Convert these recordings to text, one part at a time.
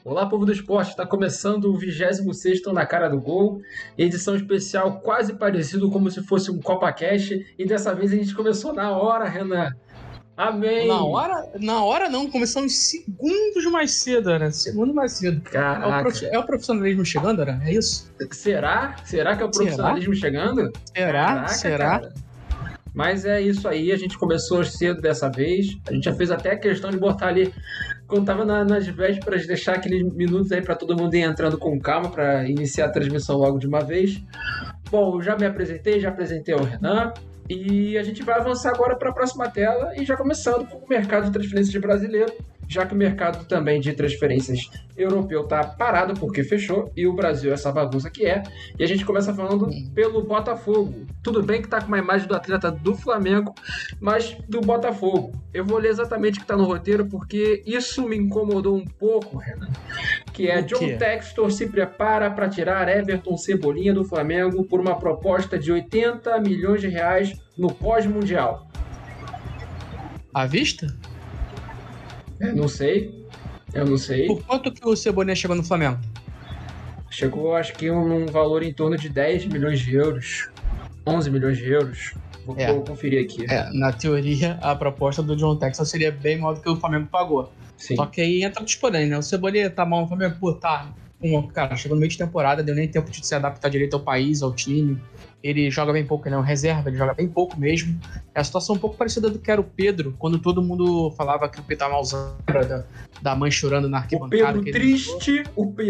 Olá, povo do esporte, está começando o 26º Na Cara do Gol, edição especial quase parecido como se fosse um CopaCast, e dessa vez a gente começou na hora, Renan. Na Amém! hora? Na hora não, começamos segundos mais cedo, né? Segundo mais cedo. Caraca! É o profissionalismo chegando, né? É isso? Será? Será que é o profissionalismo chegando? Será? Cara. Mas é isso aí, a gente começou cedo dessa vez, a gente já fez até a questão de botar ali, quando tava nas vésperas, deixar aqueles minutos aí para todo mundo ir entrando com calma para iniciar a transmissão logo de uma vez. Bom, eu já me apresentei, já apresentei o Renan, e a gente vai avançar agora para a próxima tela e já começando com o mercado de transferências brasileiro, já que o mercado também de transferências europeu está parado porque fechou e o Brasil é essa bagunça que é. E a gente começa falando pelo Botafogo. Tudo bem que está com uma imagem do atleta do Flamengo, mas do Botafogo. Eu vou ler exatamente o que está no roteiro porque isso me incomodou um pouco, Renan. Que é John Textor se prepara para tirar Everton Cebolinha do Flamengo por uma proposta de 80 milhões de reais no pós-mundial. À vista? Eu não sei. Por quanto que o Cebolinha chegou no Flamengo? Chegou, acho que um valor em torno de 10 milhões de euros. 11 milhões de euros. Vou conferir aqui. Na teoria, a proposta do John Textor seria bem maior do que o Flamengo pagou. Sim. Só que aí entra o porém, né? O Cebolinha tá mal no Flamengo, cara, chegou no meio de temporada, deu nem tempo de se adaptar direito ao país, ao time. Ele joga bem pouco, ele é um reserva, ele joga bem pouco mesmo. É a situação um pouco parecida do que era o Pedro, quando todo mundo falava que o Pedro tava malzão, da mãe chorando na arquibancada. O Pedro triste.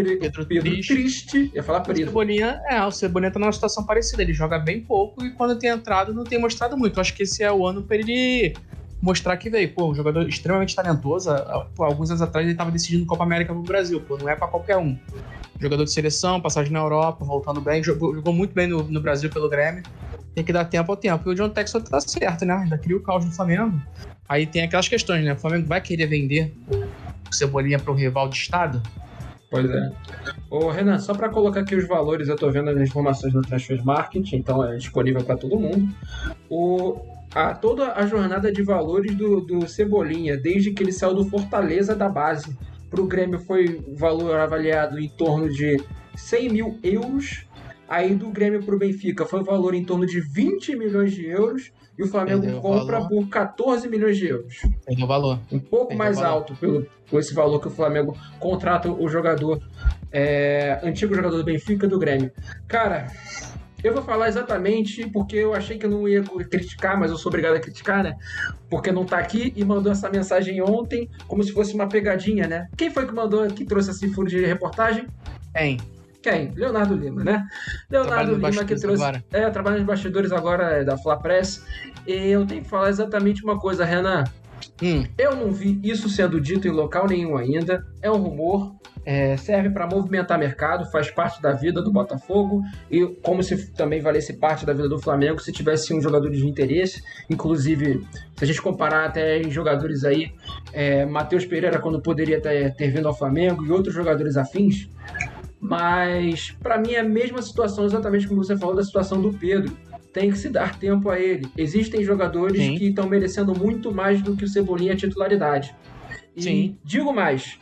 Ia falar Pedro. O Cebolinha tá numa situação parecida, ele joga bem pouco e quando tem entrado não tem mostrado muito. Eu acho que esse é o ano pra ele mostrar que veio. Um jogador extremamente talentoso. Alguns anos atrás ele tava decidindo Copa América pro Brasil, não é pra qualquer um. Jogador de seleção, passagem na Europa, voltando bem, jogou muito bem no Brasil pelo Grêmio. Tem que dar tempo ao tempo. E o John Textor tá certo, né? Ainda cria o caos no Flamengo. Aí tem aquelas questões, né? O Flamengo vai querer vender o Cebolinha para um rival de estado? Pois é. Ô, Renan, só para colocar aqui os valores, eu tô vendo as informações do Transfer Market, então é disponível para todo mundo. Toda a jornada de valores do Cebolinha, desde que ele saiu do Fortaleza da base para o Grêmio, foi valor avaliado em torno de 100 mil euros. Aí do Grêmio para o Benfica foi valor em torno de 20 milhões de euros. E o Flamengo compra por 14 milhões de euros. Perdeu o valor. Um pouco mais alto por esse valor que o Flamengo contrata o jogador, antigo jogador do Benfica e do Grêmio. Cara, eu vou falar exatamente porque eu achei que eu não ia criticar, mas eu sou obrigado a criticar, né? Porque não tá aqui e mandou essa mensagem ontem como se fosse uma pegadinha, né? Quem foi que trouxe esse furo de reportagem? Quem? Leonardo Lima, né? Leonardo Lima que trouxe... trabalha nos bastidores agora da Fla Press. E eu tenho que falar exatamente uma coisa, Renan. Eu não vi isso sendo dito em local nenhum ainda. É um rumor. Serve para movimentar mercado, faz parte da vida do Botafogo e como se também valesse parte da vida do Flamengo se tivesse um jogador de interesse. Inclusive, se a gente comparar até em jogadores aí, Matheus Pereira, quando poderia ter vindo ao Flamengo, e outros jogadores afins. Mas para mim é a mesma situação, exatamente como você falou da situação do Pedro. Tem que se dar tempo a ele. Existem jogadores que estão merecendo muito mais do que o Cebolinha a titularidade. Digo mais.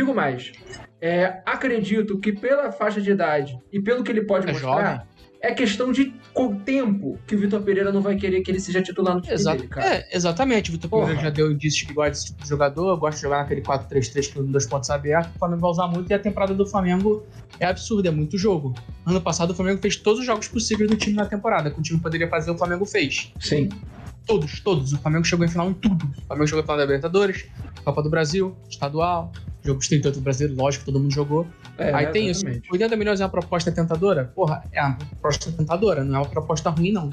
Acredito que pela faixa de idade e pelo que ele pode mostrar, é questão de tempo que o Vitor Pereira não vai querer que ele seja titular no time dele, cara. Exatamente. O Vitor Pereira já deu indício que gosta desse tipo de jogador, gosta de jogar naquele 4-3-3 com 2 pontos abertos. O Flamengo vai usar muito e a temporada do Flamengo é absurda, é muito jogo. Ano passado o Flamengo fez todos os jogos possíveis do time na temporada, que o time poderia fazer, o Flamengo fez. Sim. Todos. O Flamengo chegou em final em tudo. O Flamengo chegou em final da Libertadores, Copa do Brasil, Estadual, jogo dos 38 do Brasileiro, lógico, todo mundo jogou. Aí tem exatamente. Isso. 80 milhões é uma proposta tentadora? É uma proposta tentadora, não é uma proposta ruim, não.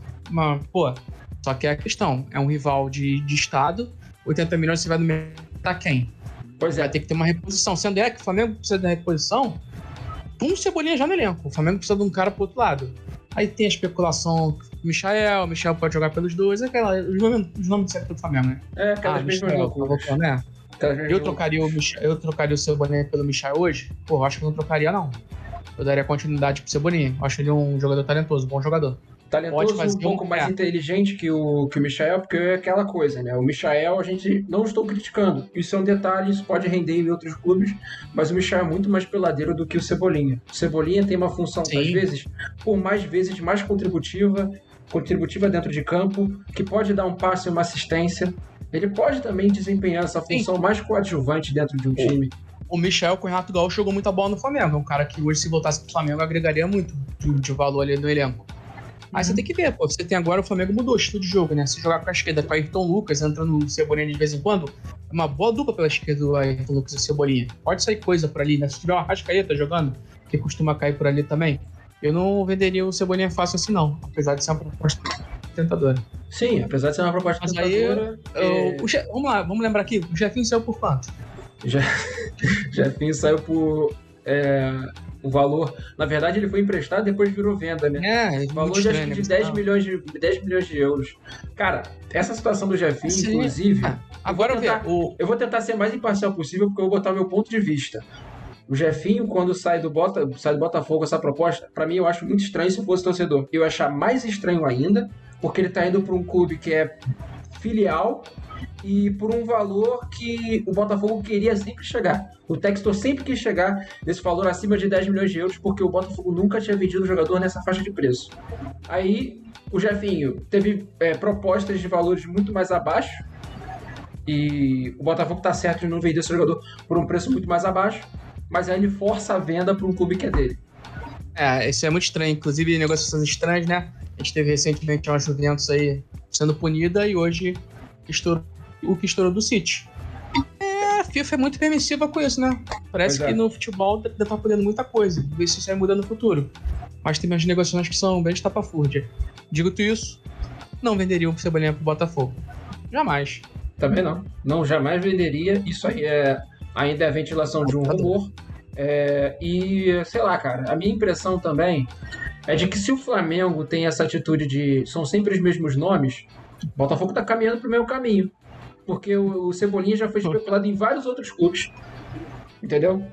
Só que é a questão, é um rival de estado, 80 milhões você vai no mercado tá quem? Pois vai ter que ter uma reposição. Sendo que o Flamengo precisa de uma reposição, um Cebolinha já no elenco. O Flamengo precisa de um cara pro outro lado. Aí tem a especulação, o Michael pode jogar pelos dois, os nomes certos do Flamengo, né? Cada vez mais loucos. Né? Eu trocaria o Cebolinha pelo Michael hoje? Eu acho que eu não trocaria, não. Eu daria continuidade pro Cebolinha. Eu acho ele um jogador talentoso, bom jogador. Talentoso, fazer um pouco mais inteligente que o Michael, porque é aquela coisa, né? O Michael, a gente não estou criticando. Isso é um detalhe, isso pode render em outros clubes, mas o Michael é muito mais peladeiro do que o Cebolinha. O Cebolinha tem uma função, às vezes, por mais vezes, mais contributiva dentro de campo, que pode dar um passe e uma assistência. Ele pode também desempenhar essa função mais coadjuvante dentro de um time. O Michael com o Renato Gaúcho jogou muita bola no Flamengo. É um cara que hoje, se voltasse pro Flamengo, agregaria muito de valor ali no elenco. Aí você tem que ver, pô. Você tem agora, o Flamengo mudou o estilo de jogo, né? Se jogar com a esquerda com o Ayrton Lucas, entrando no Cebolinha de vez em quando, é uma boa dupla pela esquerda do Ayrton Lucas e Cebolinha. Pode sair coisa por ali, né? Se tiver uma Arrascaeta jogando, que costuma cair por ali também, eu não venderia o Cebolinha fácil assim, não. Apesar de ser uma proposta tentadora. Sim, apesar de ser uma proposta tentadora... Vamos lembrar aqui, o Jefinho saiu por quanto? Jefinho saiu por... o valor, na verdade ele foi emprestado e depois virou venda, né? O valor de 10 milhões de euros. Cara, essa situação do Jefinho, inclusive, agora eu vou tentar ser mais imparcial possível, porque eu vou botar o meu ponto de vista. O Jefinho, quando sai do Botafogo essa proposta, pra mim eu acho muito estranho se eu fosse torcedor. Eu ia achar mais estranho ainda, porque ele tá indo pra um clube que é filial e por um valor que o Botafogo queria sempre chegar. O Textor sempre quis chegar nesse valor acima de 10 milhões de euros, porque o Botafogo nunca tinha vendido um jogador nessa faixa de preço. Aí o Jefinho teve propostas de valores muito mais abaixo, e o Botafogo tá certo de não vender esse jogador por um preço muito mais abaixo, mas aí ele força a venda para um clube que é dele. Isso é muito estranho. Inclusive, negociações estranhas, né? A gente teve recentemente uma Juventus aí sendo punida e hoje o que estourou do City. A FIFA é muito permissiva com isso, né? Parece que no futebol ainda tá podendo muita coisa. Vamos ver se isso vai mudar no futuro. Mas tem umas negociações que são bem estapafúrdia. Dito isso, não venderia o Cebolinha pro Botafogo. Jamais. Também não. Não, jamais venderia. Isso aí ainda é a ventilação de um rumor. E, sei lá, cara, a minha impressão também é de que se o Flamengo tem essa atitude de são sempre os mesmos nomes, o Botafogo tá caminhando pro mesmo caminho. Porque o Cebolinha já foi especulado em vários outros clubes. Entendeu?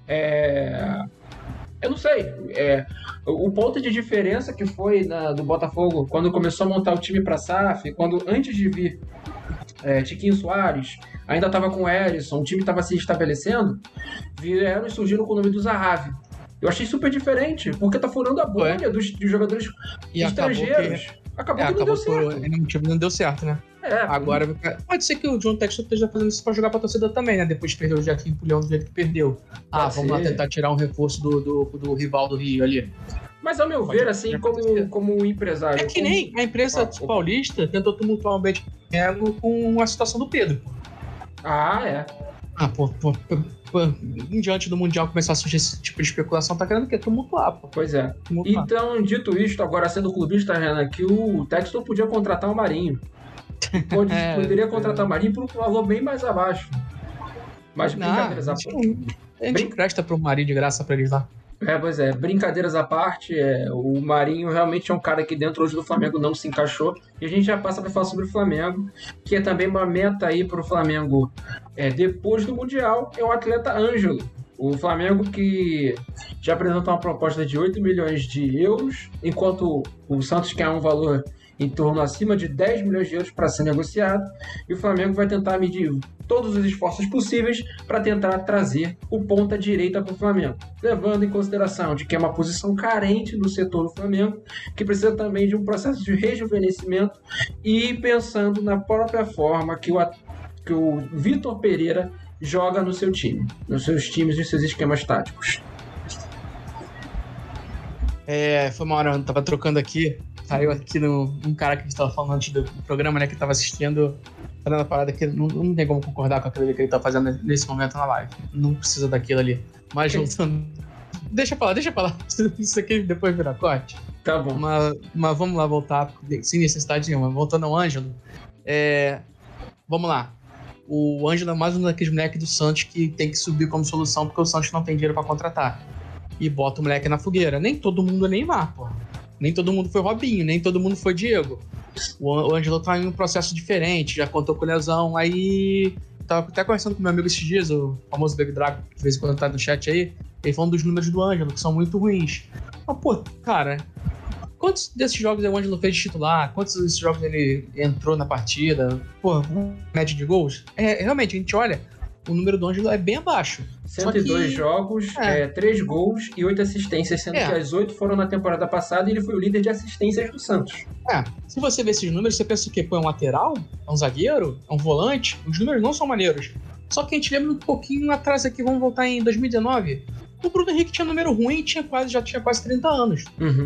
Eu não sei. O ponto de diferença que foi do Botafogo quando começou a montar o time pra SAF, quando antes de vir Tiquinho Soares, ainda estava com o Erisson, o time estava se estabelecendo, vieram e surgiram com o nome do Zahavi. Eu achei super diferente, porque tá furando a bolha dos jogadores estrangeiros. Acabou que não deu certo. Não deu certo, né? Agora, pode ser que o John Textor esteja fazendo isso pra jogar pra torcida também, né? Depois de perder o Jefinho pro Leão do jeito que perdeu. Vamos lá tentar tirar um reforço do rival do Rio ali. Mas ao meu ver, assim, como empresário... É que nem a imprensa paulista tentou tumultuar um bem com a situação do Pedro. Em diante do Mundial começar a surgir esse tipo de especulação, tá querendo o quê? Tumultuar, pô. Pois é. Então, dito isto, agora sendo clubista, Renan, que o Textor podia contratar o Marinho. Poderia contratar o Marinho por um valor bem mais abaixo. Mas brincadeiras à parte. A gente empresta pro Marinho de graça pra eles lá. Pois é, brincadeiras à parte, o Marinho realmente é um cara que dentro hoje do Flamengo não se encaixou, e a gente já passa para falar sobre o Flamengo, que é também uma meta aí para o Flamengo depois do Mundial, é o atleta Ângelo. O Flamengo que já apresentou uma proposta de 8 milhões de euros, enquanto o Santos quer um valor em torno acima de 10 milhões de euros para ser negociado, e o Flamengo vai tentar medir todos os esforços possíveis para tentar trazer o ponta-direita para o Flamengo, levando em consideração de que é uma posição carente no setor do Flamengo, que precisa também de um processo de rejuvenescimento, e pensando na própria forma que o Vitor Pereira joga no seu time, nos seus times e seus esquemas táticos. Foi uma hora, eu tava trocando aqui, saiu aqui um cara que a gente tava falando antes do programa, né, que tava assistindo, fazendo a parada que não tem como concordar com aquilo que ele tá fazendo nesse momento na live. Não precisa daquilo ali. Mas voltando... Deixa pra lá. Isso aqui depois vira corte. Tá bom. Mas vamos lá voltar, sem necessidade nenhuma. Voltando ao Ângelo. Vamos lá. O Ângelo é mais um daqueles moleques do Santos que tem que subir como solução porque o Santos não tem dinheiro pra contratar. E bota o moleque na fogueira. Nem todo mundo é Neymar, pô. Nem todo mundo foi Robinho, nem todo mundo foi Diego. O Ângelo tá em um processo diferente, já contou com lesão, aí... Tava até conversando com meu amigo esses dias, o famoso Baby Drago, que de vez em quando tá no chat aí, ele falando dos números do Ângelo, que são muito ruins. Mas, pô, cara, quantos desses jogos o Ângelo fez de titular? Quantos desses jogos ele entrou na partida? Pô, média de gols? Realmente, a gente olha, o número do Ângelo é bem abaixo. 102 jogos, 3 gols e 8 assistências, sendo que as 8 foram na temporada passada e ele foi o líder de assistências do Santos. Se você vê esses números, você pensa o quê? Pô, é um lateral? É um zagueiro? É um volante? Os números não são maneiros. Só que a gente lembra um pouquinho atrás aqui, vamos voltar em 2019. O Bruno Henrique tinha número ruim e já tinha quase 30 anos.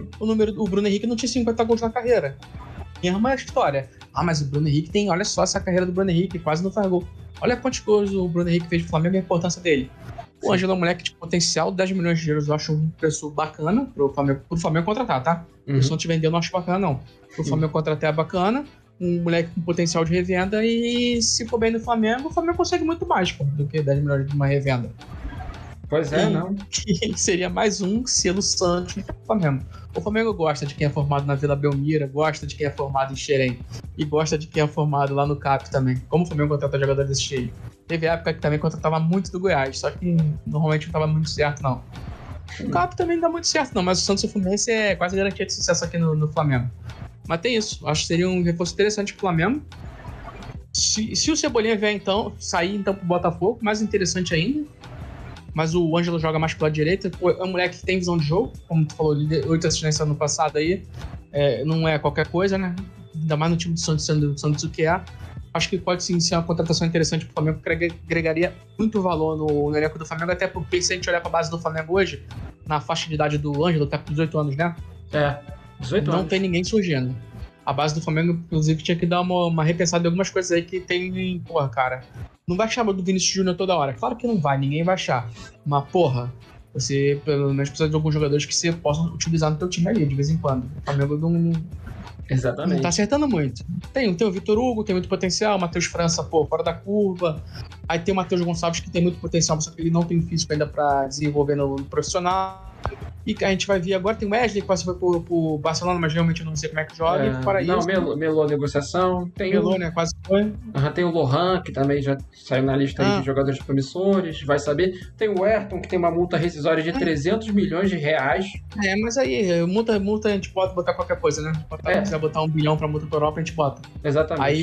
O Bruno Henrique não tinha 50 gols na carreira. Mesma história. Mas o Bruno Henrique olha só essa carreira do Bruno Henrique, quase não faz gol. Olha quantos gols o Bruno Henrique fez pro Flamengo e a importância dele. O Ângelo é um moleque de potencial, 10 milhões de euros eu acho um preço bacana pro Flamengo contratar, tá? Se não te vender, eu não acho bacana, não. Pro Flamengo contratar é bacana, um moleque com potencial de revenda e se for bem no Flamengo, o Flamengo consegue muito mais, pô, do que 10 milhões de uma revenda. Pois é, não. Que seria mais um selo Santos do Flamengo. O Flamengo gosta de quem é formado na Vila Belmira, gosta de quem é formado em Xerém e gosta de quem é formado lá no CAP também. Como o Flamengo contrata jogadores desse jeito. Teve época que também contratava muito do Goiás, só que normalmente não estava muito certo, não. O CAP também não dá muito certo, não, mas o Santos e o Fluminense é quase garantia de sucesso aqui no Flamengo. Mas tem isso, acho que seria um reforço interessante pro Flamengo. Se o Cebolinha vier sair então pro Botafogo, mais interessante ainda. Mas o Ângelo joga mais pro lado direito. É um moleque que tem visão de jogo, como tu falou, 8 assistências no passado aí. Não é qualquer coisa, né? Ainda mais no time do Santos, sendo do Santos o que é. Acho que pode sim ser uma contratação interessante pro Flamengo, que agregaria muito valor no elenco do Flamengo, até porque se a gente olhar pra base do Flamengo hoje, na faixa de idade do Ângelo, tá com 18 anos, né? 18 anos. Não tem ninguém surgindo. A base do Flamengo, inclusive, tinha que dar uma repensada em algumas coisas aí que tem... Porra, cara, não vai chamar do Vinícius Júnior toda hora. Claro que não vai, ninguém vai achar. Mas, porra, você pelo menos precisa de alguns jogadores que você possa utilizar no teu time ali, de vez em quando. O Flamengo Exatamente. Não tá acertando muito. Tem o Vitor Hugo, tem muito potencial. O Matheus França, fora da curva. Aí tem o Matheus Gonçalves, que tem muito potencial, só que ele não tem físico ainda pra desenvolver no profissional. E a gente vai ver agora, tem o Wesley, que quase foi pro Barcelona, mas realmente eu não sei como é que joga. E fora não, isso... Melô negociação. Tem Melô, né? Quase foi. Tem o Lohan, que também já saiu na lista aí de jogadores promissores, vai saber. Tem o Ayrton, que tem uma multa rescisória de 300 milhões de reais. Mas aí, multa a gente pode botar qualquer coisa, né? Se quiser botar 1 bilhão pra multa pra Europa, a gente bota. Exatamente. Aí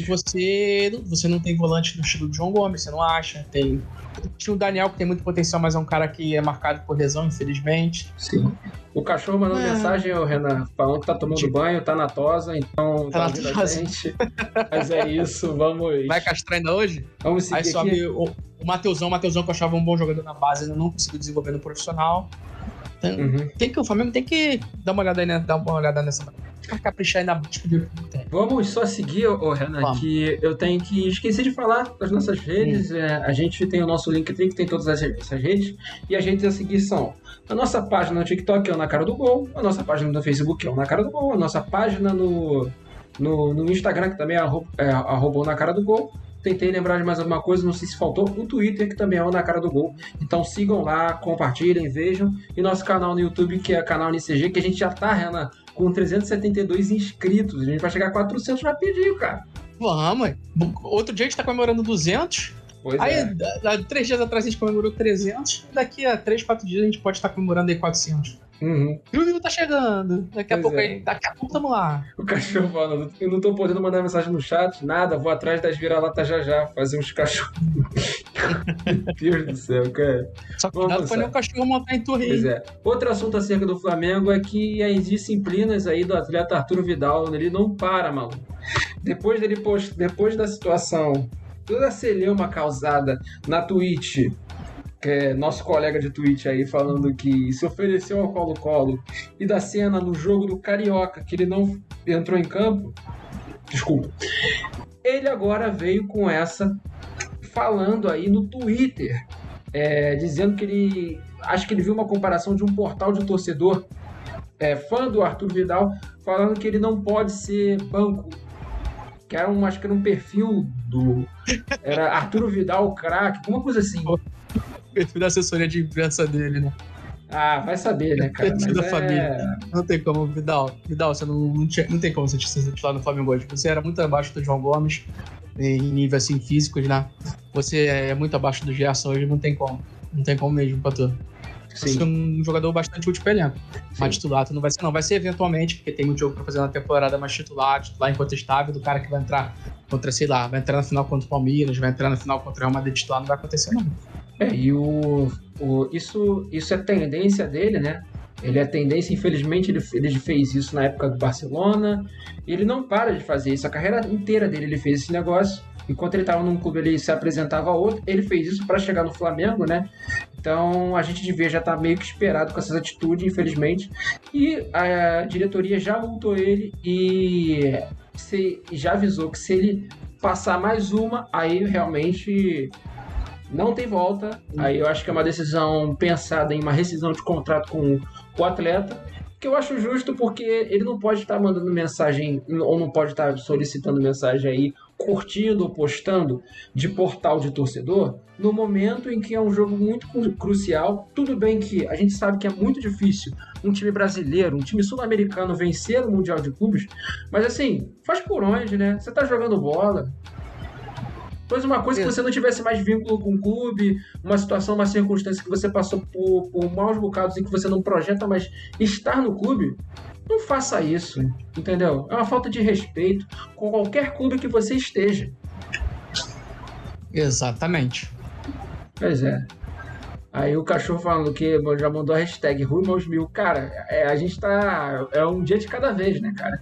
você não tem volante no estilo de João Gomes, você não acha. Tinha o Daniel, que tem muito potencial, mas é um cara que é marcado por lesão, infelizmente. Sim. O cachorro mandou mensagem, Renan, falando que tá tomando banho, tá na tosa, então tá ouvindo a gente. Mas é isso, vamos... Vai castrar ainda hoje? Vamos seguir. Aí sobe aqui. O Mateusão que eu achava um bom jogador na base, ainda não conseguiu desenvolver no profissional. Então, o Flamengo tem que dar uma olhada aí, né? Dar uma olhada nessa... Pra caprichar aí na busca de... Vamos só seguir, Renan, que eu tenho que esquecer de falar das nossas redes. A gente tem o nosso Linktree, que tem todas essas redes, e as redes a seguir são a nossa página no TikTok, é o Na Cara do Gol, a nossa página no Facebook, é o Na Cara do Gol, a nossa página no Instagram, que também é arroba Na Cara do Gol. Tentei lembrar de mais alguma coisa, não sei se faltou. O Twitter, que também é o Na Cara do Gol. Então sigam lá, compartilhem, vejam. E nosso canal no YouTube, que é o canal NCG, que a gente já tá, Renan, com 372 inscritos. A gente vai chegar a 400 rapidinho, cara. Vamos, outro dia a gente tá comemorando 200. Pois aí, 3 dias atrás a gente comemorou 300. Daqui a 3, 4 dias a gente pode estar comemorando aí 400. E o Vivo tá chegando. Daqui a pouco tamo lá. O cachorro falando, eu não tô podendo mandar mensagem no chat, nada, vou atrás das vira-latas já, fazer uns cachorros. Meu Deus do céu, cara. Só que cuidado pra nem o cachorro montar em torre. Pois é. Outro assunto acerca do Flamengo é que as disciplinas aí do atleta Arturo Vidal, ele não para, mano. Depois da situação, toda a celeuma causada na Twitch, que é nosso colega de Twitch aí falando que se ofereceu ao Colo-Colo, e da cena no jogo do Carioca, que ele não entrou em campo, desculpa, ele agora veio com essa, falando aí no Twitter, dizendo que ele, acho que ele viu uma comparação de um portal de torcedor, fã do Arthur Vidal, falando que ele não pode ser banco, que era acho que era um perfil era Arturo Vidal craque, uma coisa assim. Perfil da assessoria de imprensa dele, né? Vai saber, né, cara? Perfil da família. Não tem como, Vidal, você não tem como você ser titular no Flamengo hoje. Você era muito abaixo do João Gomes, em nível assim, físicos, né? Você é muito abaixo do Gerson hoje, não tem como. Não tem como mesmo pra tu. Vai ser um jogador bastante útil para elenco. Mas titular não vai ser, não. Vai ser eventualmente, porque tem muito jogo para fazer na temporada, mas titular incontestável do cara que vai entrar contra, sei lá, vai entrar na final contra o Palmeiras, vai entrar na final contra o Real Madrid titular, não vai acontecer, não. Isso é tendência dele, né? Ele é tendência, infelizmente, ele fez isso na época do Barcelona. E ele não para de fazer isso. A carreira inteira dele ele fez esse negócio. Enquanto ele estava num clube, ele se apresentava a outro. Ele fez isso para chegar no Flamengo, né? Então a gente devia já estar meio que esperado com essas atitudes, infelizmente. E a diretoria já multou ele e já avisou que se ele passar mais uma, aí realmente não tem volta. Aí eu acho que é uma decisão pensada em uma rescisão de contrato com o atleta, que eu acho justo porque ele não pode estar mandando mensagem ou não pode estar solicitando mensagem aí, curtindo ou postando de portal de torcedor no momento em que é um jogo muito crucial. Tudo bem que a gente sabe que é muito difícil um time brasileiro, um time sul-americano vencer o Mundial de Clubes, mas assim, faz por onde, né? Você tá jogando bola. Pois uma coisa que você não tivesse mais vínculo com o clube, uma situação, uma circunstância que você passou por maus bocados e que você não projeta mais estar no clube, não faça isso, entendeu? É uma falta de respeito com qualquer clube que você esteja. Exatamente. Pois é. Aí o cachorro falando que já mandou a hashtag rumo aos 1000. Cara, a gente tá... É um dia de cada vez, né, cara?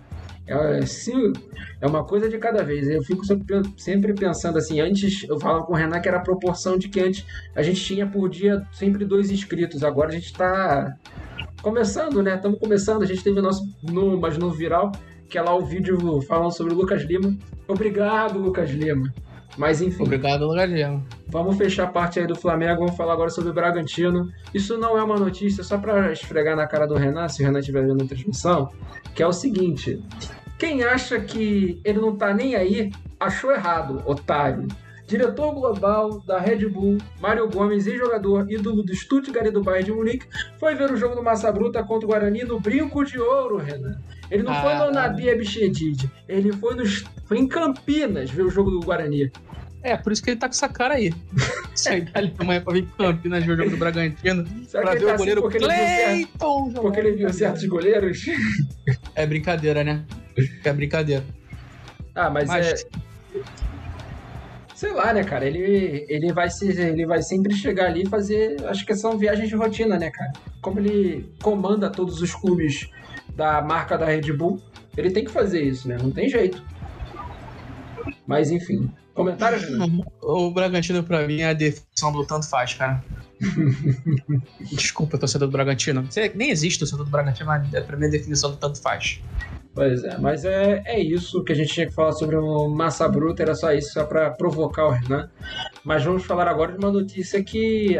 É uma coisa de cada vez. Eu fico sempre pensando assim, antes eu falava com o Renan que era a proporção de que antes a gente tinha por dia sempre 2 inscritos, agora a gente tá começando, né? Estamos começando, a gente teve mas no viral, que é lá o vídeo falando sobre o Lucas Lima. Obrigado, Lucas Lima. Mas enfim. Obrigado, Lucas Lima. Vamos fechar a parte aí do Flamengo, vamos falar agora sobre o Bragantino. Isso não é uma notícia, só para esfregar na cara do Renan, se o Renan estiver vendo a transmissão, que é o seguinte: quem acha que ele não tá nem aí, achou errado, otário. Diretor global da Red Bull, Mário Gomes, ex-jogador ídolo do Stuttgart e do Bayern de Munique, foi ver o jogo do Massa Bruta contra o Guarani no Brinco de Ouro, Renan. Ele não foi no Nabi Abichedid, ele foi em Campinas ver o jogo do Guarani. Por isso que ele tá com essa cara aí. Chegar ali amanhã pra vir em Campinas ver o jogo do Bragantino. Será pra que ver o goleiro Cleiton. Porque ele viu certos goleiros? É brincadeira, né? É brincadeira. Mas sei lá, né, cara? Ele vai sempre chegar ali e fazer. Acho que são viagens de rotina, né, cara? Como ele comanda todos os clubes da marca da Red Bull, ele tem que fazer isso, né? Não tem jeito. Mas enfim. Comentários? O Bragantino, pra mim, é a definição do tanto faz, cara. Desculpa, torcedor do Bragantino. Nem existe torcedor do Bragantino, mas pra mim é a definição do tanto faz. Pois é, mas é isso que a gente tinha que falar sobre o Massa Bruta, era só isso, só pra provocar o Renan. Mas vamos falar agora de uma notícia que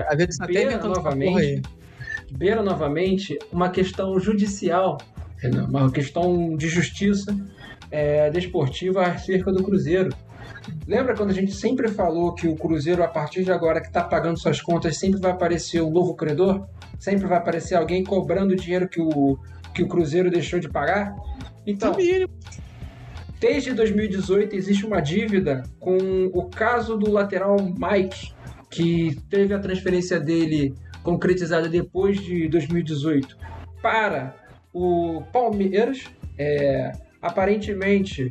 beira novamente uma questão judicial, Renan, uma questão de justiça desportiva acerca do Cruzeiro. Lembra quando a gente sempre falou que o Cruzeiro, a partir de agora que está pagando suas contas, sempre vai aparecer um novo credor? Sempre vai aparecer alguém cobrando o dinheiro que o Cruzeiro deixou de pagar? Então, desde 2018 existe uma dívida com o caso do lateral Mike, que teve a transferência dele concretizada depois de 2018 para o Palmeiras. Aparentemente,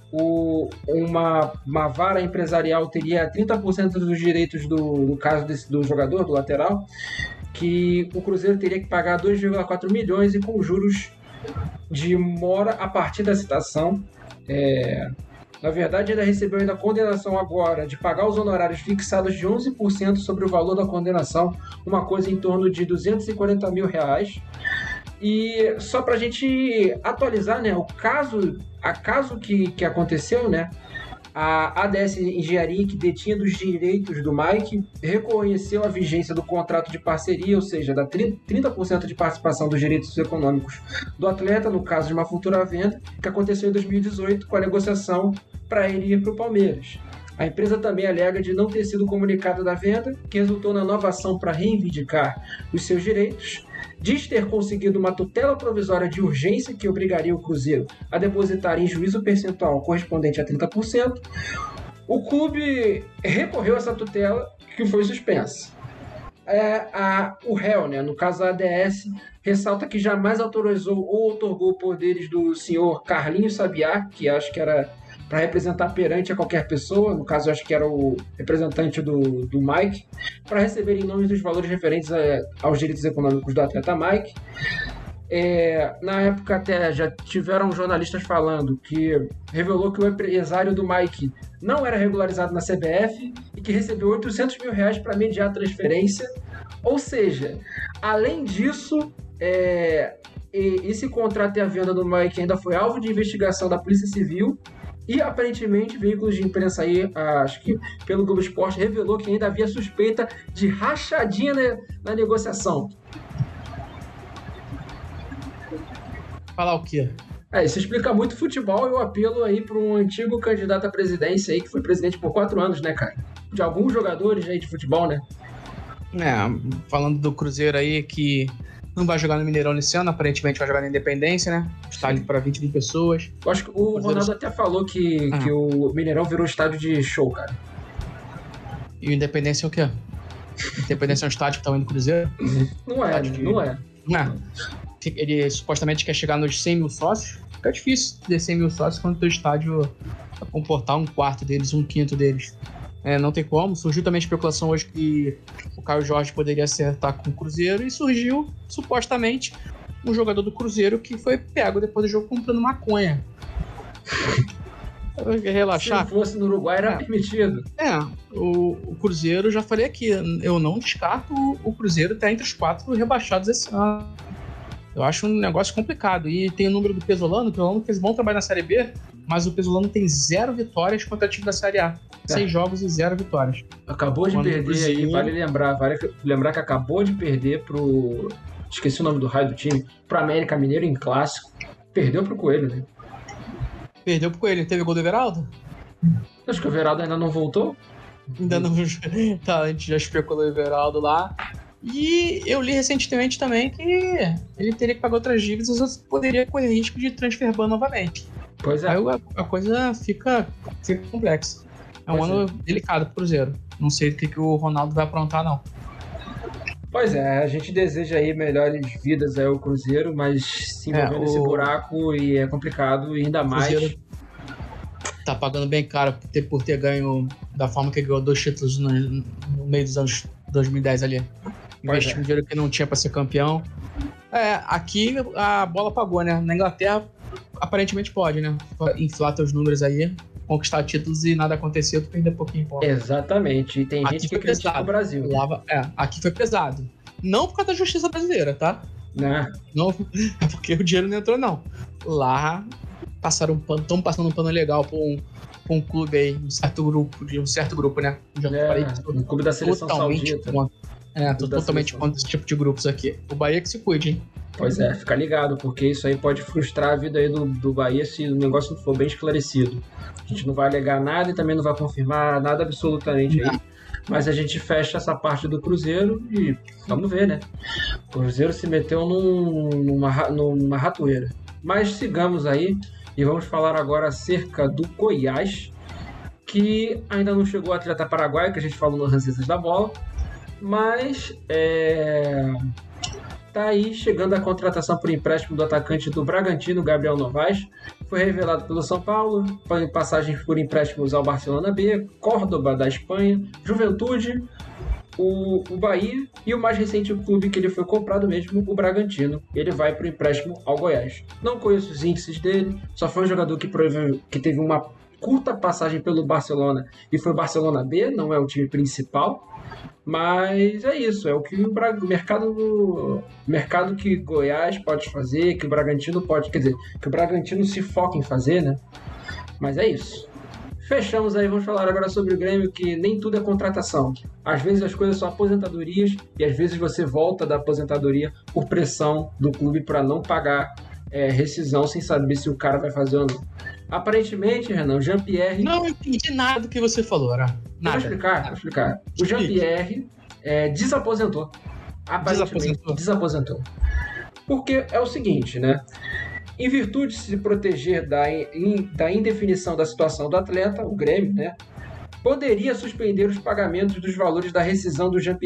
uma vara empresarial teria 30% dos direitos do caso do jogador, do lateral, que o Cruzeiro teria que pagar 2,4 milhões e com juros de mora a partir da citação. Na verdade, ainda recebeu a condenação agora de pagar os honorários fixados de 11% sobre o valor da condenação, uma coisa em torno de R$240 mil. E só para a gente atualizar, né, o caso que aconteceu, né, a ADS Engenharia, que detinha dos direitos do Mike, reconheceu a vigência do contrato de parceria, ou seja, da 30% de participação dos direitos econômicos do atleta, no caso de uma futura venda, que aconteceu em 2018 com a negociação para ele ir para o Palmeiras. A empresa também alega de não ter sido comunicada da venda, que resultou na nova ação para reivindicar os seus direitos. Diz ter conseguido uma tutela provisória de urgência que obrigaria o Cruzeiro a depositar em juízo percentual correspondente a 30%. O clube recorreu a essa tutela, que foi suspensa. o réu, né, no caso a ADS, ressalta que jamais autorizou ou outorgou poderes do senhor Carlinhos Sabiá, que acho que era para representar perante a qualquer pessoa, no caso acho que era o representante do Mike, para receber em nome dos valores referentes aos direitos econômicos do atleta Mike. Na época até já tiveram jornalistas falando que revelou que o empresário do Mike não era regularizado na CBF e que recebeu R$800 mil para mediar a transferência. Ou seja, além disso, esse contrato e a venda do Mike ainda foi alvo de investigação da Polícia Civil e aparentemente veículos de imprensa aí, acho que pelo Globo Esporte, revelou que ainda havia suspeita de rachadinha na negociação. Falar o quê? Isso explica muito futebol e o apelo aí para um antigo candidato à presidência aí, que foi presidente por 4 anos, né, cara? De alguns jogadores aí de futebol, né? Falando do Cruzeiro aí, que não vai jogar no Mineirão nesse ano, aparentemente vai jogar na Independência, né? Estádio para 20 mil pessoas. Eu acho que o Ronaldo até falou que o Mineirão virou estádio de show, cara. E o Independência é o quê? Independência é um estádio que tá indo do Cruzeiro? Não é. Ele supostamente quer chegar nos 100 mil sócios. Fica difícil ter 100 mil sócios quando o teu estádio vai comportar 1/4 deles, 1/5 deles. Não tem como. Surgiu também a especulação hoje que o Caio Jorge poderia acertar com o Cruzeiro e surgiu, supostamente, um jogador do Cruzeiro que foi pego depois do jogo comprando maconha. Relaxar. Se fosse no Uruguai era permitido. O Cruzeiro, já falei aqui, eu não descarto o Cruzeiro estar entre os 4 rebaixados esse ano. Eu acho um negócio complicado. E tem o número do Pesolano, que fez bom trabalho na Série B, mas o Pesolano tem 0 vitórias contra o time da Série A. 6 jogos e 0 vitórias. Acabou de perder aí, vale lembrar que acabou de perder pro... Esqueci o nome do raio do time. Pro América Mineiro em clássico. Perdeu pro Coelho, né? Perdeu pro Coelho. Teve gol do Everaldo? Acho que o Everaldo ainda não voltou. Ainda não... Tá, a gente já especulou o Everaldo lá. E eu li recentemente também que ele teria que pagar outras dívidas e poderia correr risco de transfer ban novamente. Pois é. Aí a coisa fica complexa. É um ano delicado pro Cruzeiro. Não sei o que o Ronaldo vai aprontar, não. Pois é, a gente deseja aí melhores vidas ao Cruzeiro, mas se envolvendo nesse buraco e é complicado, e ainda mais... Tá pagando bem caro por ter ganho da forma que ganhou 2 títulos no meio dos anos 2010 ali. Investiu um dinheiro que não tinha pra ser campeão. Aqui a bola pagou, né? Na Inglaterra, aparentemente pode, né? Inflar teus números aí, conquistar títulos e nada acontecer, tu perder pouquinho. Exatamente. E tem aqui gente que critica o Brasil. Aqui foi pesado. Não por causa da justiça brasileira, tá? Não é porque o dinheiro não entrou, não. Lá estão passando um pano legal pra um clube aí, um certo grupo, né? Um clube da seleção saudita. Tô totalmente contra esse tipo de grupos aqui. O Bahia que se cuide, hein? Pois é, fica ligado, porque isso aí pode frustrar a vida aí do Bahia se o negócio não for bem esclarecido. A gente não vai alegar nada e também não vai confirmar nada absolutamente aí. Mas a gente fecha essa parte do Cruzeiro e vamos ver, né? O Cruzeiro se meteu numa ratoeira. Mas sigamos aí e vamos falar agora acerca do Goiás, que ainda não chegou ao atleta paraguaio, que a gente falou no Rancistas da Bola, mas tá aí chegando a contratação por empréstimo do atacante do Bragantino, Gabriel Novaes. Foi revelado pelo São Paulo, passagens por empréstimos ao Barcelona B, Córdoba da Espanha, Juventude, o Bahia e o mais recente clube que ele foi comprado mesmo, o Bragantino. Ele vai para o empréstimo ao Goiás. Não conheço os índices dele, só foi um jogador que teve uma curta passagem pelo Barcelona e foi o Barcelona B, não é o time principal. Mas é isso, é o que o mercado que Goiás pode fazer, que o Bragantino pode, quer dizer, que o Bragantino se foca em fazer, né? Mas é isso. Fechamos aí, vamos falar agora sobre o Grêmio, que nem tudo é contratação. Às vezes as coisas são aposentadorias e às vezes você volta da aposentadoria por pressão do clube para não pagar rescisão sem saber se o cara vai fazer ou não. Aparentemente, Renan, o Jean-Pierre... Não entendi nada do que você falou, Ara. Nada. Vou explicar. O Jean-Pierre desaposentou. Aparentemente, desaposentou. Porque é o seguinte, né? Em virtude de se proteger da indefinição da situação do atleta, o Grêmio, né, poderia suspender os pagamentos dos valores da rescisão do Jean-Pierre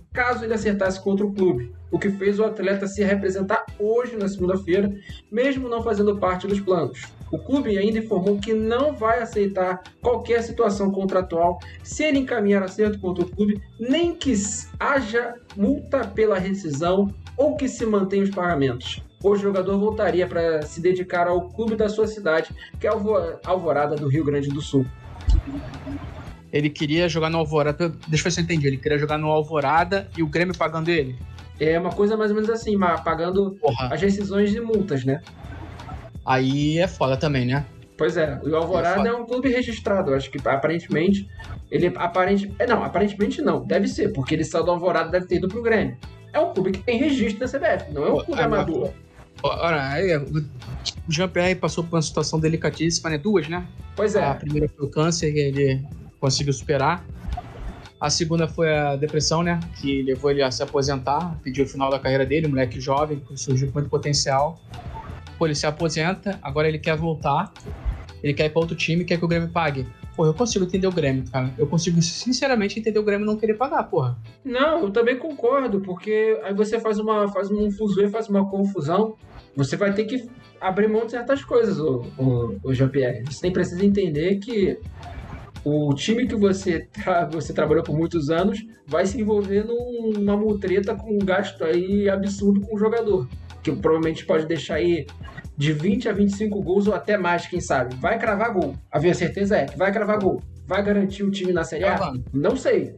caso ele acertasse contra o clube, o que fez o atleta se representar hoje, na segunda-feira, mesmo não fazendo parte dos planos. O clube ainda informou que não vai aceitar qualquer situação contratual se ele encaminhar acerto contra o clube, nem que haja multa pela rescisão ou que se mantenha os pagamentos. O jogador voltaria para se dedicar ao clube da sua cidade, que é Alvorada do Rio Grande do Sul. Ele queria jogar no Alvorada, deixa eu ver se eu entendi, ele queria jogar no Alvorada e o Grêmio pagando ele? É uma coisa mais ou menos assim, pagando as rescisões de multas, né? Aí é foda também, né? Pois é, o Alvorada é um clube registrado, eu acho que aparentemente, aparentemente não, deve ser, porque ele saiu do Alvorada, deve ter ido pro Grêmio. É um clube que tem registro da CBF, não é um clube amador. Ora, o Jean-Pierre passou por uma situação delicatíssima, né? Duas, né? Pois é. A primeira foi o câncer, que ele conseguiu superar. A segunda foi a depressão, né? Que levou ele a se aposentar, pediu o final da carreira dele, um moleque jovem, que surgiu com muito potencial. Pô, ele se aposenta, agora ele quer voltar, ele quer ir pra outro time, quer que o Grêmio pague. Pô, eu consigo entender o Grêmio, cara. Eu consigo, sinceramente, entender o Grêmio não querer pagar, porra. Não, eu também concordo, porque aí você faz um fuzuê, faz uma confusão. Você vai ter que abrir mão de certas coisas, o Jean-Pierre. Você nem precisa entender que o time que você trabalhou por muitos anos vai se envolver numa mutreta com um gasto aí absurdo com o jogador, que provavelmente pode deixar aí de 20 a 25 gols ou até mais, quem sabe. Vai cravar gol. A minha certeza é que vai cravar gol. Vai garantir o time na Série A? Não sei.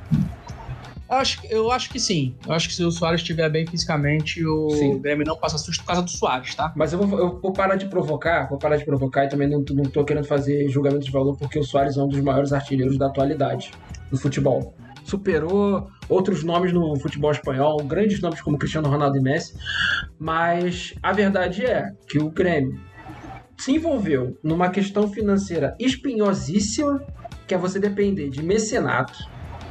Eu acho que sim. Eu acho que se o Soares estiver bem fisicamente, o Grêmio não passa susto por causa do Soares, tá? Mas eu vou parar de provocar, e também não tô querendo fazer julgamento de valor, porque o Soares é um dos maiores artilheiros da atualidade do futebol. Superou outros nomes no futebol espanhol, grandes nomes como Cristiano Ronaldo e Messi, mas a verdade é que o Grêmio se envolveu numa questão financeira espinhosíssima, que é você depender de mecenato.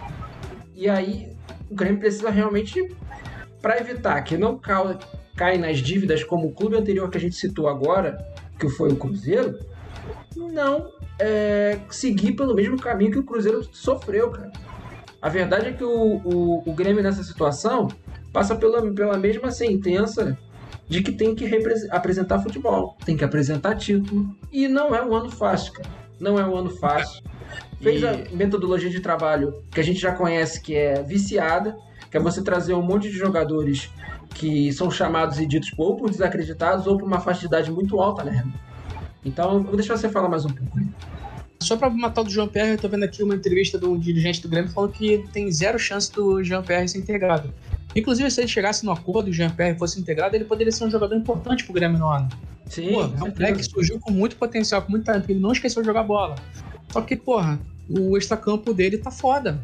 E aí, o Grêmio precisa realmente, para evitar que não caia nas dívidas como o clube anterior que a gente citou agora, que foi o Cruzeiro, não seguir pelo mesmo caminho que o Cruzeiro sofreu, cara. A verdade é que o Grêmio nessa situação passa pela mesma sentença de que tem que apresentar futebol, tem que apresentar título, e não é um ano fácil, cara. Não é um ano fácil. Fez a metodologia de trabalho que a gente já conhece, que é viciada, que é você trazer um monte de jogadores que são chamados e ditos ou por desacreditados ou por uma faixa de idade muito alta, né? Então, eu vou deixar você falar mais um pouco. Só pra matar o do Jean-Pierre, eu tô vendo aqui uma entrevista de um dirigente do Grêmio falando que tem zero chance do Jean-Pierre ser integrado. Inclusive, se ele chegasse no acordo e o Jean-Pierre fosse integrado, ele poderia ser um jogador importante pro Grêmio no ano. Sim, é um moleque que surgiu com muito potencial, com muito talento, ele não esqueceu de jogar bola. Só que, o extracampo dele tá foda.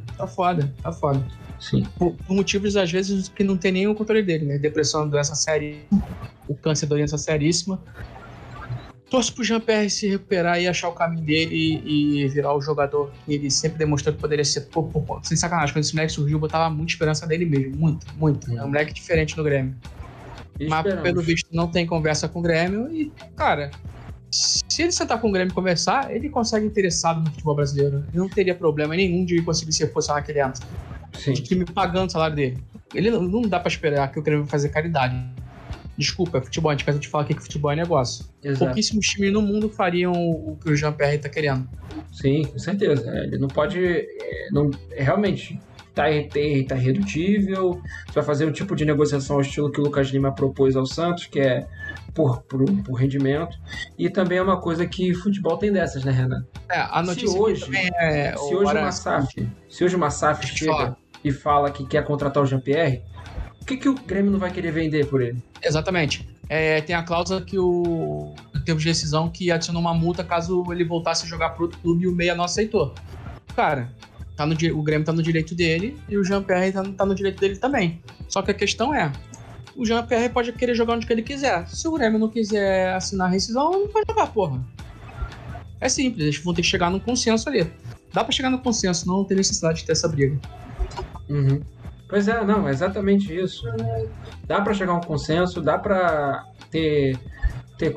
Sim. Por motivos, às vezes, que não tem nem o controle dele, né? Depressão, doença séria, o câncer, doença seríssima. Torço pro Jean-Pierre se recuperar e achar o caminho dele e virar o jogador que ele sempre demonstrou que poderia ser. Sem sacanagem, quando esse moleque surgiu, eu botava muita esperança nele mesmo. Muito. É um moleque diferente no Grêmio. Mas, pelo visto, não tem conversa com o Grêmio e, cara, se ele sentar com o Grêmio e conversar, ele consegue interessado no futebol brasileiro. Ele não teria problema nenhum de conseguir se reforçar aqui dentro. Sim. De time pagando o salário dele. Ele não dá pra esperar que o Grêmio vai fazer caridade. Desculpa, é futebol. A gente cansa de falar aqui que futebol é negócio. Exato. Pouquíssimos times no mundo fariam o que o Jean-Pierre tá querendo. Sim, com certeza. Ele não pode... realmente... Tá irredutível. Você vai fazer um tipo de negociação ao estilo que o Lucas Lima propôs ao Santos, que é por rendimento. E também é uma coisa que futebol tem dessas, né, Renan? A notícia se hoje o Massaf chega e fala que quer contratar o Jean-Pierre, o que o Grêmio não vai querer vender por ele? Exatamente. Tem a cláusula que em termos de decisão, que adicionou uma multa caso ele voltasse a jogar para outro clube e o Meia não aceitou. Cara, o Grêmio tá no direito dele e o Jean-Pierre tá no direito dele também. Só que a questão é, o Jean-Pierre pode querer jogar onde que ele quiser. Se o Grêmio não quiser assinar a rescisão, não vai jogar, porra. É simples, eles vão ter que chegar num consenso ali. Dá pra chegar no consenso, não tem necessidade de ter essa briga. Uhum. Pois é, não, é exatamente isso. Dá pra chegar a um consenso, dá pra ter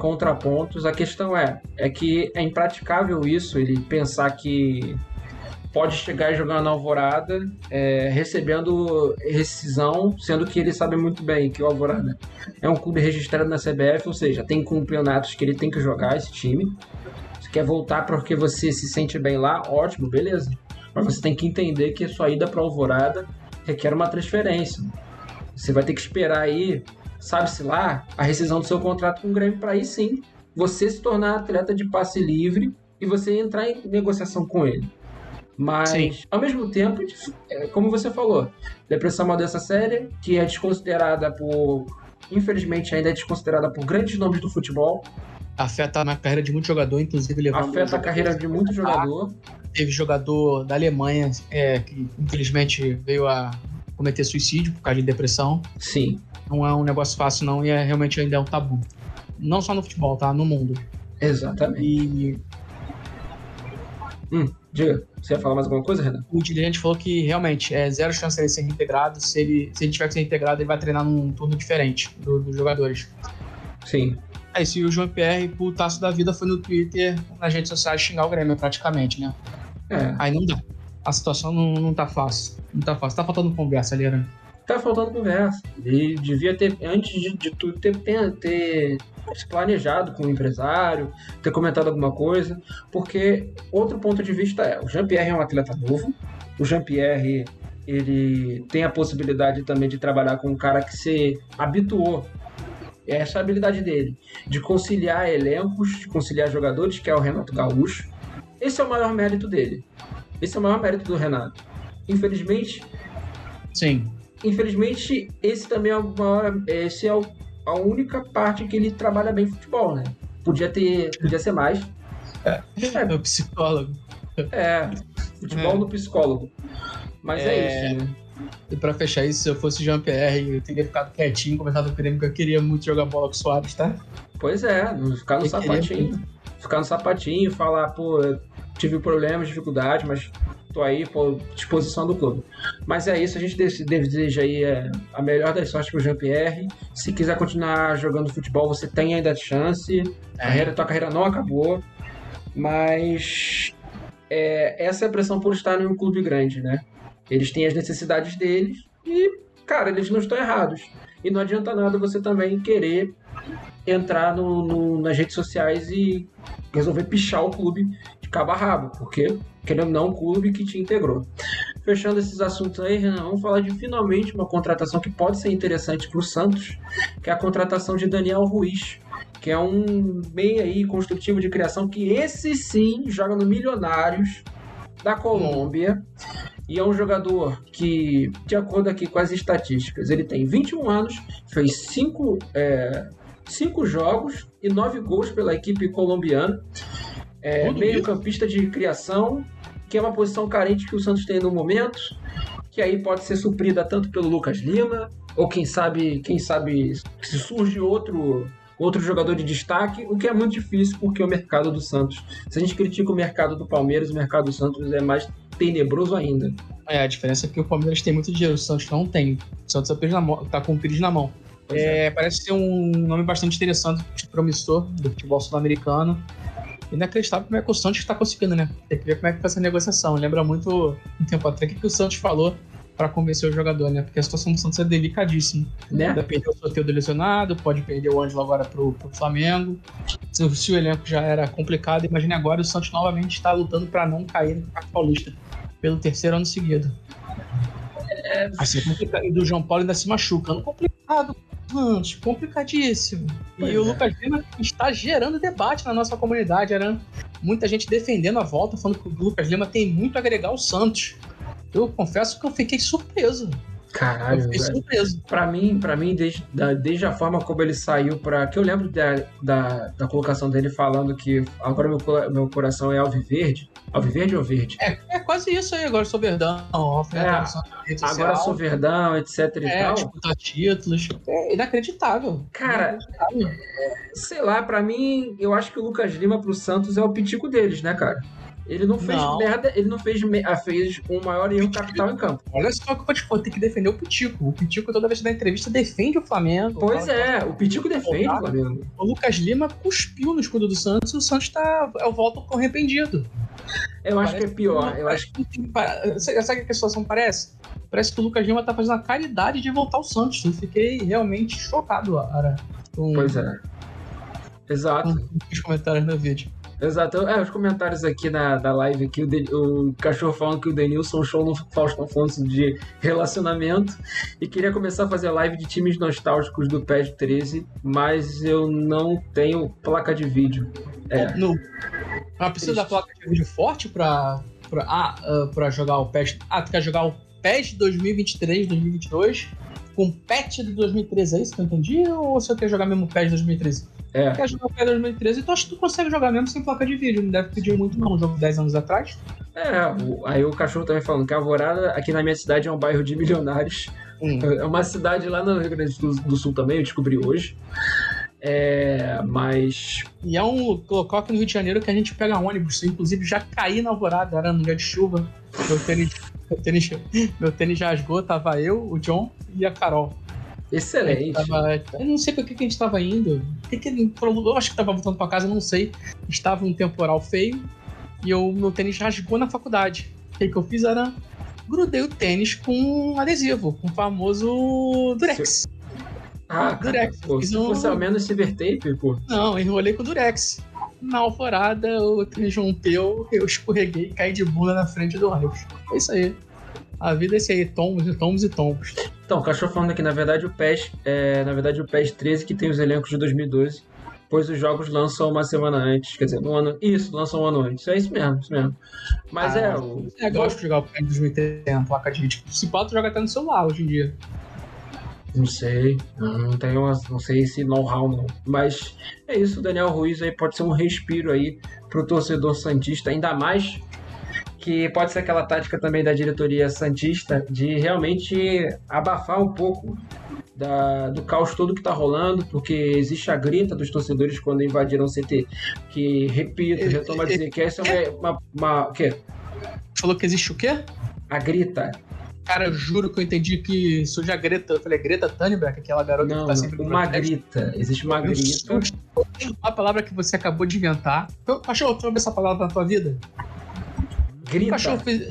contrapontos. A questão é que é impraticável isso, ele pensar que pode chegar e jogar na Alvorada recebendo rescisão, sendo que ele sabe muito bem que o Alvorada é um clube registrado na CBF, ou seja, tem campeonatos que ele tem que jogar esse time. Você quer voltar porque você se sente bem lá, ótimo, beleza. Mas você tem que entender que a sua ida para Alvorada requer uma transferência. Você vai ter que esperar aí, sabe-se lá, a rescisão do seu contrato com o Grêmio para aí sim você se tornar atleta de passe livre e você entrar em negociação com ele. Mas, sim, ao mesmo tempo, como você falou, depressão é uma doença séria que é desconsiderada infelizmente ainda é desconsiderada por grandes nomes do futebol. Afeta na carreira de muito jogador, inclusive levando... Afeta a carreira de muito jogador. Teve jogador da Alemanha que infelizmente veio a cometer suicídio por causa de depressão. Sim. Não é um negócio fácil não, e realmente ainda é um tabu. Não só no futebol, tá? No mundo. Exatamente. Diga, você ia falar mais alguma coisa, Renan? O dirigente falou que realmente é zero chance de ele ser reintegrado. Se ele tiver que ser reintegrado, ele vai treinar num turno diferente dos jogadores. Sim. Se o João Pierre, putaço da vida, foi no Twitter, nas redes sociais, xingar o Grêmio praticamente, né? Aí não dá. A situação não tá fácil. Não tá fácil. Tá faltando conversa ali, né? Tá faltando conversa. Ele devia ter, antes de tudo, ter se planejado com o empresário, ter comentado alguma coisa, porque outro ponto de vista o Jean-Pierre é um atleta novo, o Jean-Pierre ele tem a possibilidade também de trabalhar com um cara que se habituou, essa é a habilidade dele, de conciliar elencos, de conciliar jogadores, que é o Renato Gaúcho. Esse é o maior mérito dele. Esse é o maior mérito do Renato. Infelizmente, esse também é a única parte que ele trabalha bem futebol, né? Podia ser mais. É o psicólogo. Futebol no psicólogo. Mas é isso, né? E pra fechar isso, se eu fosse Jean-Pierre, eu teria ficado quietinho, começado o Grêmio, porque eu queria muito jogar bola com o Soares, tá? Pois não ficar no sapatinho. Ficar no sapatinho, falar, eu tive problemas, dificuldade, mas tô aí, disposição do clube. Mas é isso, a gente deseja aí a melhor das sortes pro Jean-Pierre. Se quiser continuar jogando futebol, você tem ainda chance. Tua carreira não acabou. Mas essa é a pressão por estar em um clube grande, né? Eles têm as necessidades deles e, cara, eles não estão errados. E não adianta nada você também querer entrar nas redes sociais e resolver pichar o clube de cabo a rabo, porque, querendo ou não, um clube que te integrou. Fechando esses assuntos aí, Renan, vamos falar de finalmente uma contratação que pode ser interessante para o Santos, que é a contratação de Daniel Ruiz, que é um meio aí construtivo de criação, que esse sim joga no Milionários da Colômbia. E é um jogador que, de acordo aqui com as estatísticas, ele tem 21 anos, fez 5 jogos e 9 gols pela equipe colombiana. Meio-campista de criação, que é uma posição carente que o Santos tem no momento, que aí pode ser suprida tanto pelo Lucas Lima, ou quem sabe se surge outro jogador de destaque, o que é muito difícil porque o mercado do Santos, se a gente critica o mercado do Palmeiras, o mercado do Santos é mais tenebroso ainda. A diferença é que o Palmeiras tem muito dinheiro, o Santos não tem. O Santos tá com o Pires na mão. Parece ser um nome bastante interessante, promissor do futebol sul-americano. Inacreditável como é que o Santos está conseguindo, né? Tem que ver como é que foi essa negociação. Lembra muito um tempo atrás o que o Santos falou para convencer o jogador, né? Porque a situação do Santos é delicadíssima. Né? Pode perder o sorteio do lesionado, pode perder o Ângelo agora pro Flamengo. Se o elenco já era complicado, imagine agora o Santos novamente está lutando para não cair no Campeonato Paulista pelo 3º ano seguido. Assim, e do João Paulo ainda se machucando. Complicado, Santos, complicadíssimo. O Lucas Lima está gerando debate na nossa comunidade, né? Muita gente defendendo a volta, falando que o Lucas Lima tem muito a agregar ao Santos. Eu confesso que eu fiquei surpreso. Caralho, eu fiquei surpreso. Pra mim desde a forma como ele saiu que eu lembro da colocação dele falando que agora meu coração é alviverde. Alviverde ou verde? É quase isso aí, agora eu sou verdão. Agora eu sou verdão, etc e tal. Disputar títulos. É inacreditável. Cara, sei lá, pra mim, eu acho que o Lucas Lima pro Santos é o pitico deles, né, cara? Ele não fez merda, ele não fez um maior erro capital em campo. Olha só o que eu te falo, tem que defender o Pitico. O Pitico, toda vez que dá entrevista, defende o Flamengo. Pois o Pitico defende o Flamengo. O Lucas Lima cuspiu no escudo do Santos e o Santos volta arrependido. Eu acho que é pior. Sabe o que a situação parece? Parece que o Lucas Lima tá fazendo a caridade de voltar ao Santos. Eu fiquei realmente chocado, cara. Pois é. Exato. Com os comentários no vídeo. Exato. Os comentários aqui da live, aqui, o cachorro falando que o Denilson show no Faustão Fontes de relacionamento e queria começar a fazer live de times nostálgicos do PES 13, mas eu não tenho placa de vídeo. Precisa da placa de vídeo forte pra jogar o PES. Tu quer jogar o PES 2023, 2022 com patch de 2013, é isso que eu entendi? Ou você quer jogar mesmo o PES 2013? Quer jogar o PES 2013, então acho que tu consegue jogar mesmo sem placa de vídeo. Não deve pedir muito não, um jogo de 10 anos atrás. Aí o cachorro também falando que a Alvorada aqui na minha cidade é um bairro de milionários. É uma cidade lá no Rio Grande do Sul também, eu descobri hoje. Mas... E é um local aqui no Rio de Janeiro que a gente pega ônibus. Eu, inclusive, já caí na Alvorada, era num dia de chuva. Meu tênis rasgou, tava eu, o John e a Carol. Excelente. Eu não sei pra que a gente tava indo. Eu acho que tava voltando pra casa, não sei. Estava um temporal feio e meu tênis rasgou na faculdade. O que eu fiz era grudei o tênis com um adesivo, com o famoso Durex. Durex. Pô, se fosse ao menos Silvertape, pô. Não, enrolei com Durex. Na Alvorada, o tênis rompeu, eu escorreguei e caí de bunda na frente do ônibus. É isso aí. A vida é esse aí, tombos e tombos e tombos. Então, o cachorro falando aqui, na verdade o PES 13 que tem os elencos de 2012, pois os jogos lançam uma semana antes, quer dizer, lançam um ano antes. É isso mesmo. Mas eu gosto de jogar o PES 2013 na placa de vídeo. Se pode, tu joga até no celular hoje em dia. Não sei, não sei esse know-how não. Mas é isso, o Daniel Ruiz aí pode ser um respiro aí pro torcedor santista, ainda mais que pode ser aquela tática também da diretoria santista de realmente abafar um pouco do caos todo que tá rolando, porque existe a grita dos torcedores quando invadiram o CT, que, repito, retomo a dizer que essa é uma... O quê? Falou que existe o quê? A grita. Cara, eu juro que eu entendi que surge a Greta. Eu falei, Greta Thunberg, aquela garota que tá sempre... Uma grita. Existe uma grita. Uma palavra que você acabou de inventar. Cachorro, tu ouviu essa palavra na tua vida? Grita. O cachorro fez...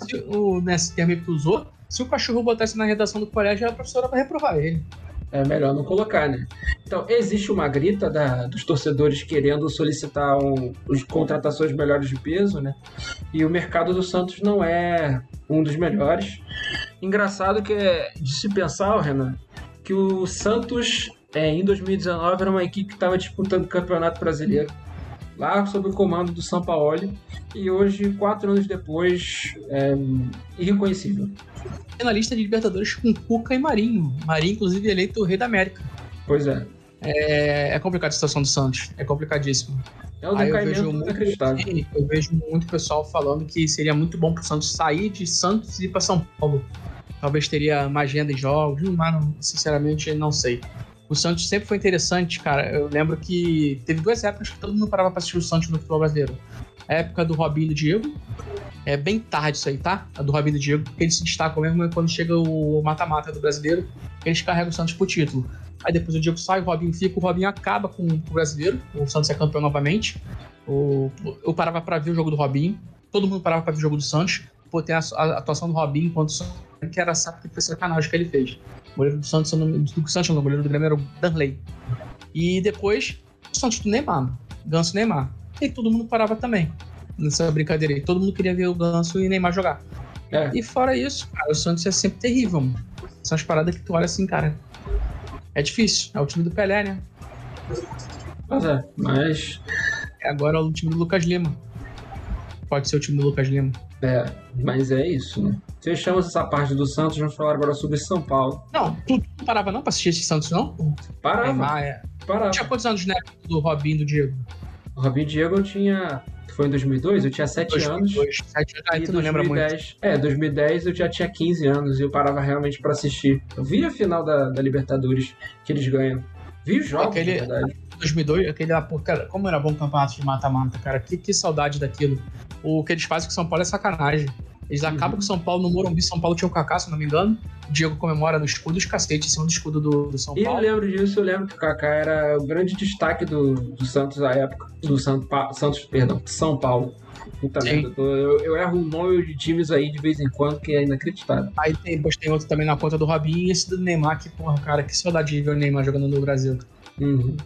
nesse termo que tu usou, se o cachorro botasse na redação do colégio, a professora vai reprovar ele. É melhor não colocar, né? Então, existe uma grita dos torcedores querendo solicitar contratações melhores de peso, né? E o mercado do Santos não é um dos melhores. Engraçado que é de se pensar, Renan, que o Santos, em 2019, era uma equipe que estava disputando o Campeonato Brasileiro, lá sob o comando do Sampaoli, e hoje, 4 anos depois, é irreconhecível. Finalista de Libertadores com Cuca e Marinho. Marinho, inclusive, eleito o Rei da América. Pois é. É complicada a situação do Santos. É complicadíssimo. É um decaimento inacreditável. Eu vejo muito pessoal falando que seria muito bom pro Santos sair de Santos e ir pra São Paulo. Talvez teria mais agenda em jogos, mas sinceramente não sei. O Santos sempre foi interessante, cara. Eu lembro que teve 2 épocas que todo mundo parava pra assistir o Santos no futebol brasileiro. A época do Robinho e do Diego. É bem tarde isso aí, tá? A do Robinho e do Diego, porque eles se destacam mesmo quando chega o mata-mata do brasileiro, eles carregam o Santos pro título. Aí depois o Diego sai, o Robinho fica, o Robinho acaba com o brasileiro, o Santos é campeão novamente. Eu parava pra ver o jogo do Robinho, todo mundo parava pra ver o jogo do Santos, pô, tem a atuação do Robinho enquanto o Santos, que era sabe que foi sacanagem que ele fez. O goleiro do Santos, o goleiro do Grêmio era o Danley. E depois, o Santos do Neymar, Ganso Neymar. E todo mundo parava também nessa brincadeira aí. Todo mundo queria ver o Ganso e Neymar jogar. E fora isso, cara, o Santos é sempre terrível, mano. São as paradas que tu olha assim, cara. É difícil. É o time do Pelé, né? Pois é, mas... Agora é o time do Lucas Lima. Pode ser o time do Lucas Lima. Mas é isso, né? Fechamos essa parte do Santos, vamos falar agora sobre São Paulo. Não, tu não parava não pra assistir esse Santos, não? Parava. Neymar, Parava. Tinha quantos anos, né? Do Robinho e do Diego? O Robinho e Diego eu tinha... Foi em 2002? Eu tinha 7 anos. 7 anos, aí tu não lembra muito. 2010 eu já tinha 15 anos e eu parava realmente pra assistir. Eu vi a final da Libertadores que eles ganham. Vi os jogos, na verdade. 2002, aquele lá, pô, cara, como era bom o campeonato de mata-mata, cara. Que saudade daquilo. O que eles fazem com o São Paulo é sacanagem. Eles acabam com o São Paulo no Morumbi. São Paulo tinha o Kaká, se não me engano. O Diego comemora no escudo os cacetes em cima do escudo do São Paulo. E eu lembro disso, eu lembro que o Kaká era o grande destaque do Santos à época. Do São Paulo. Puta merda, eu erro um nome de times aí de vez em quando que é inacreditável. Aí tem outro também na conta do Robinho e esse do Neymar, que, porra, cara, que saudade de ver o Neymar jogando no Brasil. Uhum.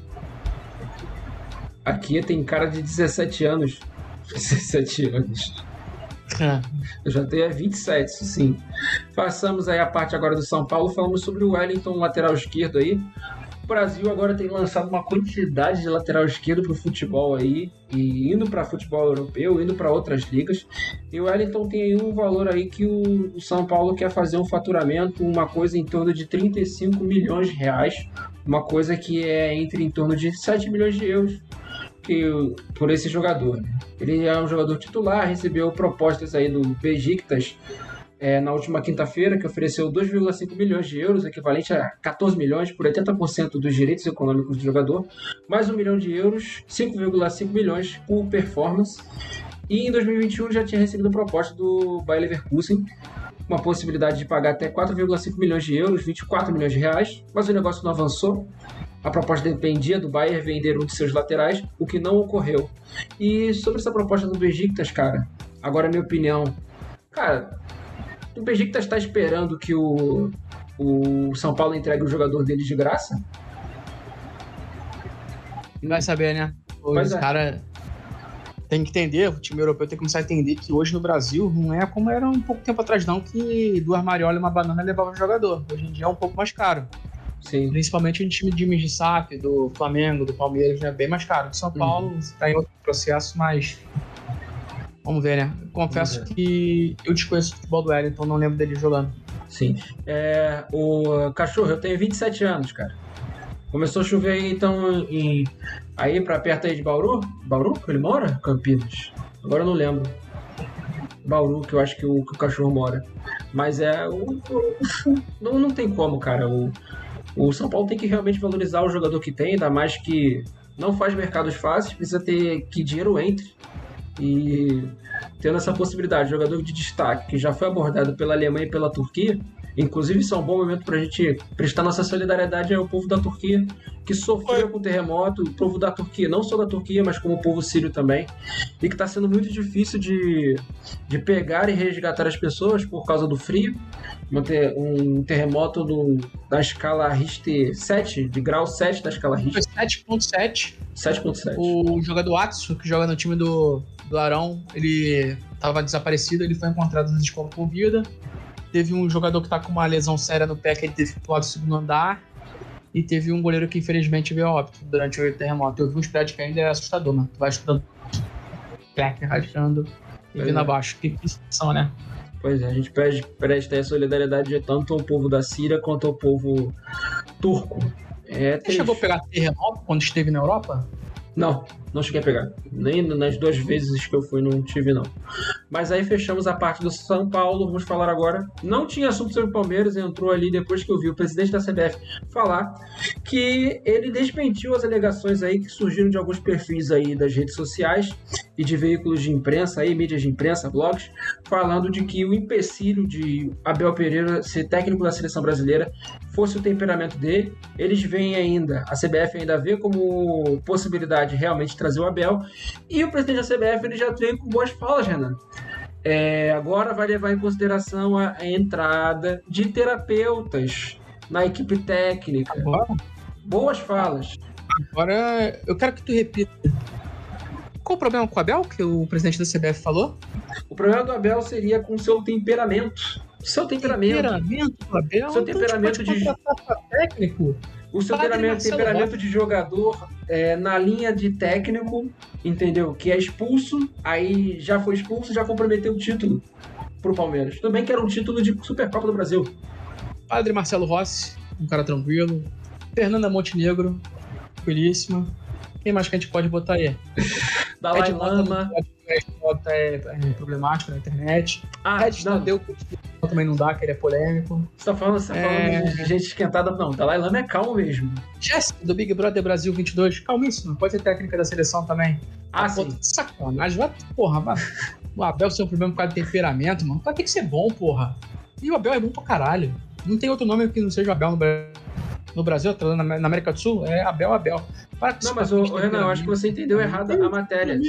Aqui tem cara de 17 anos. 17 anos. Eu já tenho 27, sim. Passamos aí a parte agora do São Paulo, falamos sobre o Wellington, lateral esquerdo aí. O Brasil agora tem lançado uma quantidade de lateral esquerdo pro futebol aí, e indo para futebol europeu, indo para outras ligas. E o Wellington tem aí um valor aí que o São Paulo quer fazer um faturamento, uma coisa em torno de 35 milhões de reais, uma coisa que é em torno de 7 milhões de euros por esse jogador. Ele é um jogador titular, recebeu propostas aí do Besiktas na última quinta-feira, que ofereceu 2,5 milhões de euros, equivalente a 14 milhões por 80% dos direitos econômicos do jogador, mais 1 milhão de euros, 5,5 milhões por performance. E em 2021 já tinha recebido proposta do Bayer Leverkusen, uma possibilidade de pagar até 4,5 milhões de euros, 24 milhões de reais, mas o negócio não avançou. A proposta dependia do Bayern vender um de seus laterais, o que não ocorreu. E sobre essa proposta do Besiktas, cara, agora a minha opinião, cara, o Besiktas está esperando que o São Paulo entregue o jogador deles de graça? Vai saber, né? Os caras tem que entender, o time europeu tem que começar a entender que hoje no Brasil não é como era um pouco tempo atrás não, que 2 mariolas e uma banana levava o jogador. Hoje em dia é um pouco mais caro. Sim. Principalmente em time de SAF, do Flamengo, do Palmeiras, é bem mais caro. O São Paulo está em outro processo, mas vamos ver, né? Confesso que eu desconheço o futebol do Wellington, não lembro dele jogando. Sim. O Cachorro, eu tenho 27 anos, cara. Começou a chover aí, então, aí pra perto aí de Bauru? Bauru que ele mora? Campinas. Agora eu não lembro. Bauru, que eu acho que o Cachorro mora. Mas não tem como, cara. O São Paulo tem que realmente valorizar o jogador que tem, ainda mais que não faz mercados fáceis, precisa ter que dinheiro entre. E tendo essa possibilidade, jogador de destaque, que já foi abordado pela Alemanha e pela Turquia, inclusive isso é um bom momento para a gente prestar nossa solidariedade ao povo da Turquia, que sofreu com o terremoto, o povo da Turquia, não só da Turquia, mas como o povo sírio também, e que está sendo muito difícil de pegar e resgatar as pessoas por causa do frio. Um terremoto da escala Richter 7, de grau 7 da escala Richter. Foi 7.7. 7.7. O jogador Atsu, que joga no time do Arão, ele estava desaparecido, ele foi encontrado na escola com vida. Teve um jogador que tá com uma lesão séria no pé, que ele teve que pular do segundo andar. E teve um goleiro que infelizmente veio a óbito durante o terremoto. Eu vi uns prédios que ainda é assustador, mano. Tu vai escutando rachando e vindo abaixo. Que situação, né? Pois é, a gente presta solidariedade tanto ao povo da Síria quanto ao povo turco. Você chegou a pegar terremoto quando esteve na Europa? Não cheguei a pegar. Nem nas 2 vezes que eu fui não tive, não. Mas aí fechamos a parte do São Paulo. Vamos falar agora. Não tinha assunto sobre o Palmeiras, entrou ali depois que eu vi o presidente da CBF falar que ele desmentiu as alegações aí que surgiram de alguns perfis aí das redes sociais e de veículos de imprensa aí, mídias de imprensa, blogs, falando de que o empecilho de Abel Pereira ser técnico da seleção brasileira fosse o temperamento dele. Eles veem ainda, a CBF ainda vê como possibilidade realmente trazer o Abel, e o presidente da CBF ele já veio com boas falas, Renan. Agora vai levar em consideração a entrada de terapeutas na equipe técnica. Boas falas. Agora eu quero que tu repita. Qual o problema com o Abel, que o presidente da CBF falou? O problema do Abel seria com o seu temperamento. Seu temperamento do Abel? Seu temperamento de técnico. O seu temperamento de jogador na linha de técnico, entendeu? Que é expulso, aí já foi expulso, já comprometeu o título pro Palmeiras. Tudo bem que era um título de Supercopa do Brasil. Padre Marcelo Rossi, um cara tranquilo. Fernanda Montenegro, tranquilíssima. Quem mais que a gente pode botar aí? Dalai Lama. É problemático na internet. Ed Tadeu também não dá, que ele é polêmico. Você tá falando de gente esquentada? Não, Dalai Lama é calmo mesmo. Jéssica, do Big Brother Brasil 22, calmíssimo. Pode ser técnica da seleção também. Sim. Sacanagem. Vai. O Abel seu problema por causa do temperamento, mano. Tem que ser bom, porra. E o Abel é bom pra caralho. Não tem outro nome que não seja Abel no Brasil, na América do Sul, é Abel. Não, mas Renan, eu acho que você entendeu errado a matéria.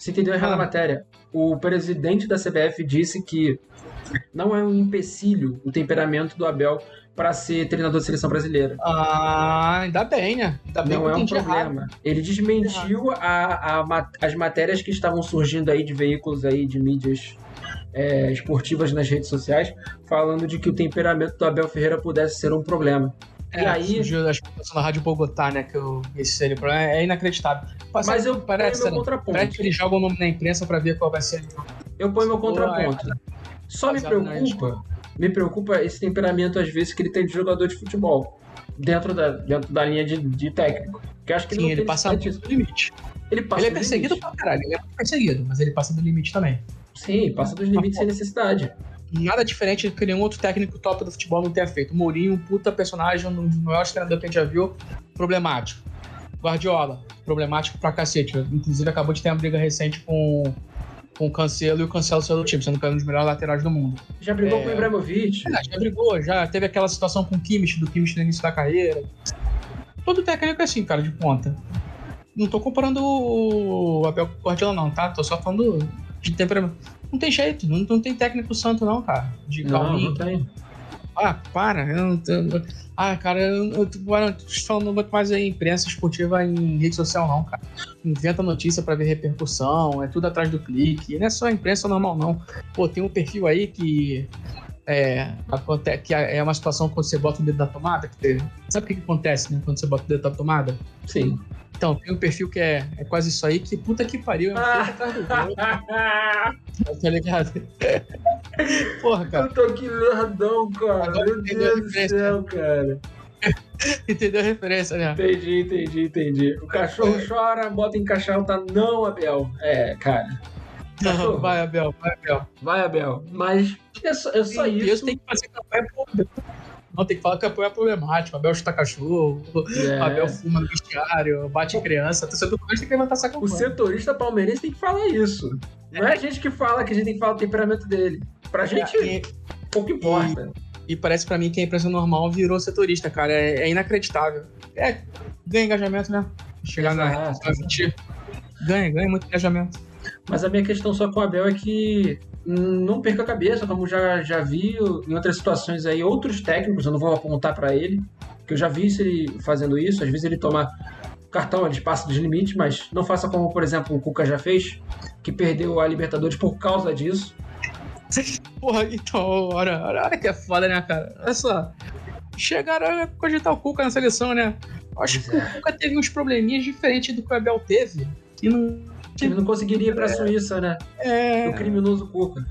Você entendeu errado a matéria. O presidente da CBF disse que não é um empecilho o temperamento do Abel para ser treinador da seleção brasileira. Ainda bem, né? Ainda bem não é um problema. Errado. Ele desmentiu as matérias que estavam surgindo aí de veículos aí de mídias esportivas nas redes sociais, falando de que o temperamento do Abel Ferreira pudesse ser um problema. E aí surgiu a explicação da Rádio Bogotá, né? Que esse seria o problema. É inacreditável. Mas eu ponho meu contraponto. Parece que eles jogam o nome na imprensa pra ver qual vai ser. Eu ponho meu contraponto. Só me preocupa esse temperamento, às vezes, que ele tem de jogador de futebol. Dentro da linha de técnico. Que acho que sim, ele passa do limite. Ele é perseguido pra caralho. Ele é perseguido, mas ele passa do limite também. Sim, passa dos limites sem necessidade. Nada diferente do que nenhum outro técnico top do futebol não tenha feito. O Mourinho, um puta personagem, um dos maiores treinadores que a gente já viu, problemático. Guardiola, problemático pra cacete. Inclusive acabou de ter uma briga recente com o Cancelo, e o Cancelo saiu do time, sendo que é um dos melhores laterais do mundo. Já brigou com o Ibrahimovic? Já brigou, já teve aquela situação com o Kimmich, do Kimmich no início da carreira. Todo técnico é assim, cara, de ponta. Não tô comparando o Abel com o Guardiola não, tá? Tô só falando de temperamento. Não tem jeito, não tem técnico santo não, cara. De calminho. Não tem. Para. Cara, eu tô falando muito mais em imprensa esportiva em rede social não, cara. Inventa notícia pra ver repercussão, é tudo atrás do clique. Não é só imprensa normal não. Pô, tem um perfil aí que é uma situação quando você bota o dedo na tomada. Sabe o que acontece, né, quando você bota o dedo na tomada? Sim. Então, tem um perfil que é quase isso aí, que puta que pariu, é um atrás do gol. Tá ligado? Porra, cara. Eu tô aqui nerdão, cara. Meu Deus do céu, cara. Entendeu a referência, né? Entendi. O cachorro chora, bota em caixota, não, Abel. Cara. Não, vai, Abel. Mas é só isso. Deus tem que fazer campanha pública. Não, tem que falar que apoio é problemático. Abel chuta cachorro, Abel fuma no vestiário, bate criança. O torcedor tem que levantar essa campanha. O setorista palmeirense tem que falar isso. Não é a gente que fala que a gente tem que falar o temperamento dele. Pra gente, pouco importa. E parece pra mim que a imprensa normal virou setorista, cara. É inacreditável. Ganha engajamento, né? Chegar na ganha muito engajamento. Mas a minha questão só com o Abel é que não perca a cabeça, como já vi em outras situações aí, outros técnicos, eu não vou apontar pra ele, que eu já vi ele fazendo isso, às vezes ele toma cartão, ele passa dos limites, mas não faça como, por exemplo, o Cuca já fez, que perdeu a Libertadores por causa disso. Porra, então, olha que é foda, né, cara? Olha só, chegaram a cogitar o Cuca na seleção, né? Acho que o Cuca teve uns probleminhas diferentes do que o Abel teve, que não... Ele não conseguiria ir pra Suíça, né? O criminoso Cuca.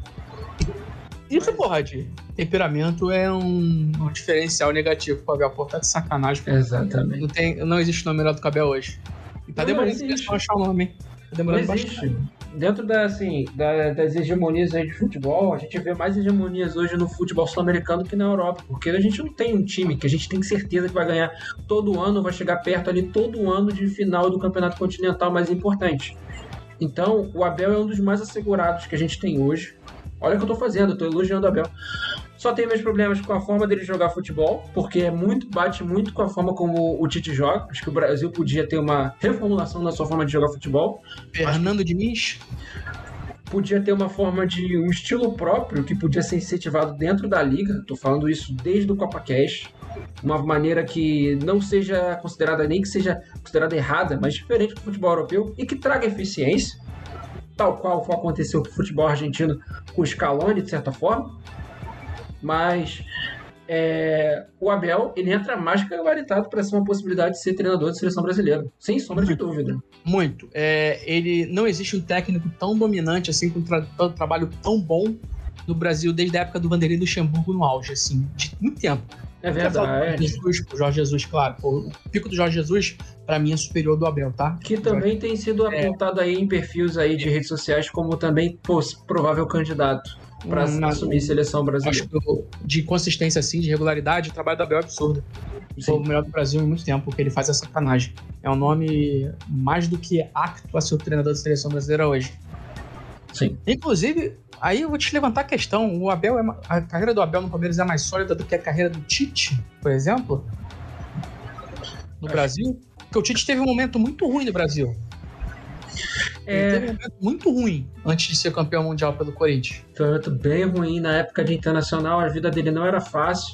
Isso, porra, de temperamento é um diferencial negativo pro Abel. Pô, tá de sacanagem. Pô. Exatamente. Não existe nome melhor do que o Abel hoje. E tá demorando pra achar o nome, hein? Tá demorando não existe. Bastante. Dentro das hegemonias aí de futebol, a gente vê mais hegemonias hoje no futebol sul-americano que na Europa, porque a gente não tem um time que a gente tem certeza que vai ganhar todo ano, vai chegar perto ali todo ano de final do campeonato continental mais importante. Então, o Abel é um dos mais assegurados que a gente tem hoje. Olha o que eu tô fazendo, eu tô elogiando o Abel. Só tem meus problemas com a forma dele jogar futebol, porque bate muito com a forma como o Tite joga. Acho que o Brasil podia ter uma reformulação na sua forma de jogar futebol. Fernando Diniz? Podia ter um estilo próprio que podia ser incentivado dentro da liga. Tô falando isso desde o Copa Cash. Uma maneira que não seja considerada, nem que seja considerada errada, mas diferente do futebol europeu e que traga eficiência, tal qual aconteceu com o futebol argentino com o Scaloni, de certa forma. Mas o Abel, ele entra mais que gabaritado para ser uma possibilidade de ser treinador de seleção brasileira, sem sombra de dúvida. Muito. Ele não existe um técnico tão dominante, assim, com um trabalho tão bom no Brasil desde a época do Vanderlei Luxemburgo no auge, assim, de muito tempo. É verdade. O Jorge Jesus, claro. O pico do Jorge Jesus, pra mim, é superior do Abel, tá? Que também tem sido apontado aí em perfis aí de redes sociais como também provável candidato para assumir seleção brasileira. Acho que de consistência, assim, de regularidade, o trabalho do Abel é absurdo. Foi o melhor do Brasil em muito tempo, porque ele faz essa sacanagem. É um nome mais do que apto a ser o treinador da seleção brasileira hoje. Sim. Inclusive, aí eu vou te levantar a questão. A carreira do Abel no Palmeiras é mais sólida do que a carreira do Tite, por exemplo? No Brasil? Porque o Tite teve um momento muito ruim no Brasil. Ele teve um momento muito ruim antes de ser campeão mundial pelo Corinthians. Foi um momento bem ruim na época de Internacional, a vida dele não era fácil.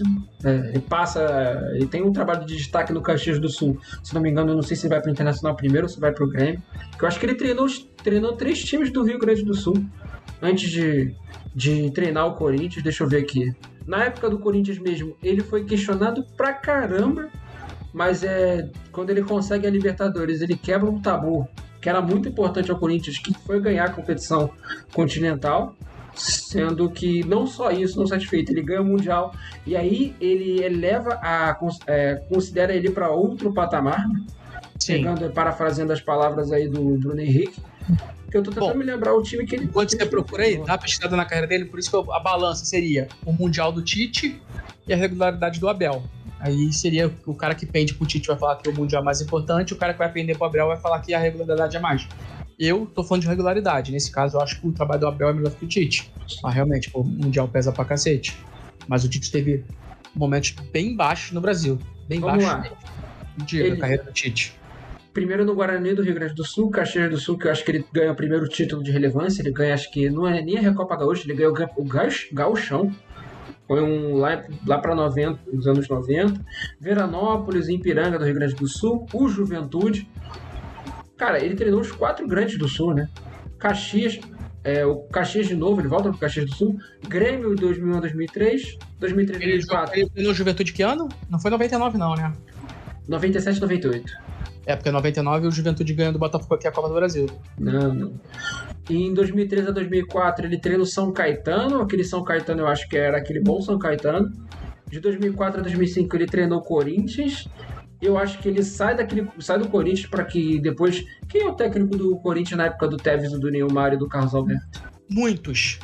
Ele tem um trabalho de destaque no Caxias do Sul. Se não me engano, eu não sei se vai para o Internacional primeiro ou se vai para o Grêmio. Porque eu acho que ele treinou 3 times do Rio Grande do Sul antes de treinar o Corinthians. Deixa eu ver aqui. Na época do Corinthians mesmo, ele foi questionado pra caramba, mas quando ele consegue a Libertadores, ele quebra um tabu que era muito importante ao Corinthians, que foi ganhar a competição continental, sendo que não só isso, não satisfeito, ele ganha o Mundial, e aí ele eleva considera ele para outro patamar, parafraseando as palavras aí do Bruno Henrique, que eu tô tentando me lembrar o time que ele... Enquanto você procura aí, dá uma pesquisada na carreira dele, por isso que a balança seria o Mundial do Tite e a regularidade do Abel. Aí seria o cara que pende pro Tite vai falar que o Mundial é mais importante, o cara que vai pender pro Abel vai falar que a regularidade é mais. Eu tô falando de regularidade. Nesse caso, eu acho que o trabalho do Abel é melhor que o Tite. Mas realmente, o Mundial pesa pra cacete. Mas o Tite teve momentos bem baixos no Brasil. Bem baixos. Vamos lá. A carreira do Tite. Primeiro no Guarani do Rio Grande do Sul, Caxias do Sul, que eu acho que ele ganha o primeiro título de relevância. Ele ganha, acho que não é nem a Recopa Gaúcha, ele ganha o Gauchão. Foi lá para os anos 90. Veranópolis, Ipiranga do Rio Grande do Sul. O Juventude. Cara, ele treinou os 4 grandes do Sul, né? Caxias, o Caxias de novo, ele volta pro Caxias do Sul. Grêmio 2001 a 2003. 2003 2004. Ele treinou Juventude que ano? Não foi 99 não, né? 97 98. Porque em 99 o Juventude ganhou do Botafogo aqui a Copa do Brasil. Não. E em 2003 a 2004 ele treina o São Caetano. Aquele São Caetano eu acho que era aquele bom São Caetano. De 2004 a 2005 ele treinou o Corinthians. Eu acho que ele sai do Corinthians para que depois... Quem é o técnico do Corinthians na época do Tevez, do Neymar e do Carlos Alberto? Muitos.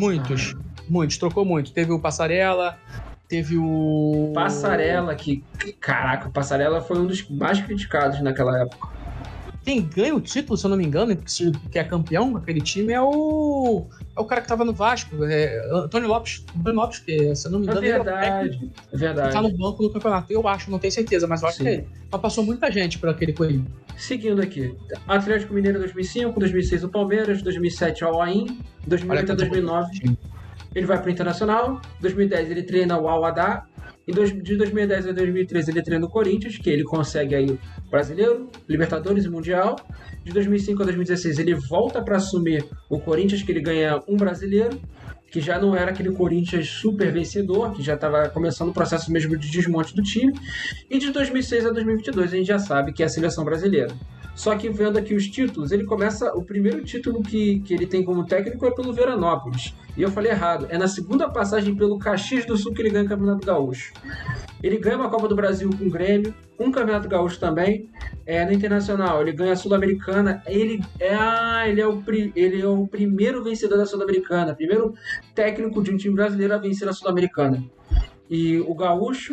Trocou muito. Teve o Passarella... Teve o... Passarella, caraca, o Passarella foi um dos mais criticados naquela época. Quem ganha o título, se eu não me engano, que é campeão daquele time, é o cara que tava no Vasco, Antônio Lopes, que, se eu não me engano, é verdade. Tá no banco do campeonato, eu acho, não tenho certeza, mas eu acho que é ele. Mas passou muita gente por aquele coelho. Seguindo aqui, Atlético Mineiro 2005, 2006 o Palmeiras, 2007 o Al-Ain, 2008 a 2009... Ele vai para o Internacional. Em 2010 ele treina o Al-Ahly. De 2010 a 2013 ele treina o Corinthians, que ele consegue aí o Brasileiro, Libertadores e Mundial. De 2005 a 2016 ele volta para assumir o Corinthians, que ele ganha um Brasileiro, que já não era aquele Corinthians super vencedor, que já estava começando o processo mesmo de desmonte do time. E de 2006 a 2022 a gente já sabe que é a Seleção Brasileira. Só que vendo aqui os títulos, ele começa... O primeiro título que ele tem como técnico é pelo Veranópolis. E eu falei errado. É na segunda passagem pelo Caxias do Sul que ele ganha o Campeonato Gaúcho. Ele ganha uma Copa do Brasil com o Grêmio, um Campeonato Gaúcho também. No Internacional, ele ganha a Sul-Americana. Ele é o primeiro vencedor da Sul-Americana. Primeiro técnico de um time brasileiro a vencer a Sul-Americana. E o Gaúcho...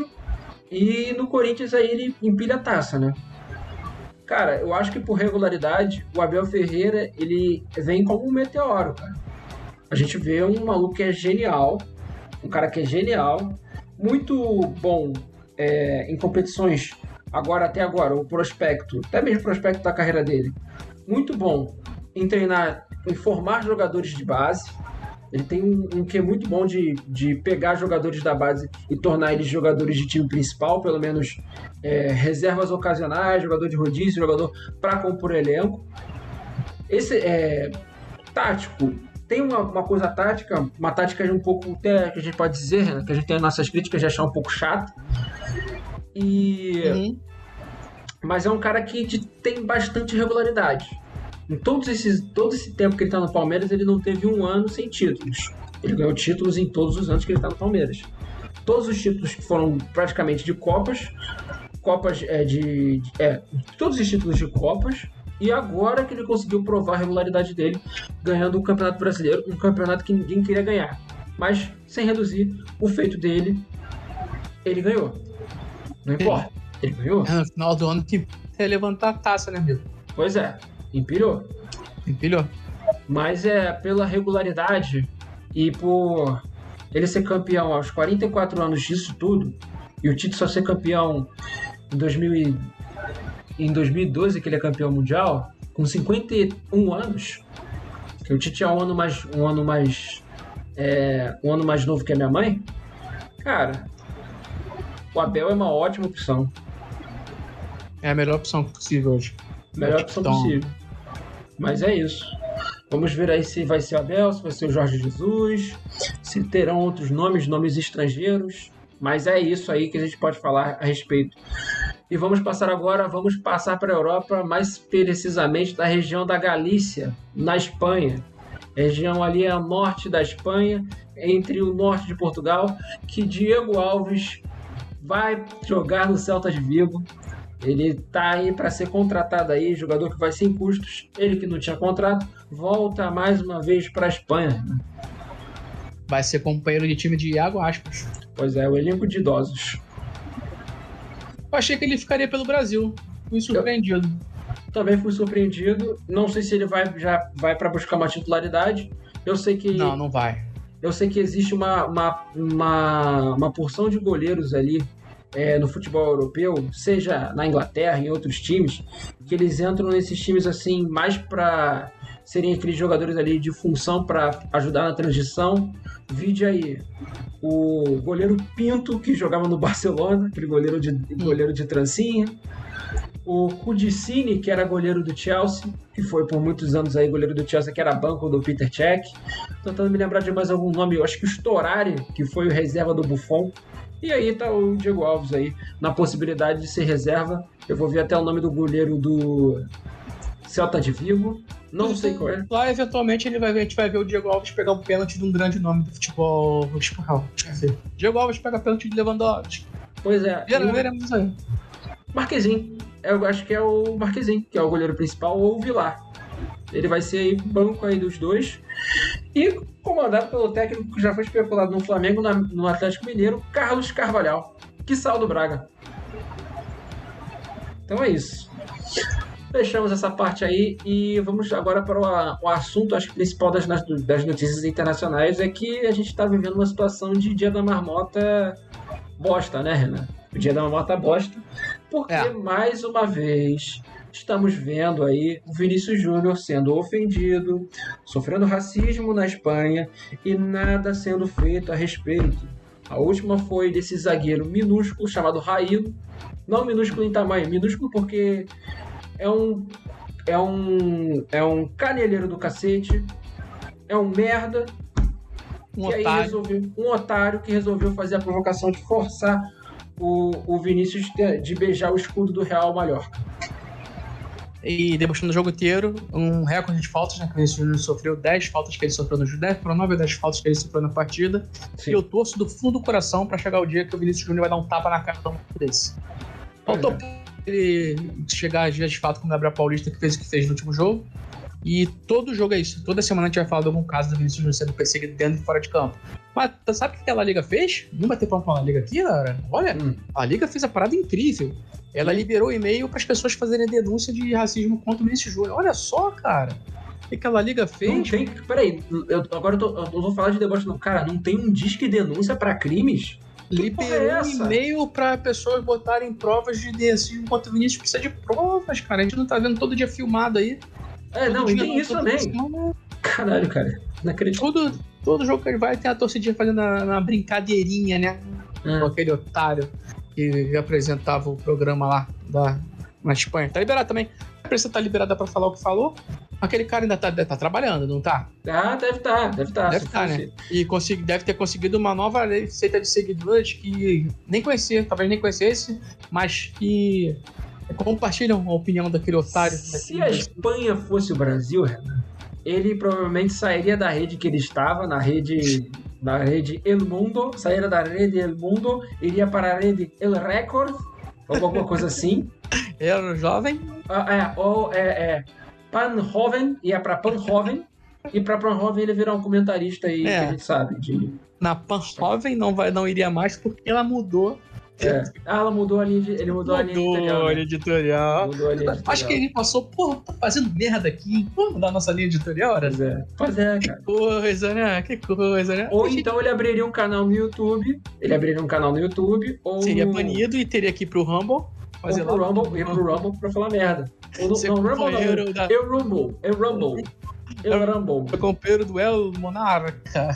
E no Corinthians aí ele empilha a taça, né? Cara, eu acho que por regularidade, o Abel Ferreira, ele vem como um meteoro, cara. A gente vê um maluco que é genial, um cara que é genial, muito bom em competições, até agora, o prospecto, até mesmo o prospecto da carreira dele, muito bom em treinar, em formar jogadores de base. Ele tem um que é muito bom de pegar jogadores da base e tornar eles jogadores de time principal, pelo menos reservas ocasionais, jogador de rodízio, jogador para compor elenco. Esse tático. Tem uma coisa tática, uma tática um pouco, até, que a gente pode dizer, né, que a gente tem nossas críticas de achar um pouco chato. Mas é um cara que tem bastante regularidade. Em todo esse tempo que ele está no Palmeiras, ele não teve um ano sem títulos. Ele ganhou títulos em todos os anos que ele está no Palmeiras. Todos os títulos que foram praticamente de Copas, todos os títulos de Copas, e agora que ele conseguiu provar a regularidade dele, ganhando o Campeonato Brasileiro, um campeonato que ninguém queria ganhar. Mas, sem reduzir o feito dele, ele ganhou. Não importa, ele ganhou. No final do ano que ia levantar a taça, né, amigo? Pois é. Empilhou. Mas pela regularidade e por ele ser campeão aos 44 anos disso tudo, e o Tite só ser campeão em 2012, que ele é campeão mundial, com 51 anos, que o Tite é um ano mais novo que a minha mãe, cara, o Abel é uma ótima opção. É a melhor opção possível hoje. Melhor opção possível. Mas é isso. Vamos ver aí se vai ser o Abel, se vai ser o Jorge Jesus, se terão outros nomes estrangeiros. Mas é isso aí que a gente pode falar a respeito. E vamos passar para a Europa, mais precisamente da região da Galícia, na Espanha. Região ali é o norte da Espanha, entre o norte de Portugal, que Diego Alves vai jogar no Celta de Vigo. Ele tá aí para ser contratado aí, jogador que vai sem custos. Ele que não tinha contrato, volta mais uma vez para a Espanha. Vai ser companheiro de time de Iago Aspas. Pois é, o elenco de idosos. Eu achei que ele ficaria pelo Brasil. Fui surpreendido. Também fui surpreendido. Não sei se ele já vai para buscar uma titularidade. Eu sei que... Não vai. Eu sei que existe uma porção de goleiros ali no futebol europeu, seja na Inglaterra, em outros times, que eles entram nesses times assim mais para serem aqueles jogadores ali de função para ajudar na transição. Vide aí o goleiro Pinto, que jogava no Barcelona, aquele goleiro de trancinha. O Kudicini, que era goleiro do Chelsea, que foi por muitos anos aí goleiro do Chelsea, que era banco do Peter Cech. Tentando me lembrar de mais algum nome, eu acho que o Storari, que foi o reserva do Buffon. E aí tá o Diego Alves aí, na possibilidade de ser reserva. Eu vou ver até o nome do goleiro do Celta de Vigo. Não sei qual é. Lá, eventualmente, a gente vai ver o Diego Alves pegar um pênalti de um grande nome do futebol espanhol. Diego Alves pega pênalti de Lewandowski. Pois é. Veremos aí. Marquezinho. Eu acho que é o Marquezinho, que é o goleiro principal, ou o Vilar. Ele vai ser aí banco aí dos dois. E comandado pelo técnico que já foi especulado no Flamengo, no Atlético Mineiro, Carlos Carvalhal, que saiu do Braga. Então é isso. Fechamos essa parte aí e vamos agora para o assunto, acho que principal das notícias internacionais é que a gente está vivendo uma situação de Dia da Marmota bosta, né, Renan? O Dia da Marmota bosta, porque mais uma vez estamos vendo aí o Vinícius Júnior sendo ofendido, sofrendo racismo na Espanha e nada sendo feito a respeito. A última foi desse zagueiro minúsculo chamado Railo, não minúsculo em tamanho, minúsculo porque é um caneleiro do cacete, é um merda, um otário que resolveu fazer a provocação de forçar o Vinícius de beijar o escudo do Real Mallorca. E debochando o jogo inteiro, um recorde de faltas, né? Que o Vinícius Júnior sofreu 10 faltas que ele sofreu no Judé, foram 9 ou 10 faltas que ele sofreu na partida. Sim. E eu torço do fundo do coração pra chegar o dia que o Vinícius Júnior vai dar um tapa na cara de um desse. Faltou ele chegar às dias de fato com o Gabriel Paulista, que fez o que fez no último jogo. E todo jogo é isso. Toda semana a gente vai falar de algum caso do Vinícius Júnior sendo perseguido dentro e fora de campo. Mas sabe o que a La Liga fez? Não bater palma pra La Liga aqui, galera? Olha, a Liga fez a parada incrível. Ela liberou e-mail para as pessoas fazerem denúncia de racismo contra o Vinícius Júnior. Olha só, cara. O que a La Liga fez? Não tem... Peraí, agora eu vou falar de deboche. Não. Cara, não tem um disque denúncia para crimes? Liberou e-mail para pessoas botarem provas de racismo contra o Vinícius. Precisa de provas, cara. A gente não tá vendo todo dia filmado aí. Não, e tem isso também. Caralho, cara. Não acredito. Todo jogo que ele vai tem a torcidinha fazendo a brincadeirinha, né? Com aquele otário que apresentava o programa lá na Espanha. Tá liberado também. A imprensa tá liberada pra falar o que falou. Aquele cara ainda tá trabalhando, não tá? Deve estar, né? E deve ter conseguido uma nova receita de seguidores que nem conhecia, talvez nem conhecesse, mas que compartilham a opinião daquele otário. Se a Espanha fosse o Brasil, Renan, ele provavelmente sairia da rede que ele estava, na rede El Mundo, sairia da rede El Mundo, iria para a rede El Record, ou alguma coisa assim. Era jovem? Panhoven, ia para Panhoven, e para Panhoven ele virar um comentarista aí, que a gente sabe. Na Panhoven não iria mais porque ela mudou. Ela mudou a linha, ele mudou a linha editorial. Acho que ele passou, tá fazendo merda aqui. Vamos mudar a nossa linha editorial, né? Pois é, cara. Que coisa, né? Ou então ele abriria um canal no YouTube. Ou... Seria banido e teria que ir pro Rumble. Ir pro Rumble pra falar merda. Não, Rumble não. Eu Rumble. Eu companheiro do El Monarca.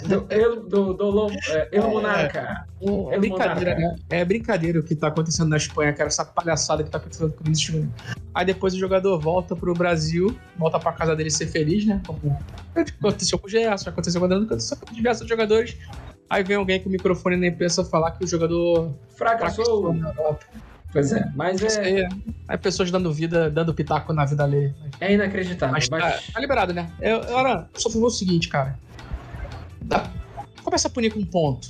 El Monarca. É brincadeira, né? É brincadeira o que tá acontecendo na Espanha, cara. Essa palhaçada que tá acontecendo com o Vinícius Júnior. Aí depois o jogador volta pro Brasil, volta pra casa dele ser feliz, né? Como aconteceu com o Gerson, aconteceu com o Adriano, aconteceu com diversos jogadores. Aí vem alguém com o microfone na imprensa falar que o jogador fracassou na Europa. Pois é, mas Aí pessoas dando pitaco na vida alheia. É inacreditável. Mas tá liberado, né? Eu só falei o seguinte, cara. Começa a punir com ponto.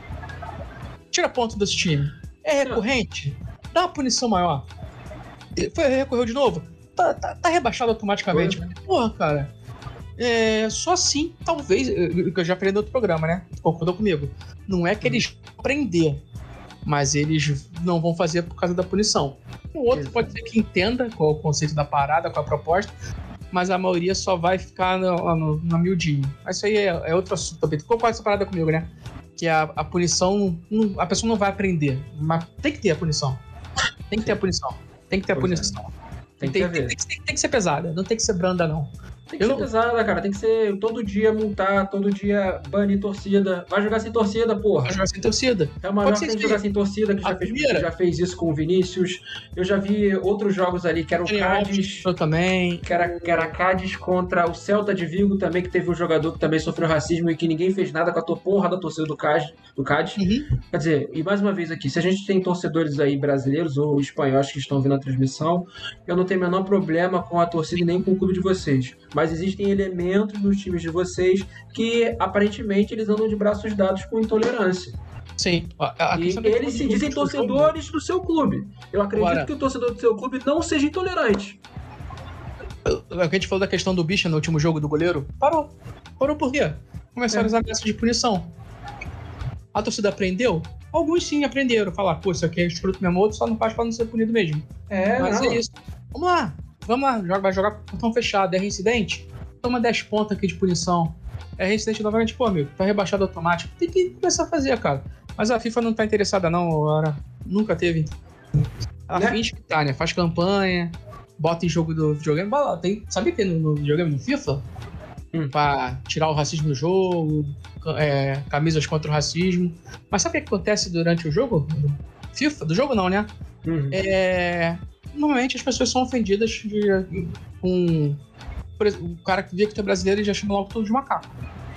Tira ponto desse time. É recorrente? Dá uma punição maior. Recorreu de novo? Tá rebaixado automaticamente. Porra, cara. Só assim, talvez. Que eu já falei no outro programa, né? Concordou comigo. Não é que eles vão aprender, mas eles não vão fazer por causa da punição. O outro pode ser que entenda qual é o conceito da parada, qual é a proposta, mas a maioria só vai ficar na miudinho. Mas isso aí é outro assunto também. Tu concorda essa parada comigo, né? Que a punição, a pessoa não vai aprender, mas tem que ter a punição. Tem que ter a punição. Tem que ter a punição. Tem que ser pesada, não tem que ser branda, não. Tem que ser pesada, cara. Tem que ser todo dia multar, todo dia banir torcida. Vai jogar sem torcida, porra. Vai jogar sem torcida. É o maior que tem que jogar sem torcida, que já fez isso com o Vinícius. Eu já vi outros jogos ali, que era o Cádiz. Eu também. Que era Cádiz contra o Celta de Vigo também, que teve um jogador que também sofreu racismo e que ninguém fez nada com a porra da torcida do Cádiz. Uhum. Quer dizer, e mais uma vez aqui, se a gente tem torcedores aí brasileiros ou espanhóis que estão vendo a transmissão, eu não tenho o menor problema com a torcida e nem com o clube de vocês. Mas existem elementos nos times de vocês que, aparentemente, eles andam de braços dados com intolerância. Sim. E eles se dizem torcedores do seu clube. Eu acredito que o torcedor do seu clube não seja intolerante. A gente falou da questão do bicho no último jogo do goleiro. Parou. Parou por quê? Começaram as ameaças de punição. A torcida aprendeu? Alguns sim aprenderam. Falar, pô, isso aqui é escroto mesmo, outro só não faz pra não ser punido mesmo. Mas é isso. Vamos lá, vai jogar com portão fechado. É reincidente? Toma 10 pontos aqui de punição. É reincidente novamente, pô, amigo, tá rebaixado automático. Tem que começar a fazer, cara. Mas a FIFA não tá interessada, não, nunca teve. A finge que tá, né? Faz campanha, bota em jogo do videogame. Sabe que no videogame do FIFA? Pra tirar o racismo do jogo, camisas contra o racismo. Mas sabe o que acontece durante o jogo? FIFA? Do jogo não, né? Normalmente as pessoas são ofendidas com... Por exemplo, o cara que vê que tu é brasileiro e já chama logo todo de macaco.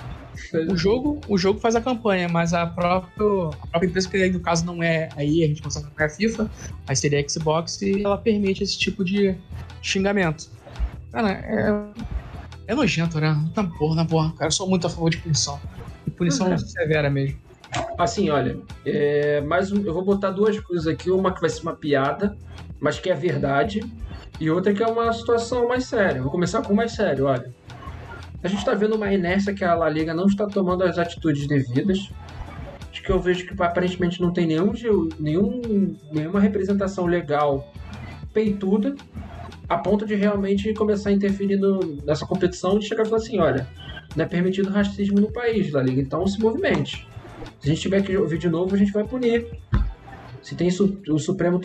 O jogo faz a campanha, mas a própria empresa, que aí no caso não é aí, a gente não sabe que não é a FIFA, aí seria a Xbox, e ela permite esse tipo de xingamento. Cara, é nojento, né? Na porra, cara, eu sou muito a favor de punição. E punição severa mesmo. Assim, olha, eu vou botar duas coisas aqui, uma que vai ser uma piada, mas que é verdade, e outra que é uma situação mais séria. Vou começar com o mais sério, olha. A gente está vendo uma inércia que a La Liga não está tomando as atitudes devidas. Acho que eu vejo que aparentemente não tem nenhuma representação legal peituda, a ponto de realmente começar a interferir nessa competição e chegar e falar assim, olha, não é permitido racismo no país, La Liga, então se movimente. Se a gente tiver que ouvir de novo, a gente vai punir. Se tem o Supremo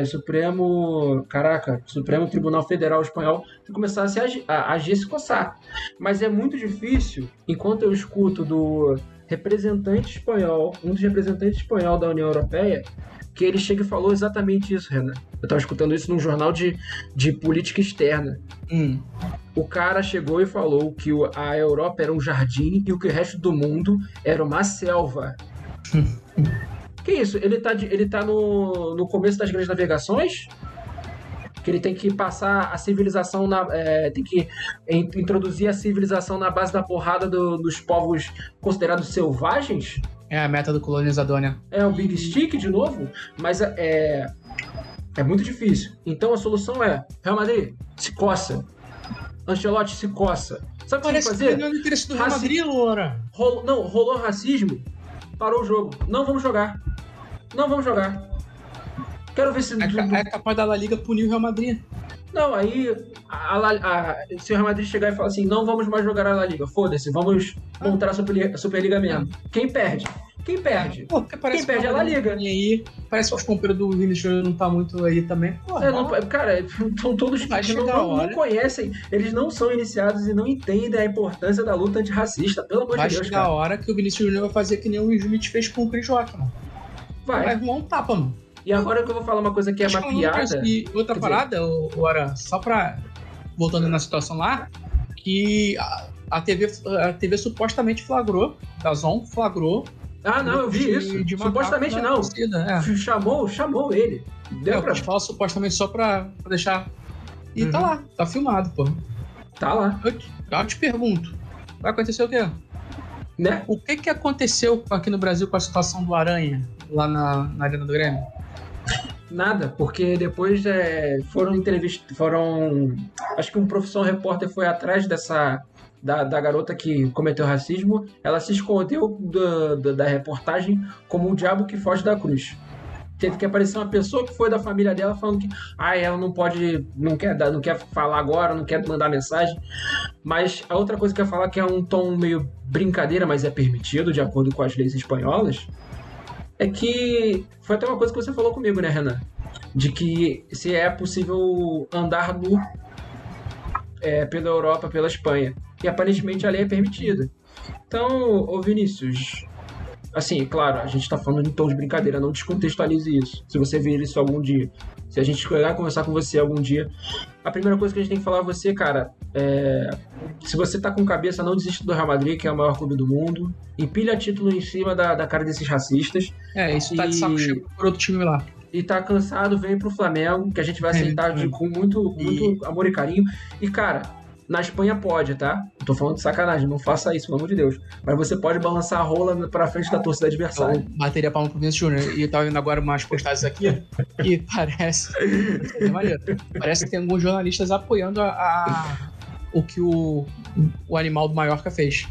Tribunal Federal Espanhol, tem que começar a agir e se coçar. Mas é muito difícil, enquanto eu escuto do representante espanhol, um dos representantes espanhol da União Europeia, que ele chega e falou exatamente isso, Renan. Eu estava escutando isso num jornal de política externa. O cara chegou e falou que a Europa era um jardim e o que o resto do mundo era uma selva. Que isso? Ele tá no começo das grandes navegações? Que ele tem que passar a civilização, tem que introduzir a civilização na base da porrada dos povos considerados selvagens? É a meta do colonizador, né? É o Big Stick de novo? Mas é muito difícil. Então a solução é: Real Madrid, se coça. Ancelotti, se coça. Sabe o que tem que fazer? Não é interesse do Real Madrid, Loura. Rolou racismo. Parou o jogo. Não vamos jogar. Quero ver se... É capaz da La Liga punir o Real Madrid. Não, aí se o Real Madrid chegar e falar assim, não vamos mais jogar a La Liga, foda-se, vamos montar a Superliga mesmo. Quem perde? Quem perde? Pô, Quem perde é a La Liga. Aí, parece que os companheiros do Vinicius não tá muito aí também. Pô, cara, são todos que não conhecem, eles não são iniciados e não entendem a importância da luta antirracista, pelo amor de Deus, cara. Vai chegar a hora que o Vinicius Júnior vai fazer que nem o Will Smith fez com o Chris Rock, mano. Vai arrumar um tapa, mano. E agora que eu vou falar uma coisa que é uma piada... E outra parada, Aran, só pra... Voltando na situação lá, que a TV supostamente flagrou, DAZN flagrou. Ah, não, eu vi isso. Supostamente não. Torcida, Chamou ele. Eu falo supostamente só pra deixar... E tá lá, tá filmado, pô. Tá lá. Eu te pergunto, vai acontecer o quê? Né? O que aconteceu aqui no Brasil com a situação do Aranha, lá na Arena do Grêmio? Nada, porque depois foram entrevistas, acho que um profissão repórter foi atrás da garota que cometeu racismo, ela se escondeu da reportagem como um diabo que foge da cruz. Teve que aparecer uma pessoa que foi da família dela falando que ela não quer falar agora, não quer mandar mensagem. Mas a outra coisa que eu ia falar, que é um tom meio brincadeira, mas é permitido de acordo com as leis espanholas, é que foi até uma coisa que você falou comigo, né, Renan? De que se é possível andar nu pela Europa, pela Espanha. E aparentemente a lei é permitida. Então, ô Vinícius, assim, claro, a gente tá falando em tom de brincadeira, não descontextualize isso. Se você vir isso algum dia, se a gente chegar a conversar com você algum dia, a primeira coisa que a gente tem que falar a você, cara, se você tá com cabeça, não desista do Real Madrid, que é o maior clube do mundo. Empilha título em cima da cara desses racistas. Isso tá de saco cheio por outro time lá. E tá cansado, vem pro Flamengo, que a gente vai aceitar com muito amor e carinho. E, cara, na Espanha pode, tá? Não tô falando de sacanagem, não faça isso, pelo amor de Deus. Mas você pode balançar a rola pra frente da torcida adversária. Eu bateria a palma pro Vinicius Júnior. E eu tava vendo agora umas postagens aqui que parece... É maneiro. Parece que tem alguns jornalistas apoiando o que o animal do Mallorca fez.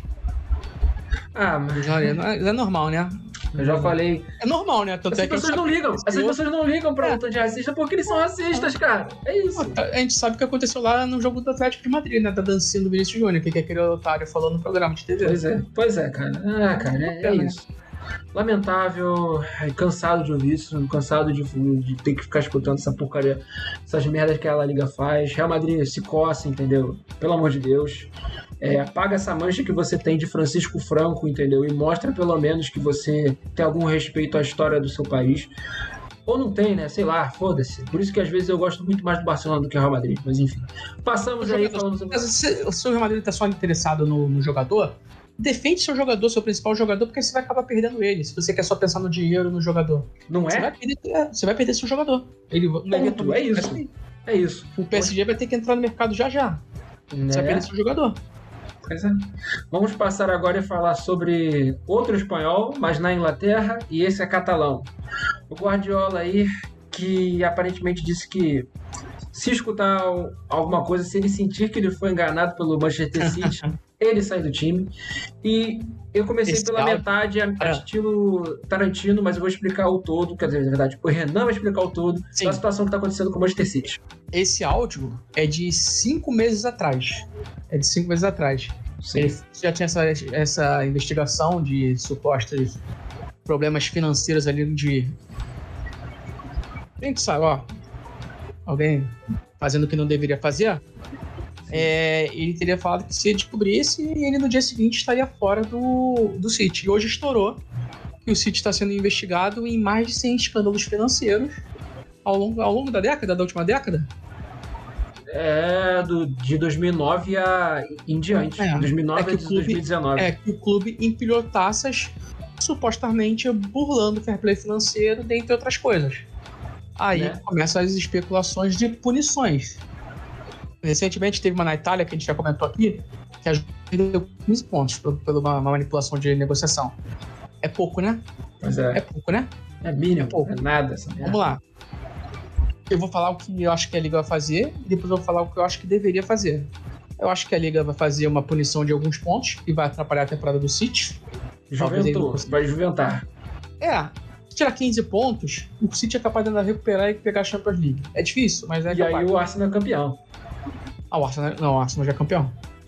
Mas... É normal, né? Eu já falei. É normal, né? Tanto Essas pessoas não ligam pra luta antirracista porque eles são racistas, cara. É isso. A gente sabe o que aconteceu lá no jogo do Atlético de Madrid, né? Da dancinha do Vinicius Júnior, que é aquele otário falando no programa de TV. Pois é, cara. Cara, é isso. Lamentável, cansado de ouvir isso, cansado de ter que ficar escutando essa porcaria, essas merdas que a La Liga faz. Real Madrid se coça, entendeu? Pelo amor de Deus. Apaga essa mancha que você tem de Francisco Franco, entendeu? E mostra pelo menos que você tem algum respeito à história do seu país. Ou não tem, né? Sei lá, foda-se. Por isso que às vezes eu gosto muito mais do Barcelona do que o Real Madrid. Mas enfim. Passamos aí falando sobre... Se o Real Madrid tá só interessado no jogador, defende seu jogador, seu principal jogador, porque você vai acabar perdendo ele. Se você quer só pensar no dinheiro, no jogador. Não é? Você vai perder seu jogador. É isso. O PSG vai ter que entrar no mercado já. Você vai perder seu jogador. Pois é. Vamos passar agora e falar sobre outro espanhol, mas na Inglaterra, e esse é catalão. O Guardiola aí, que aparentemente disse que se escutar alguma coisa, se ele sentir que ele foi enganado pelo Manchester City, ele sai do time. E eu comecei pela metade, a estilo Tarantino, mas eu vou explicar o todo, quer dizer, na verdade, o Renan vai explicar o todo da situação que está acontecendo com o Manchester City. Esse áudio é de 5 meses atrás. Sim. Ele já tinha essa investigação de supostos problemas financeiros ali a gente sabe, alguém fazendo o que não deveria fazer. Ele teria falado que se descobrisse, ele no dia seguinte estaria fora do City. E hoje estourou que o City está sendo investigado em mais de 100 escândalos financeiros ao longo da última década. De 2009 em diante. 2009 a 2019. Que o clube empilhou taças supostamente burlando o fair play financeiro, dentre outras coisas. Aí começam as especulações de punições. Recentemente teve uma na Itália, que a gente já comentou aqui, que a justiça deu 15 pontos por uma manipulação de negociação. É pouco, né? Pois é. É pouco, né? É mínimo, é nada. Vamos lá. Eu vou falar o que eu acho que a Liga vai fazer e depois eu vou falar o que eu acho que deveria fazer. Eu acho que a Liga vai fazer uma punição de alguns pontos que vai atrapalhar a temporada do City. Vai juventar. Tirar 15 pontos, o City é capaz de andar recuperar e pegar a Champions League. É difícil, mas é capaz. E aí o Arsenal é campeão. O Arsenal já é campeão.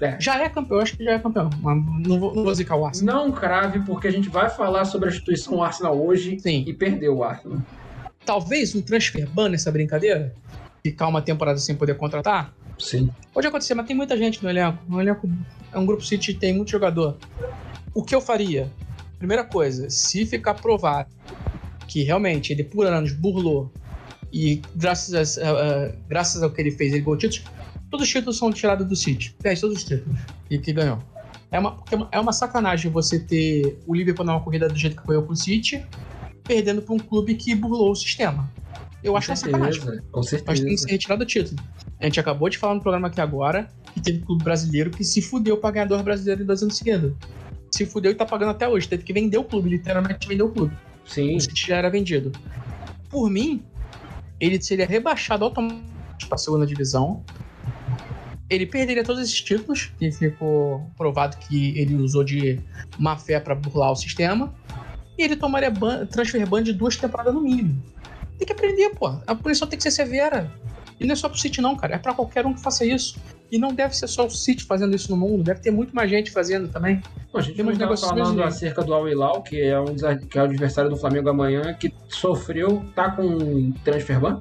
Já é campeão, acho que já é campeão. Mas não vou zicar o Arsenal. Não crave, porque a gente vai falar sobre a instituição Arsenal hoje. Sim. E perdeu o Arsenal. Talvez um transfer ban nessa brincadeira, ficar uma temporada sem poder contratar. Sim. Pode acontecer, mas tem muita gente no elenco. O elenco é um grupo City, tem muito jogador. O que eu faria? Primeira coisa, se ficar provado que realmente ele por anos burlou e graças ao que ele fez, ele ganhou títulos, todos os títulos são tirados do City. Todos os títulos que ganhou. É uma sacanagem você ter o Liverpool numa corrida do jeito que ganhou pro City, perdendo para um clube que burlou o sistema. Eu acho uma sacanagem. Com certeza. Mas tem que ser retirado o título. A gente acabou de falar no programa aqui agora que teve clube brasileiro que se fudeu pra ganhar 2 brasileiros em 2 anos seguidos. Se fudeu e tá pagando até hoje. Teve que vender o clube, literalmente vender o clube. Sim. O City já era vendido. Por mim, ele seria rebaixado automaticamente pra segunda divisão. Ele perderia todos esses títulos, que ficou provado que ele usou de má fé pra burlar o sistema. E ele tomaria transfer ban de 2 temporadas no mínimo. Tem que aprender, pô. A punição tem que ser severa. E não é só pro City não, cara. É pra qualquer um que faça isso. E não deve ser só o City fazendo isso no mundo. Deve ter muito mais gente fazendo também. A gente não tá falando acerca do Al Hilal, que é o adversário do Flamengo amanhã, que sofreu, tá com transfer ban?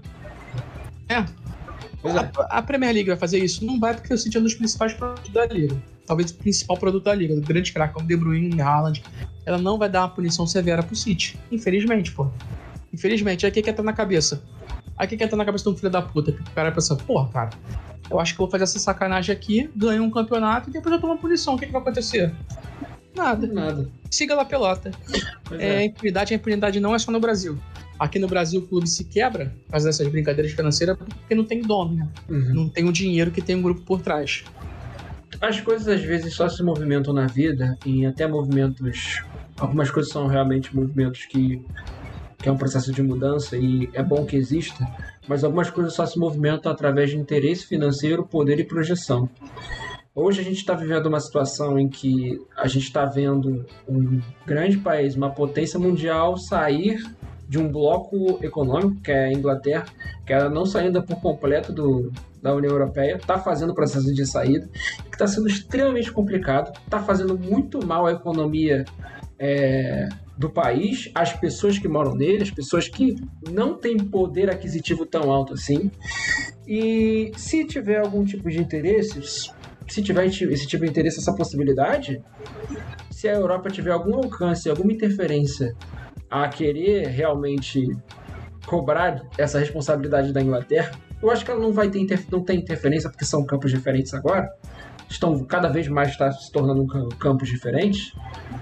A Premier League vai fazer isso? Não vai, porque o City é um dos principais produtos da Liga. Talvez o principal produto da Liga. Do grande craque como De Bruyne e Haaland. Ela não vai dar uma punição severa pro City. Infelizmente, pô. Infelizmente. Aí o que entra na cabeça? Aí o que entra na cabeça de um filho da puta? Que o cara pensa, porra, cara, eu acho que eu vou fazer essa sacanagem aqui, ganho um campeonato e depois eu tomo uma punição. O que vai acontecer? Nada. Siga lá a pelota. A impunidade não é só no Brasil. Aqui no Brasil o clube se quebra por causa dessas brincadeiras financeiras porque não tem dono, né? Uhum. Não tem o dinheiro que tem um grupo por trás. As coisas às vezes só se movimentam na vida e até movimentos... Algumas coisas são realmente movimentos que é um processo de mudança e é bom que exista, mas algumas coisas só se movimentam através de interesse financeiro, poder e projeção. Hoje a gente está vivendo uma situação em que a gente está vendo um grande país, uma potência mundial, sair de um bloco econômico, que é a Inglaterra, que ela não saindo por completo da União Europeia, está fazendo o processo de saída, que está sendo extremamente complicado, está fazendo muito mal à economia do país, as pessoas que moram nele, as pessoas que não têm poder aquisitivo tão alto assim. E se tiver algum tipo de interesse, se tiver esse tipo de interesse, essa possibilidade, se a Europa tiver algum alcance, alguma interferência a querer realmente cobrar essa responsabilidade da Inglaterra, eu acho que ela não tem interferência porque são campos diferentes agora, cada vez mais se tornando campos diferentes.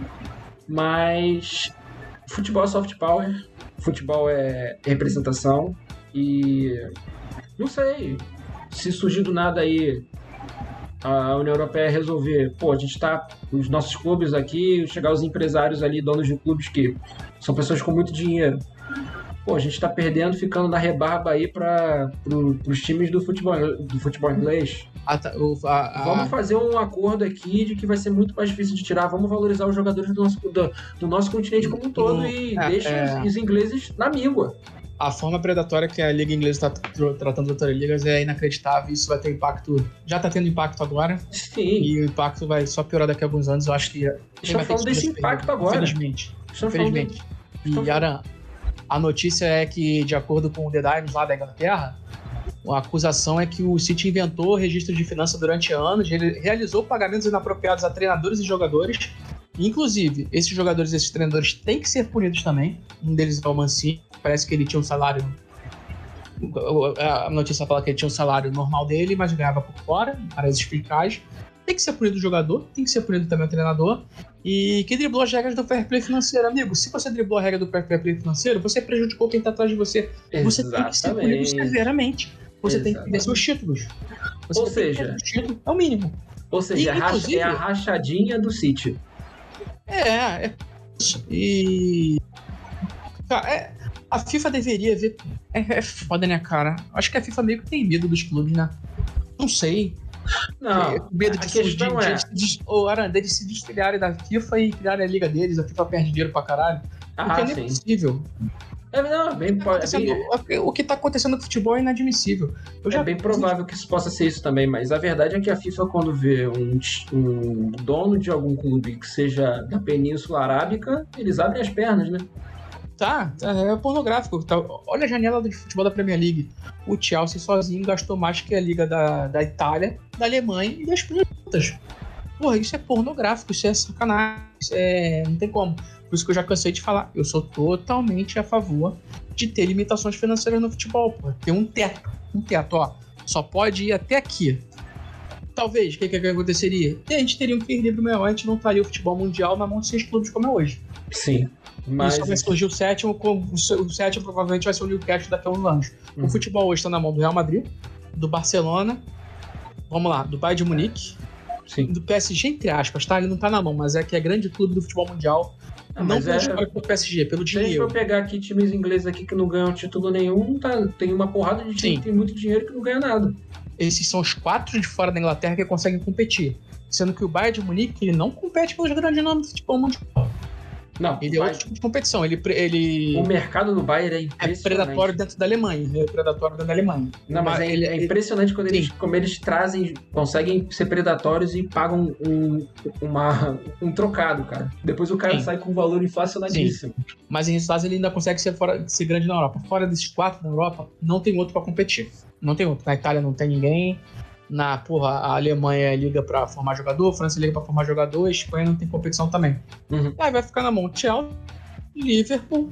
Mas futebol é soft power, futebol é representação e não sei, se surgir do nada aí a União Europeia resolver, os nossos clubes aqui, chegar os empresários ali, donos de clubes que são pessoas com muito dinheiro, a gente tá perdendo, ficando na rebarba aí para os times do futebol inglês. Vamos fazer um acordo aqui de que vai ser muito mais difícil de tirar. Vamos valorizar os jogadores do nosso continente como um todo e deixa os ingleses na míngua. A forma predatória que a Liga Inglesa está tratando as outras ligas é inacreditável. Isso vai ter impacto. Já está tendo impacto agora. Sim. E o impacto vai só piorar daqui a alguns anos. Eu acho que. Estamos falando desse impacto agora. Infelizmente. E Aran, a notícia é que, de acordo com o The Times lá da Inglaterra, a acusação é que o City inventou registro de finanças durante anos, ele realizou pagamentos inapropriados a treinadores e jogadores. Inclusive, esses jogadores e esses treinadores têm que ser punidos também. Um deles é o Mancini, parece que ele tinha um salário... A notícia fala que ele tinha um salário normal dele, mas ganhava por fora, paraísos fiscais. Tem que ser punido o jogador, tem que ser punido também o treinador. E que driblou as regras do fair play financeiro. Amigo, se você driblou a regra do fair play financeiro, você prejudicou quem está atrás de você. Exatamente. Você tem que ser punido severamente. Você tem que ver seus títulos. Ou seja, é o mínimo. Ou seja, é a rachadinha do City. E... Cara, a FIFA deveria ver... É foda, né, cara? Acho que a FIFA meio que tem medo dos clubes, né? Não sei. Não, medo de deles se desfiliarem da FIFA e criarem a liga deles, a FIFA perde dinheiro pra caralho. Porque é inadmissível. O que está acontecendo no futebol é inadmissível. É bem provável que isso possa ser isso também, mas a verdade é que a FIFA, quando vê um dono de algum clube que seja da Península Arábica, eles abrem as pernas, né? É pornográfico. Tá. Olha a janela de futebol da Premier League. O Chelsea sozinho gastou mais que a Liga da Itália, da Alemanha e das putas. Porra, isso é pornográfico, isso é sacanagem, não tem como. Por isso que eu já cansei de falar. Eu sou totalmente a favor de ter limitações financeiras no futebol, porra. Ter um teto, ó. Só pode ir até aqui. Talvez, o que aconteceria? A gente teria um equilíbrio maior, a gente não estaria o futebol mundial na mão de 6 clubes como é hoje. Sim. Mas vai surgir o sétimo provavelmente vai ser o Newcastle daqui a uns anos. O futebol hoje está na mão do Real Madrid, do Barcelona, vamos lá, do Bayern de Munique, do PSG, entre aspas, tá? Ele não tá na mão, mas é que é grande clube do futebol mundial. Não pelo PSG, pelo dinheiro. Se a gente for pegar aqui times ingleses aqui que não ganham título nenhum, tem uma porrada de time que tem muito dinheiro que não ganha nada. Esses são os 4 de fora da Inglaterra que conseguem competir. Sendo que o Bayern de Munique, ele não compete pelos grandes nomes do futebol mundial. Não, ele é outro tipo de competição. O mercado do Bayern é impressionante. É predatório dentro da Alemanha. Não, mas é impressionante como eles trazem, conseguem ser predatórios e pagam um trocado, cara. Depois o cara sai com um valor inflacionadíssimo. Sim. Mas em resultados ele ainda consegue ser grande na Europa. Fora desses 4 na Europa, não tem outro pra competir. Não tem outro. Na Itália não tem ninguém. A Alemanha liga pra formar jogador, a França liga pra formar jogador, a Espanha não tem competição também. Aí vai ficar na mão Chelsea, Liverpool,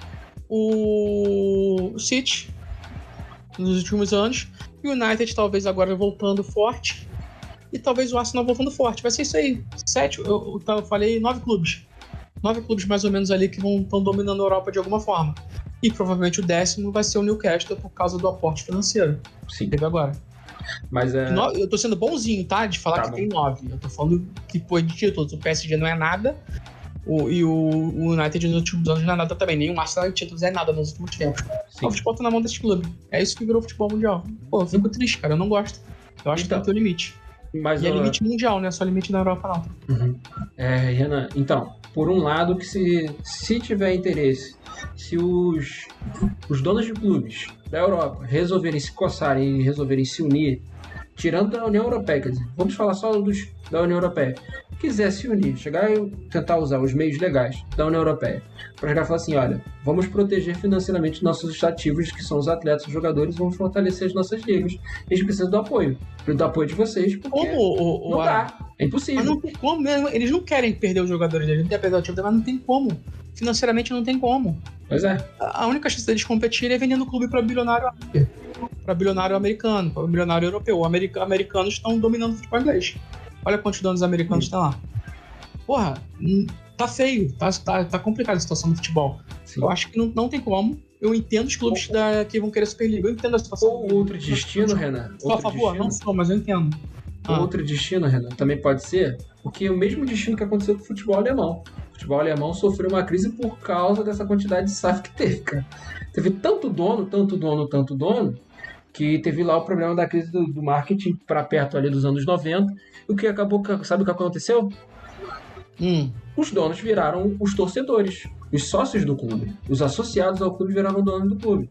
o City nos últimos anos, e o United talvez agora voltando forte, e talvez o Arsenal voltando forte. Vai ser isso aí. 7, eu falei 9 clubes. 9 clubes mais ou menos ali que estão dominando a Europa de alguma forma. E provavelmente o 10º vai ser o Newcastle por causa do aporte financeiro. Sim. Teve agora. Mas eu tô sendo bonzinho, tá? De falar que tem 9. Eu tô falando que foi de títulos. O PSG não é nada. E o United nos últimos anos não é nada também. Nem o Arsenal de títulos é nada nos últimos tempos. O futebol tá na mão desse clube. É isso que virou futebol mundial. Pô, eu fico triste, cara. Eu não gosto. Eu acho que tem o limite. E é limite mundial, não é só limite na Europa, não. Renan, então, por um lado, que se tiver interesse, se os donos de clubes da Europa resolverem se coçarem e resolverem se unir, tirando da União Europeia, quer dizer, vamos falar só da União Europeia, quiser se unir, chegar e tentar usar os meios legais da União Europeia para chegar e falar assim, olha, vamos proteger financeiramente nossos ativos, que são os atletas, os jogadores, vamos fortalecer as nossas ligas. A gente precisa do apoio de vocês, porque não dá, é impossível. Mas não tem como mesmo, eles não querem perder os jogadores, eles não querem perder o time, mas não tem como. Financeiramente não tem como. Pois é. A única chance deles competirem é vendendo o clube para bilionário americano, para bilionário europeu. Os americanos estão dominando o futebol inglês. Olha quantos donos americanos tem lá. Porra, tá feio, tá complicada a situação do futebol. Sim. Eu acho que não tem como. Eu entendo os clubes que vão querer Superliga, eu entendo a situação. Ou outro destino, Renan. Por favor, não sou, mas eu entendo. Outro destino, Renan, também pode ser, porque o mesmo destino que aconteceu com o futebol alemão. O futebol alemão sofreu uma crise por causa dessa quantidade de SAF que teve, cara. Teve tanto dono, que teve lá o problema da crise do marketing para perto ali dos anos 90. E o que acabou, sabe o que aconteceu? Os donos viraram os torcedores, os sócios do clube. Os associados ao clube viraram donos do clube.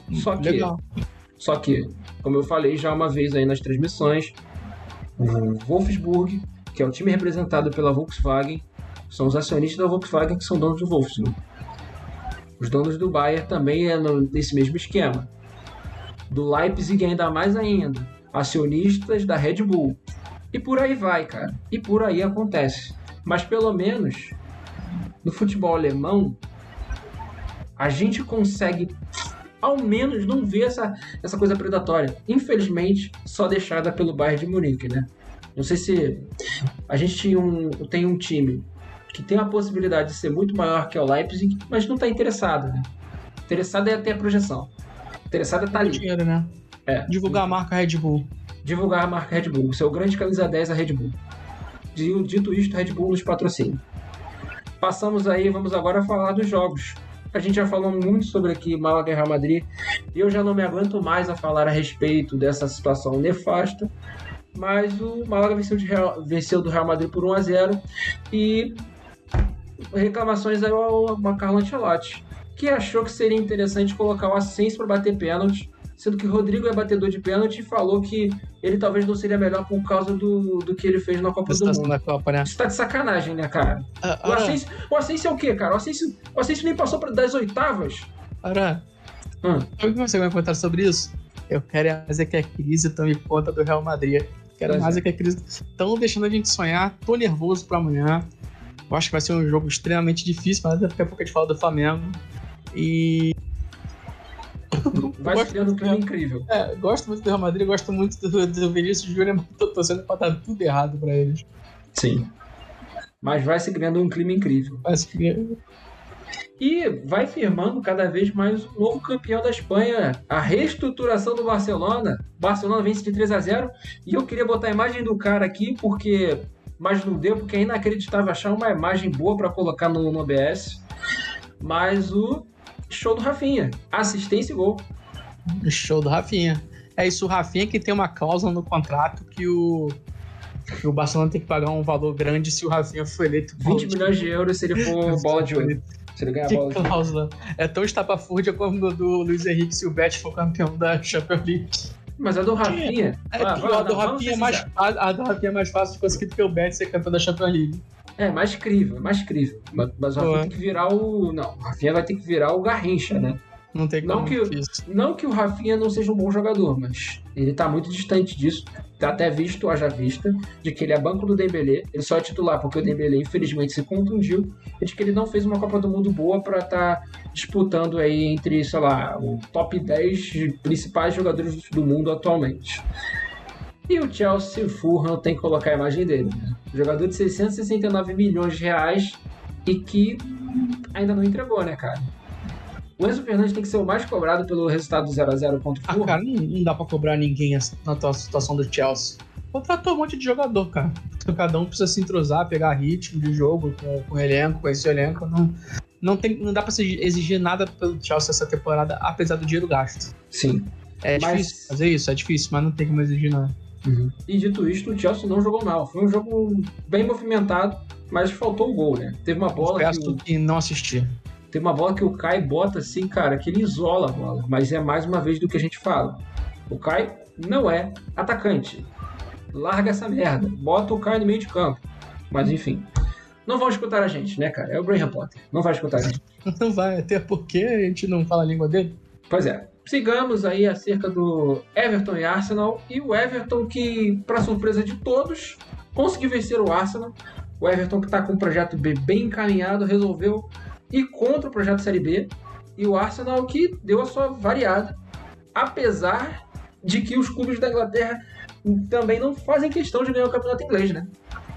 Só que, como eu falei já uma vez aí nas transmissões, o Wolfsburg, que é o time representado pela Volkswagen, são os acionistas da Volkswagen que são donos do Wolfsburg. Os donos do Bayern também é nesse mesmo esquema. Do Leipzig ainda mais ainda. Acionistas da Red Bull. E por aí vai, cara. E por aí acontece. Mas pelo menos no futebol alemão a gente consegue ao menos não ver essa coisa predatória. Infelizmente, só deixada pelo Bayern de Munique, né? Não sei se a gente tem um time que tem a possibilidade de ser muito maior que o Leipzig, mas não está interessado, né? Interessado é ter a projeção. Interessado é estar ali. Dinheiro, né? Divulgar a marca Red Bull. Divulgar a marca Red Bull. O seu grande camisa 10 é a Red Bull. Dito isto, Red Bull nos patrocina. Passamos aí, vamos agora falar dos jogos. A gente já falou muito sobre aqui Málaga e Real Madrid, e eu já não me aguento mais a falar a respeito dessa situação nefasta, mas o Málaga venceu do Real Madrid por 1-0 e reclamações aí ao Carlo Ancelotti, que achou que seria interessante colocar o Asensio para bater pênalti, sendo que o Rodrigo é batedor de pênalti e falou que ele talvez não seria melhor por causa do que ele fez na Copa do Mundo. Da Copa, né? Isso tá de sacanagem, né, cara? O Asensio é o quê, cara? O Asensio nem passou das oitavas. Sabe o que você vai contar sobre isso? Eu quero mais é que a crise tome conta do Real Madrid. Quero mais é que a crise... Estão deixando a gente sonhar. Tô nervoso pra amanhã. Eu acho que vai ser um jogo extremamente difícil, mas daqui a pouco a gente fala do Flamengo. E... Vai criando um clima incrível. Gosto muito do Real Madrid, gosto muito do Vinícius Júnior, mas tô torcendo pra dar tudo errado pra eles. Sim. Mas vai se criando um clima incrível. E vai firmando cada vez mais o novo campeão da Espanha. A reestruturação do Barcelona. Barcelona vence de 3-0. E eu queria botar a imagem do cara aqui, mas não deu, porque é inacreditável achar uma imagem boa pra colocar no OBS. Mas o show do Rafinha. Assistência e gol. Show do Rafinha. É isso, o Rafinha que tem uma cláusula no contrato que o Barcelona tem que pagar um valor grande se o Rafinha for eleito 20 milhões de euros se ele for bola de ouro. Se ele ganhar bola de ouro. Cláusula. É tão estapafúrdia como do Luiz Henrique se o Betis for campeão da Champions League. Mas a do Rafinha... A do Rafinha é mais fácil de conseguir do que o Betis ser campeão da Champions League. É, mais crível. Mas o Rafinha tem que virar o... Não, o Rafinha vai ter que virar o Garrincha, né? Não tem como não que o Rafinha não seja um bom jogador, mas ele tá muito distante disso. Tá até visto, haja vista, de que ele é banco do Dembélé. Ele só é titular porque o Dembélé, infelizmente, se contundiu. E de que ele não fez uma Copa do Mundo boa pra estar disputando aí entre, sei lá, o top 10 principais jogadores do mundo atualmente. E o Chelsea Fulham tem que colocar a imagem dele, né? Jogador de 669 milhões de reais e que ainda não entregou, né, cara? O Enzo Fernandes tem que ser o mais cobrado pelo resultado do 0-0 contra o Fulham. Cara, não dá pra cobrar ninguém na tua situação do Chelsea. Contratou um monte de jogador, cara. Cada um precisa se entrosar, pegar ritmo de jogo com o elenco, com esse elenco. Não dá pra exigir nada pelo Chelsea essa temporada, apesar do dinheiro gasto. Sim. Difícil fazer isso, é difícil, mas não tem como exigir nada. Uhum. E dito isto, o Chelsea não jogou mal. Foi um jogo bem movimentado, mas faltou o gol, né? Teve uma bola que não assisti. Tem uma bola que o Kai bota assim, cara, que ele isola a bola. Mas é mais uma vez do que a gente fala. O Kai não é atacante. Larga essa merda. Bota o Kai no meio de campo. Mas enfim. Não vão escutar a gente, né, cara? É o Graham Potter. Não vai escutar a gente. Não vai, até porque a gente não fala a língua dele. Pois é. Sigamos aí acerca do Everton e Arsenal. E o Everton que, para surpresa de todos, conseguiu vencer o Arsenal. O Everton que tá com um projeto B bem encaminhado, resolveu ir contra o projeto Série B. E o Arsenal que deu a sua variada. Apesar de que os clubes da Inglaterra também não fazem questão de ganhar o campeonato inglês, né?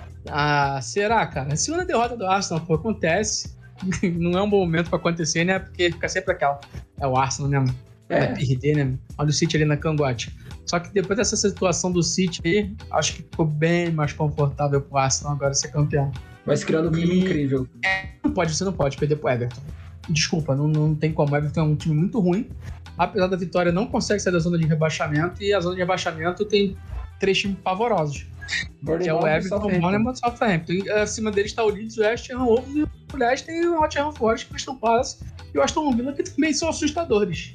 Ah, será, cara? A segunda derrota do Arsenal, pô, acontece. Não é um bom momento pra acontecer, né? Porque fica sempre aquela. É o Arsenal, né? Vai perder, né? Olha o City ali na cangote. Só que depois dessa situação do City aí, acho que ficou bem mais confortável pro Arsenal agora ser campeão. Vai se criando um clima incrível. Você não pode perder pro Everton. Desculpa, não tem como. O Everton é um time muito ruim. Apesar da vitória, não consegue sair da zona de rebaixamento. E a zona de rebaixamento tem 3 times pavorosos. Que é o Everton, o Bournemouth e o Southampton. E acima deles está o Leeds, o West Ham, o Leicester e o Nottingham Forest, o Crystal Palace e o Aston Villa, que também são assustadores.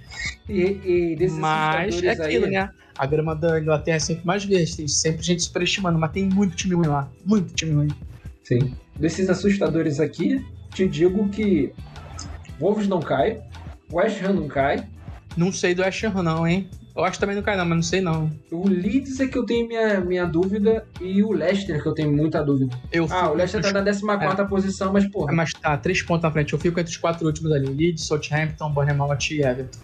E desses mas é aquilo, aí, né? A grama da Inglaterra é sempre mais verde. Tem sempre gente superestimando, mas tem muito time ruim lá. Muito time ruim. Sim. Desses assustadores aqui, te digo que Wolves não cai, West Ham não cai. Não sei do West Ham não, hein? Eu acho que também não cai não, mas não sei não. O Leeds é que eu tenho minha dúvida e o Leicester que eu tenho muita dúvida. O Leicester tá na 14ª posição, mas porra. Mas tá, 3 pontos na frente. Eu fico entre os 4 últimos ali. Leeds, Southampton, Bournemouth e Everton.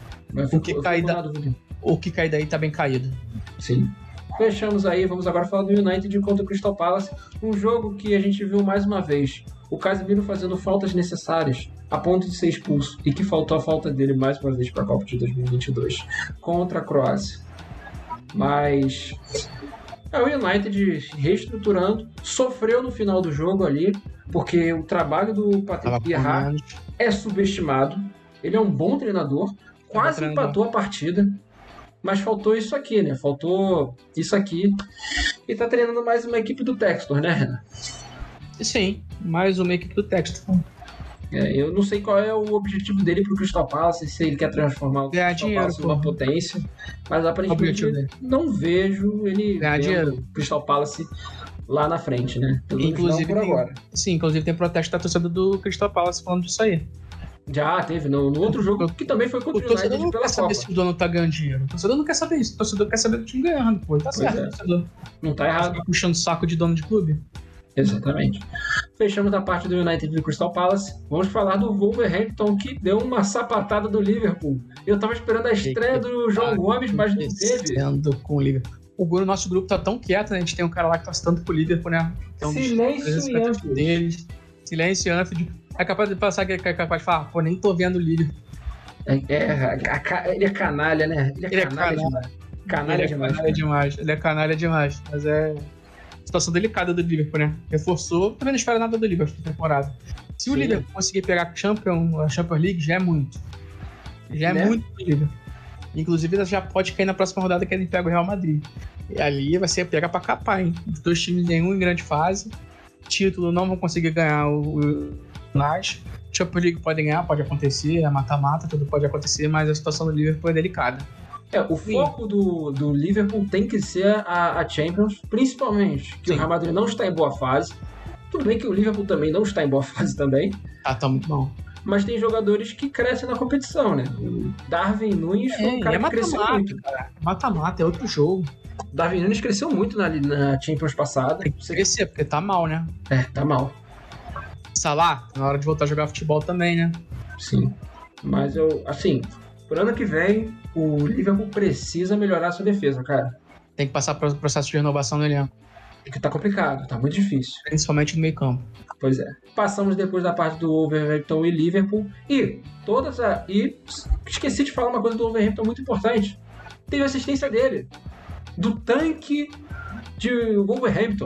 O que cair daí tá bem caído. Sim. Fechamos aí, vamos agora falar do United contra o Crystal Palace. Um jogo que a gente viu mais uma vez. O Casemiro fazendo faltas necessárias a ponto de ser expulso e que faltou a falta dele mais uma vez para a Copa de 2022 contra a Croácia. Mas o United reestruturando, sofreu no final do jogo ali, porque o trabalho do Patrick Vieira é subestimado. Ele é um bom treinador, quase empatou a partida, mas faltou isso aqui, né? Faltou isso aqui. E tá treinando mais uma equipe do Textor, né, Renan? Sim, mais uma equipe do Texas. Eu não sei qual é o objetivo dele pro Crystal Palace, se ele quer transformar o Ganhar Crystal dinheiro, Palace numa potência, mas aparentemente objetivo dele. não vejo ele Ganhar vendo dinheiro. o Crystal Palace lá na frente, né? Pelo menos não por agora. Sim, inclusive tem protesto da torcida do Crystal Palace falando disso aí. Já teve no outro jogo, que também foi contra o torcedor United não pela quer saber Copa. se o dono tá ganhando dinheiro. O torcedor não quer saber isso. O torcedor quer saber do time ganhando, pô. Tá certo, é. torcedor. Não tá errado. Tá puxando saco de dono de clube. Exatamente. Fechamos a parte do United e do Crystal Palace. Vamos falar do Wolverhampton, que deu uma sapatada do Liverpool. Eu tava esperando a estreia do João Gomes, mas não teve. Com o Liverpool. O nosso grupo tá tão quieto, né? A gente tem um cara lá que tá tanto pro Liverpool, né? Então, Silêncio e Anfield. Deles. Silêncio e Anfield. É capaz de passar que é capaz de falar, pô, nem tô vendo o Liverpool. Ele é canalha, né? Ele é canalha demais. Ele é canalha demais. Mas é situação delicada do Liverpool, né? Reforçou, também não espera nada do Liverpool essa temporada. Se o Liverpool conseguir pegar a Champions League, já é muito. Já é muito pro Liverpool. Inclusive, já pode cair na próxima rodada que ele pega o Real Madrid. E ali vai ser pega pra capar, hein? Os dois times nenhum em grande fase. Título não vão conseguir ganhar o Nash. Champions League podem ganhar, pode acontecer, é mata-mata, tudo pode acontecer, mas a situação do Liverpool é delicada. O foco do Liverpool tem que ser a Champions, principalmente que o Real Madrid não está em boa fase. Tudo bem que o Liverpool também não está em boa fase também. Tá muito bom. Mas tem jogadores que crescem na competição, né? O Darwin Nunes foi um cara que cresceu muito. Mata-mata, é outro jogo. O Darwin Nunes cresceu muito na Champions passada. Tem que crescer, porque tá mal, né? Tá mal. Salah, na hora de voltar a jogar futebol também, né? Sim. Mas por ano que vem, o Liverpool precisa melhorar sua defesa, cara. Tem que passar pelo processo de renovação no elenco. Porque tá complicado, tá muito difícil. Principalmente no meio campo. Pois é. Passamos depois da parte do Wolverhampton e Liverpool. E esqueci de falar uma coisa do Wolverhampton muito importante. Teve assistência dele. Do tanque de Wolverhampton.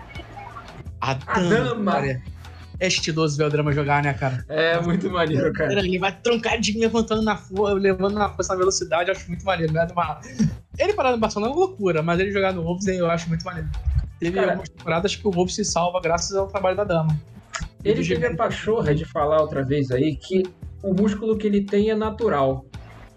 A dama. Cara. É estiloso ver o Drama jogar, né, cara? É muito maneiro, cara. Ele vai troncadinho, levando na força, na velocidade, eu acho muito maneiro. Né? Ele parar no Barcelona é uma loucura, mas ele jogar no Wolves eu acho muito maneiro. Teve algumas temporadas que o Wolves se salva graças ao trabalho da dama. Ele teve a pachorra de falar outra vez aí que o músculo que ele tem é natural.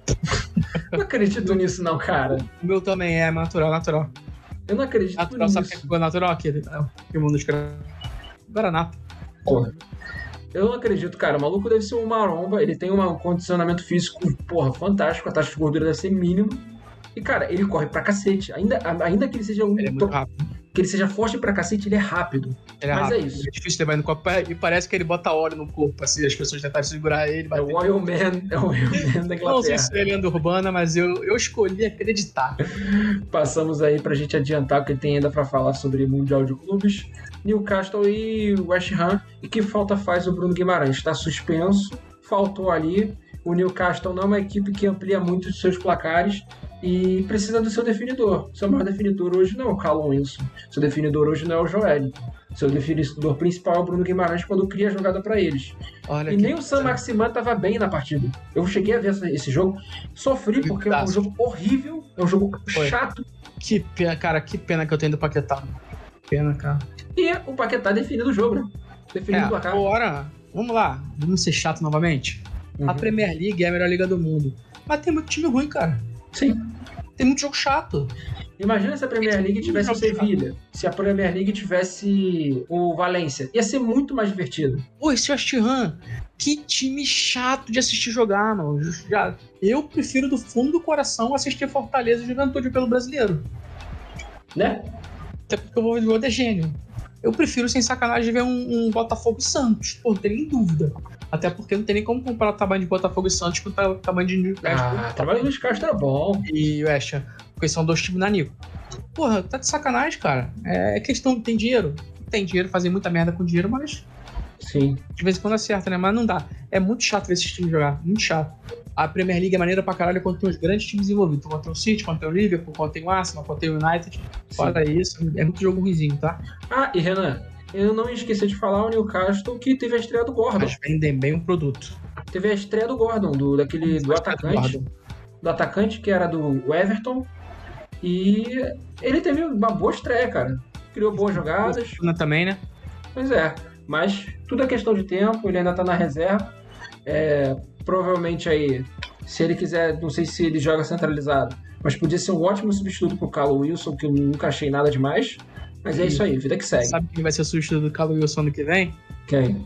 Não acredito nisso não, cara. O meu também é natural. Eu não acredito nisso. Sabe o que é natural aqui? Que o mundo escreve. Guaraná. Porra. Eu não acredito, cara. O maluco deve ser um maromba. Ele tem um condicionamento físico, fantástico. A taxa de gordura deve ser mínima. E, cara, ele corre pra cacete. Ainda que ele seja ele é muito rápido. Que ele seja forte pra cacete, ele é rápido. Mas é isso. É difícil levar no copo. E parece que ele bota óleo no corpo, assim, as pessoas tentarem segurar ele. É o Oil Man da Inglaterra. Não sei se é lenda urbana, mas eu escolhi acreditar. Passamos aí pra gente adiantar o que tem ainda pra falar sobre Mundial de Clubes. Newcastle e West Ham. E que falta faz o Bruno Guimarães? Está suspenso, faltou ali. O Newcastle não é uma equipe que amplia muito os seus placares e precisa do seu definidor. Seu maior definidor hoje não é o Callum Wilson. Seu definidor hoje não é o Joelinton. Seu definidor principal é o Bruno Guimarães quando cria a jogada para eles. Olha, e nem o Sam Maximan estava bem na partida. Eu cheguei a ver esse jogo, sofri porque é um jogo horrível, é um jogo chato. Que pena, cara, que pena que eu tenho do Paquetá. Pena, cara. E o Paquetá definindo o jogo, né? Definindo o placar. Agora, vamos lá, vamos ser chato novamente. A Premier League é a melhor liga do mundo. Mas tem muito time ruim, cara. Sim. Tem muito jogo chato. Imagina se a Premier League tivesse o Sevilha. Se a Premier League tivesse o Valência. Ia ser muito mais divertido. Pô, esse West Ham, que time chato de assistir jogar, mano. Eu prefiro do fundo do coração assistir Fortaleza e Juventude pelo brasileiro. Né? Até porque o Voivoda é gênio. Eu prefiro, sem sacanagem, ver um Botafogo e Santos. Pô, não tem nem dúvida. Até porque não tem nem como comparar o tamanho de Botafogo e Santos com o tamanho de Newcastle. O tamanho do Newcastle era bom. E o West Ham, porque são dois times nanicos. Porra, tá de sacanagem, cara. É questão, tem dinheiro? Tem dinheiro, fazem muita merda com dinheiro, mas... Sim. De vez em quando acerta, né? Mas não dá. É muito chato ver esses times jogar. Muito chato. A Premier League é maneira pra caralho quando tem os grandes times envolvidos. Quando tem o City, quando tem o Liverpool, quando tem o Arsenal, quando tem o United. Fora isso, é muito jogo ruimzinho, tá? E Renan, eu não esqueci de falar o Newcastle que teve a estreia do Gordon. Mas vendem bem o produto. Teve a estreia do Gordon, do atacante. Do atacante que era do Everton. E ele teve uma boa estreia, cara. Criou boas jogadas. Também, né? Pois é, mas tudo é questão de tempo, ele ainda tá na reserva. Provavelmente aí, se ele quiser, não sei se ele joga centralizado, mas podia ser um ótimo substituto pro Callum Wilson, que eu nunca achei nada demais. Mas é isso aí, vida que segue. Sabe quem vai ser o substituto do Callum Wilson ano que vem? Quem?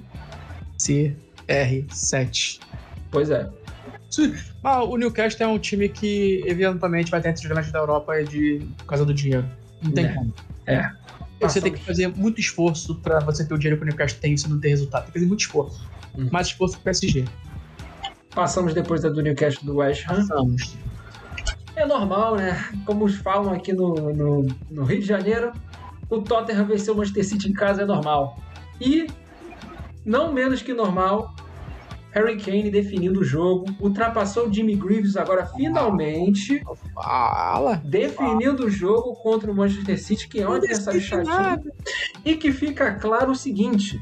CR7. Pois é. Mas o Newcastle é um time que eventualmente vai ter entre os grandes da Europa por causa do dinheiro. Não tem como. Você tem que fazer muito esforço pra você ter o dinheiro que o Newcastle tem e você não ter resultado. Tem que fazer muito esforço. Mais esforço que o PSG. Passamos depois do Newcastle do West Ham. Passamos. É normal, né? Como falam aqui no Rio de Janeiro, o Tottenham venceu o Manchester City em casa, é normal. E, não menos que normal, Harry Kane definindo o jogo, ultrapassou o Jimmy Greaves agora finalmente, definindo o jogo contra o Manchester City, que é um adversário chatinho. E que fica claro o seguinte,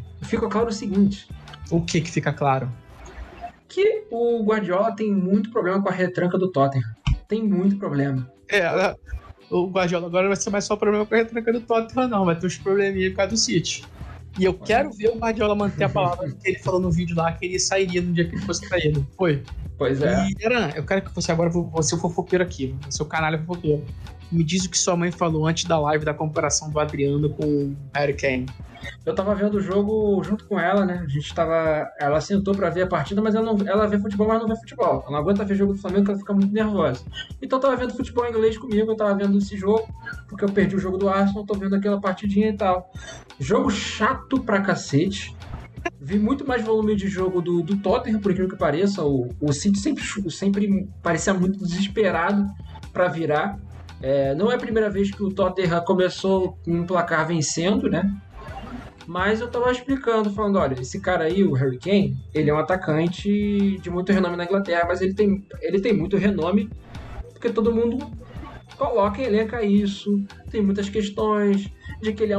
O que fica claro? Que o Guardiola tem muito problema com a retranca do Tottenham. Tem muito problema. O Guardiola agora não vai ser mais só problema com a retranca do Tottenham, não. Vai ter uns probleminhas por causa do City. E eu quero ver o Guardiola manter a palavra que ele falou no vídeo lá, que ele sairia no dia que ele fosse pra ele. Foi. Pois é. E, Eran, eu quero que você agora, você é o fofoqueiro aqui, você é o canalha fofoqueiro. Me diz o que sua mãe falou antes da live da comparação do Adriano com o Harry Kane. Eu tava vendo o jogo junto com ela, né? Ela sentou pra ver a partida, mas ela vê futebol, mas não vê futebol. Ela não aguenta ver jogo do Flamengo porque ela fica muito nervosa. Então eu tava vendo futebol em inglês comigo, eu tava vendo esse jogo, porque eu perdi o jogo do Arsenal, tô vendo aquela partidinha e tal. Jogo chato pra cacete. Vi muito mais volume de jogo do Tottenham, por incrível que pareça. O City sempre parecia muito desesperado pra virar. Não é a primeira vez que o Tottenham começou com um placar vencendo, né? Mas eu tava explicando, falando, olha, esse cara aí, o Harry Kane, ele é um atacante de muito renome na Inglaterra, mas ele tem muito renome porque todo mundo coloca em elenca isso, tem muitas questões de que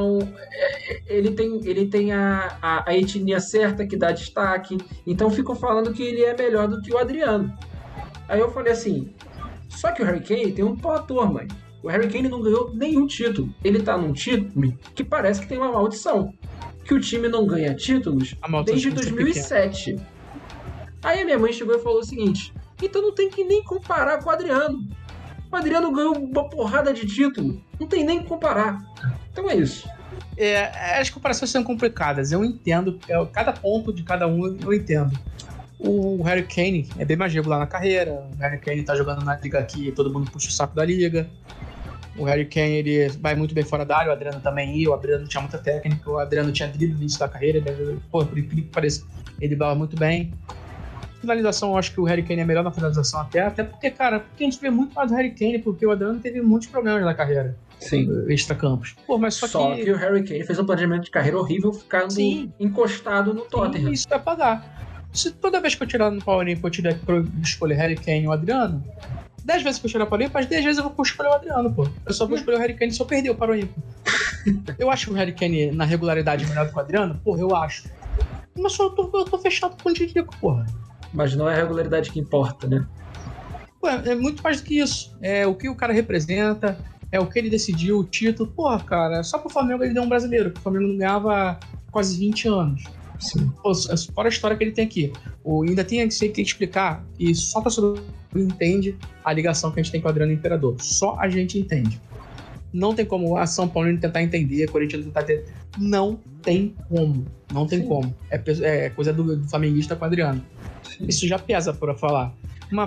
ele tem a etnia certa que dá destaque, então ficam falando que ele é melhor do que o Adriano. Aí eu falei assim, só que o Harry Kane tem um fator, mãe. O Harry Kane não ganhou nenhum título. Ele tá num time que parece que tem uma maldição. Que o time não ganha títulos desde 2007. Aí a minha mãe chegou e falou o seguinte, então não tem que nem comparar com o Adriano. O Adriano ganhou uma porrada de título. Não tem nem que comparar. Então é isso. As comparações são complicadas. Eu entendo. Cada ponto de cada um eu entendo. O Harry Kane é bem mais regular na carreira. O Harry Kane tá jogando na liga aqui, todo mundo puxa o saco da liga. O Harry Kane, ele vai muito bem fora da área, o Adriano também ia, o Adriano tinha muita técnica, o Adriano tinha drible no início da carreira, por incrível que pareça, ele dava muito bem. Finalização, eu acho que o Harry Kane é melhor na finalização até porque, cara, porque a gente vê muito mais do Harry Kane, porque o Adriano teve muitos problemas na carreira. Sim. Extra-campos. Mas só que o Harry Kane fez um planejamento de carreira horrível, ficando encostado no Tottenham. Isso vai pagar. Se toda vez que eu tirar no Power Limp eu tiver que escolher Harry Kane ou Adriano, 10 vezes que eu tirar o Power Limp, mas 10 vezes eu vou escolher o Adriano, pô. Eu só vou escolher o Harry Kane se eu perder o Power Limp. Eu acho o Harry Kane na regularidade melhor do que o Adriano? Porra, eu acho. Mas eu tô fechado com o Titico, porra. Mas não é a regularidade que importa, né? É muito mais do que isso. É o que o cara representa, é o que ele decidiu, o título. Porra, cara, só pro Flamengo ele deu um brasileiro, porque o Flamengo não ganhava quase 20 anos. Sim. Fora a história que ele tem aqui. Ainda tem que explicar que só a torcedor entende a ligação que a gente tem com o Adriano Imperador. Só a gente entende. Não tem como a São Paulo tentar entender, a Corinthians tentar entender. Não tem como. Não tem como. É coisa do flamenguista com o Adriano. Sim. Isso já pesa pra falar. Mas,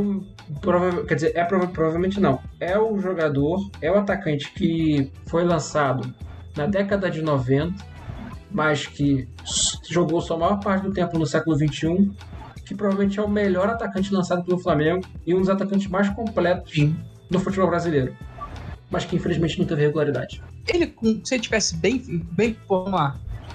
provavelmente não. É o jogador, é o atacante que foi lançado na década de 90, mas que jogou sua maior parte do tempo no século XXI, que provavelmente é o melhor atacante lançado pelo Flamengo e um dos atacantes mais completos do futebol brasileiro, mas que infelizmente não teve regularidade. Se ele tivesse bem, vamos lá,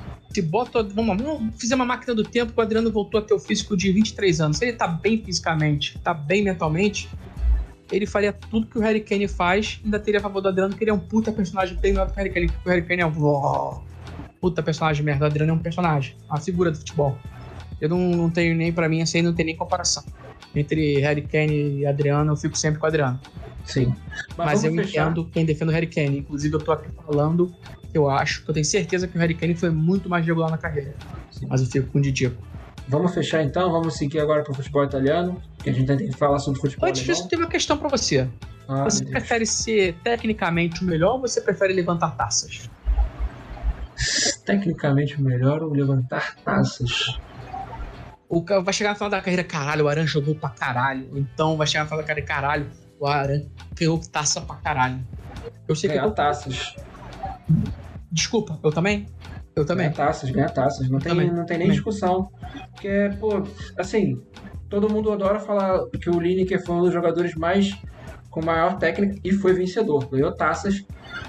vamos fazer uma máquina do tempo, o Adriano voltou a ter o físico de 23 anos, se ele tá bem fisicamente, tá bem mentalmente, ele faria tudo que o Harry Kane faz, ainda teria a favor do Adriano, que ele é um puta personagem bem melhor do que o Harry Kane, porque o Harry Kane é um puta personagem merda, o Adriano é um personagem, uma figura do futebol. Eu não tenho nem, pra mim, assim, não tem nem comparação. Entre Harry Kane e Adriano, eu fico sempre com o Adriano. Sim. Mas eu entendo quem defende o Harry Kane. Inclusive, eu tô aqui falando que eu tenho certeza que o Harry Kane foi muito mais regular na carreira. Sim. Mas eu fico com o Didico. Vamos fechar então, vamos seguir agora pro futebol italiano, que a gente tem que falar sobre futebol Antes disso, eu tenho uma questão pra você. Você prefere ser tecnicamente o melhor ou você prefere levantar taças? Tecnicamente o melhor ou levantar taças? O cara vai chegar no final da carreira, caralho, o Aran jogou pra caralho. Então vai chegar no final da carreira, caralho, o Aran ganhou taça pra caralho. Eu sei ganhar taças. Desculpa, eu também? Ganhar taças. Não tem nem discussão. Porque, pô, assim, todo mundo adora falar que o Lineker foi um dos jogadores com maior técnica e foi vencedor. Ganhou taças.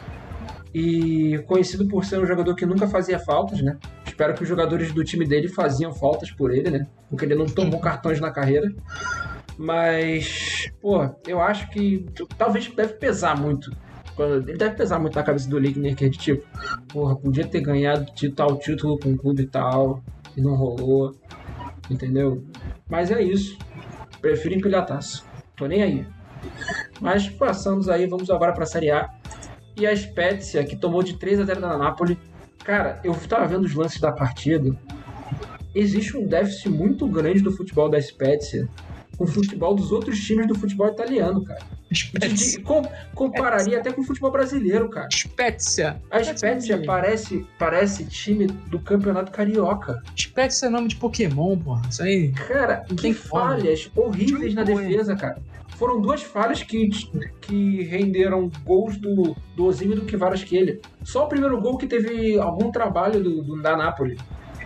E conhecido por ser um jogador que nunca fazia faltas, né? Espero que os jogadores do time dele faziam faltas por ele, né? Porque ele não tomou cartões na carreira. Mas, pô, eu acho que talvez deve pesar muito. Ele deve pesar muito na cabeça do Lineker, de tipo, porra, podia ter ganhado tal título com o clube e tal, e não rolou, entendeu? Mas é isso. Prefiro empilhar a taça. Tô nem aí. Mas passamos aí, vamos agora pra Série A. E a Spezia, que tomou de 3-0 da Napoli. Cara, eu tava vendo os lances da partida. Existe um déficit muito grande do futebol da Spezia com o futebol dos outros times do futebol italiano, cara. Compararia até com o futebol brasileiro, cara. Spezia. A Spezia parece time do Campeonato Carioca. Spezia é nome de Pokémon, porra. Isso aí. Cara, que falhas horríveis na defesa, cara. Foram duas falhas que renderam gols do Osimhen e do Kvaratskhelia. Só o primeiro gol que teve algum trabalho da Napoli.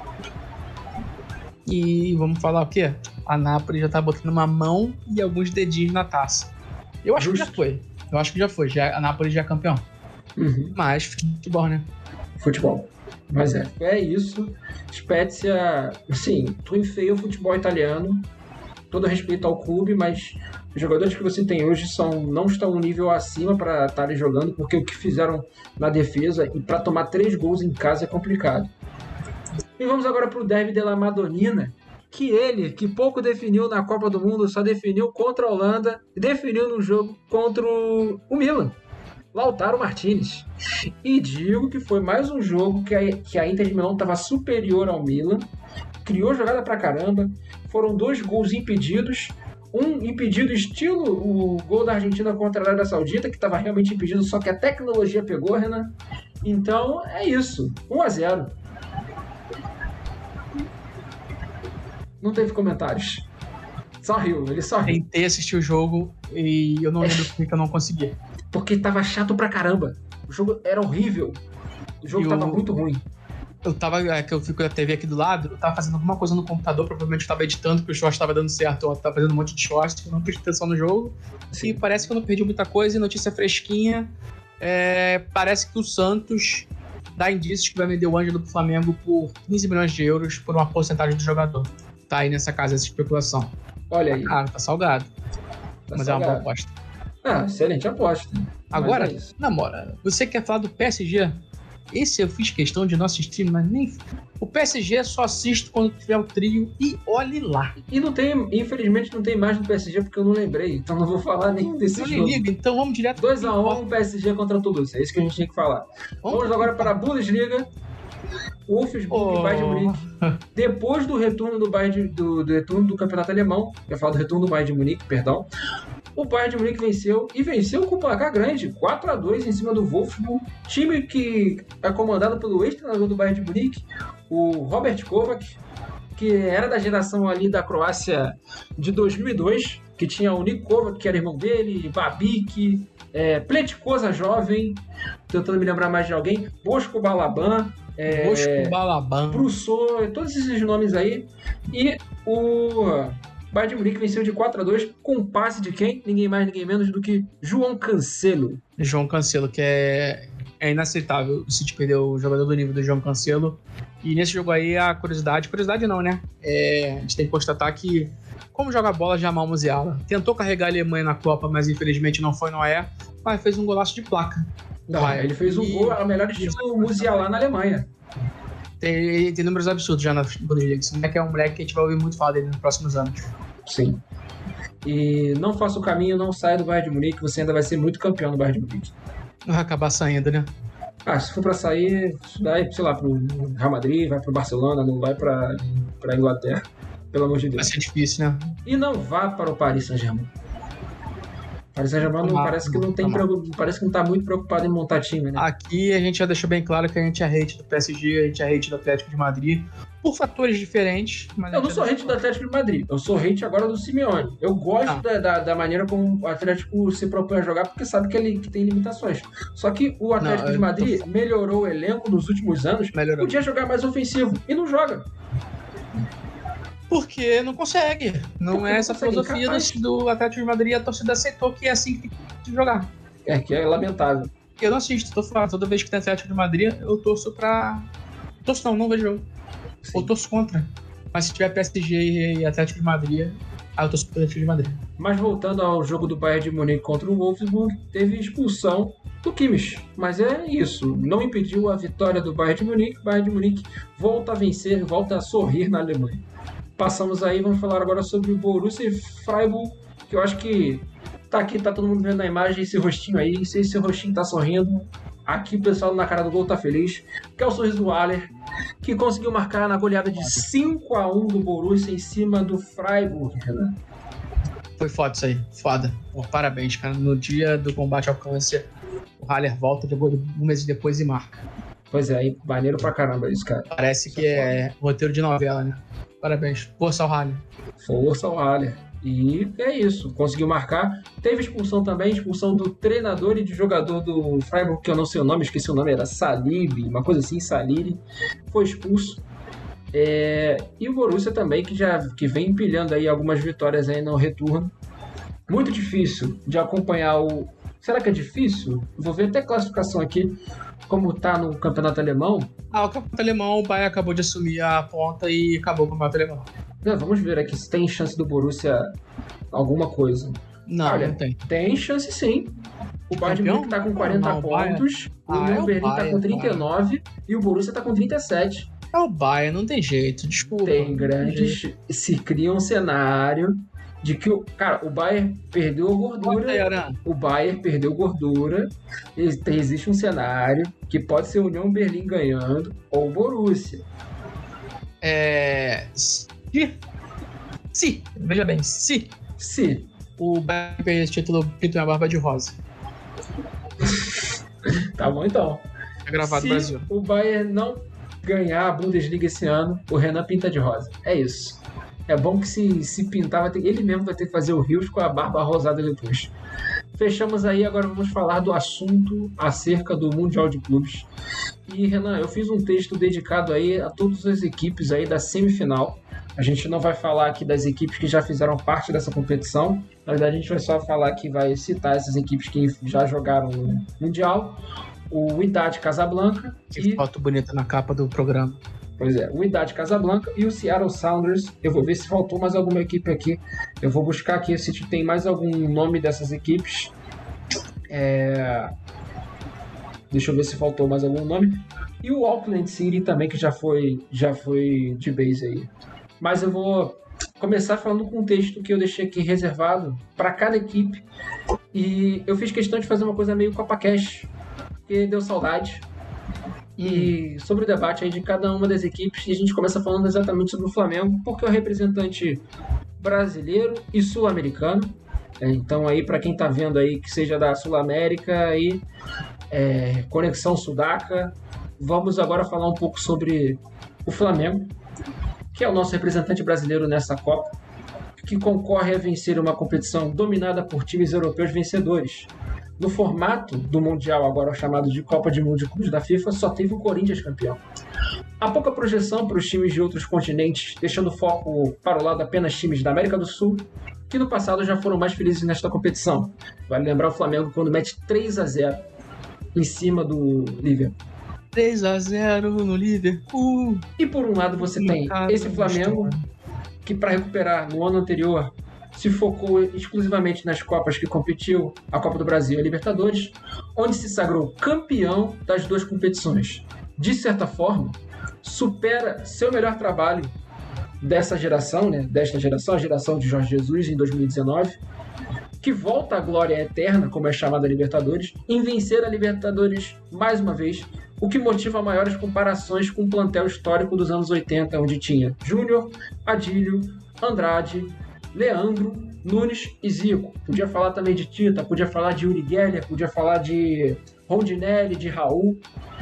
E vamos falar o quê? A Napoli já tá botando uma mão e alguns dedinhos na taça. Eu acho que já foi. A Napoli já é campeão. Uhum. Mas futebol, né? Futebol. Mas é isso. Spezia, assim, tu enfeia o futebol italiano. Todo respeito ao clube, mas os jogadores que você tem hoje não estão um nível acima para estarem jogando, porque o que fizeram na defesa e para tomar 3 gols em casa é complicado. E vamos agora para o derby della Madonnina, que pouco definiu na Copa do Mundo, só definiu contra a Holanda e definiu no jogo contra o Milan. Lautaro Martinez. E digo que foi mais um jogo que a Inter de Milão estava superior ao Milan, criou jogada pra caramba, foram 2 gols impedidos, um impedido estilo o gol da Argentina contra a Arábia Saudita, que estava realmente impedido, só que a tecnologia pegou, Renan. Então é isso, 1-0. Não teve comentários. Ele só riu. Tentei assistir o jogo e eu não lembro porque eu não consegui. Porque tava chato pra caramba. O jogo era horrível. O jogo tava muito ruim. Que eu fico com a TV aqui do lado, eu tava fazendo alguma coisa no computador, provavelmente eu tava editando, porque o short tava dando certo, eu tava fazendo um monte de shorts, eu não prestei atenção no jogo. Sim. E parece que eu não perdi muita coisa, e notícia fresquinha, parece que o Santos dá indícios que vai vender o Ângelo pro Flamengo por 15 milhões de euros por uma porcentagem do jogador. Tá aí nessa casa, essa especulação. Olha aí. Tá salgado. Mas é uma boa aposta. Excelente aposta. Agora, namora, você quer falar do PSG? Esse eu fiz questão de não assistir, mas nem... O PSG só assisto quando tiver o trio e olhe lá. E não tem, infelizmente não tem mais no PSG porque eu não lembrei, então não vou falar nenhum desses jogos. Não liga, então vamos direto. 2-1 PSG contra o Toulouse, é isso que a gente tinha que falar. Vamos agora para a Bundesliga. Wolfsburg e Bayern de Munique. Depois do retorno do retorno do campeonato alemão, eu falo do retorno do Bayern de Munique, perdão. O Bayern de Munique venceu com placar grande, 4-2 em cima do Wolfsburg, time que é comandado pelo ex-treinador do Bayern de Munique, o Robert Kovac, que era da geração ali da Croácia de 2002, que tinha o Niko Kovac, que era irmão dele, Babic, Pletikosa jovem, tentando me lembrar mais de alguém, Boško Balaban, Brussô, todos esses nomes aí. E o Bayern de Munique venceu de 4-2 com um passe de quem? Ninguém mais, ninguém menos do que João Cancelo. João Cancelo, que é inaceitável o City perder o jogador do nível do João Cancelo. E nesse jogo aí, a curiosidade não, né? A gente tem que constatar que, como joga bola, Jamal Musiala tentou carregar a Alemanha na Copa, mas infelizmente não foi Noé, mas fez um golaço de placa. Ele fez um gol, a melhor estilo Musiala na Alemanha. Tem números absurdos já na Bundesliga. Esse moleque é um moleque que a gente vai ouvir muito falar dele nos próximos anos. Sim. E não faça o caminho, não saia do Bayern de Munique, você ainda vai ser muito campeão no Bayern de Munique. Vai acabar saindo, né? Se for pra sair, vai, sei lá, pro Real Madrid, vai pro Barcelona, não vai pra Inglaterra. Pelo amor de Deus. Vai ser difícil, né? E não vá para o Paris Saint-Germain. Paris Saint-Germain parece que não tá muito preocupado em montar time, né? Aqui a gente já deixou bem claro que a gente é hate do PSG, a gente é hate do Atlético de Madrid, por fatores diferentes. Mas eu não sou hate do Atlético de Madrid, eu sou hate agora do Simeone. Eu gosto da maneira como o Atlético se propõe a jogar, porque sabe que tem limitações. Só que o Atlético de Madrid melhorou o elenco nos últimos anos, podia jogar mais ofensivo, e não joga. Porque não consegue. Não é essa filosofia do Atlético de Madrid. A torcida aceitou que é assim que tem que jogar. Que é lamentável. Eu não assisto, tô falando. Toda vez que tem Atlético de Madrid, eu torço pra... não vejo jogo. Ou torço contra. Mas se tiver PSG e Atlético de Madrid, aí eu torço pro Atlético de Madrid. Mas voltando ao jogo do Bayern de Munique contra o Wolfsburg, teve expulsão do Kimmich. Mas é isso. Não impediu a vitória do Bayern de Munique. O Bayern de Munique volta a vencer, volta a sorrir na Alemanha. Passamos aí, vamos falar agora sobre o Borussia Freiburg, que eu acho que tá todo mundo vendo na imagem esse rostinho aí, não sei se esse rostinho tá sorrindo, aqui o pessoal na cara do gol tá feliz, que é o sorriso do Haller, que conseguiu marcar na goleada de 5-1 do Borussia em cima do Freiburg, né? Foi foda isso aí, foda. Parabéns, cara, no dia do combate ao câncer, o Haller volta um mês depois e marca. Pois é, aí maneiro pra caramba isso, cara. Parece que é roteiro de novela, né? Parabéns. Força ao Haller. Força ao Haller. E é isso. Conseguiu marcar. Teve expulsão também. Expulsão do treinador e de jogador do Freiburg, que eu não sei o nome. Esqueci o nome. Era Salib. Uma coisa assim. Salib. Foi expulso. E o Borussia também, que vem empilhando aí algumas vitórias aí no retorno. Muito difícil de acompanhar o... Será que é difícil? Vou ver até a classificação aqui. Como tá no campeonato alemão. O campeonato alemão, o Bayern acabou de assumir a ponta e acabou o campeonato alemão. Vamos ver aqui se tem chance do Borussia alguma coisa. Não, não tem. Tem chance sim. O Bayern de Munique tá com 40 pontos, o União Berlim tá com 39 e o Borussia tá com 37. É o Bayern, não tem jeito, desculpa. Tem grandes... Se cria um cenário de que o Bayern perdeu gordura. O Bayern perdeu gordura. Existe um cenário que pode ser o União Berlim ganhando ou o Borussia. Veja bem, se o Bayern perder esse título, pinto minha barba de rosa. Tá bom então. É gravado no Brasil. Se o Bayern não ganhar a Bundesliga esse ano, o Renan pinta de rosa. É isso. É bom que se pintar, ele mesmo vai ter que fazer o Rios com a barba rosada depois. Fechamos aí, agora vamos falar do assunto acerca do Mundial de Clubes. E, Renan, eu fiz um texto dedicado aí a todas as equipes aí da semifinal. A gente não vai falar aqui das equipes que já fizeram parte dessa competição. Na verdade, a gente vai só falar que vai citar essas equipes que já jogaram no Mundial. O Wydad Casablanca. Que foto bonita na capa do programa. Pois é, o Wydad Casablanca e o Seattle Sounders. Eu vou ver se faltou mais alguma equipe aqui. Eu vou buscar aqui se tem mais algum nome dessas equipes. Deixa eu ver se faltou mais algum nome. E o Auckland City também, que já foi de base aí. Mas eu vou começar falando com um texto que eu deixei aqui reservado para cada equipe. E eu fiz questão de fazer uma coisa meio Copa Cash, porque deu saudade. E sobre o debate aí de cada uma das equipes, e a gente começa falando exatamente sobre o Flamengo, porque é o representante brasileiro e sul-americano. Então aí, para quem tá vendo aí que seja da Sul-América, aí, Conexão Sudaca, vamos agora falar um pouco sobre o Flamengo, que é o nosso representante brasileiro nessa Copa, que concorre a vencer uma competição dominada por times europeus vencedores. No formato do Mundial, agora chamado de Copa de Mundo de Clubes da FIFA, só teve o Corinthians campeão. Há pouca projeção para os times de outros continentes, deixando o foco para o lado apenas times da América do Sul, que no passado já foram mais felizes nesta competição. Vale lembrar o Flamengo quando mete 3-0 em cima do Liverpool. 3-0 no Liverpool. E por um lado você tem esse Flamengo, que para recuperar no ano anterior se focou exclusivamente nas Copas que competiu, a Copa do Brasil e a Libertadores, onde se sagrou campeão das duas competições. De certa forma, supera seu melhor trabalho dessa geração, né? Desta geração, a geração de Jorge Jesus em 2019, que volta à glória eterna, como é chamada a Libertadores, em vencer a Libertadores mais uma vez, o que motiva maiores comparações com o plantel histórico dos anos 80, onde tinha Júnior, Adílio, Andrade, Leandro, Nunes e Zico. Podia falar também de Tita, podia falar de Uri Geller, podia falar de Rondinelli, de Raul.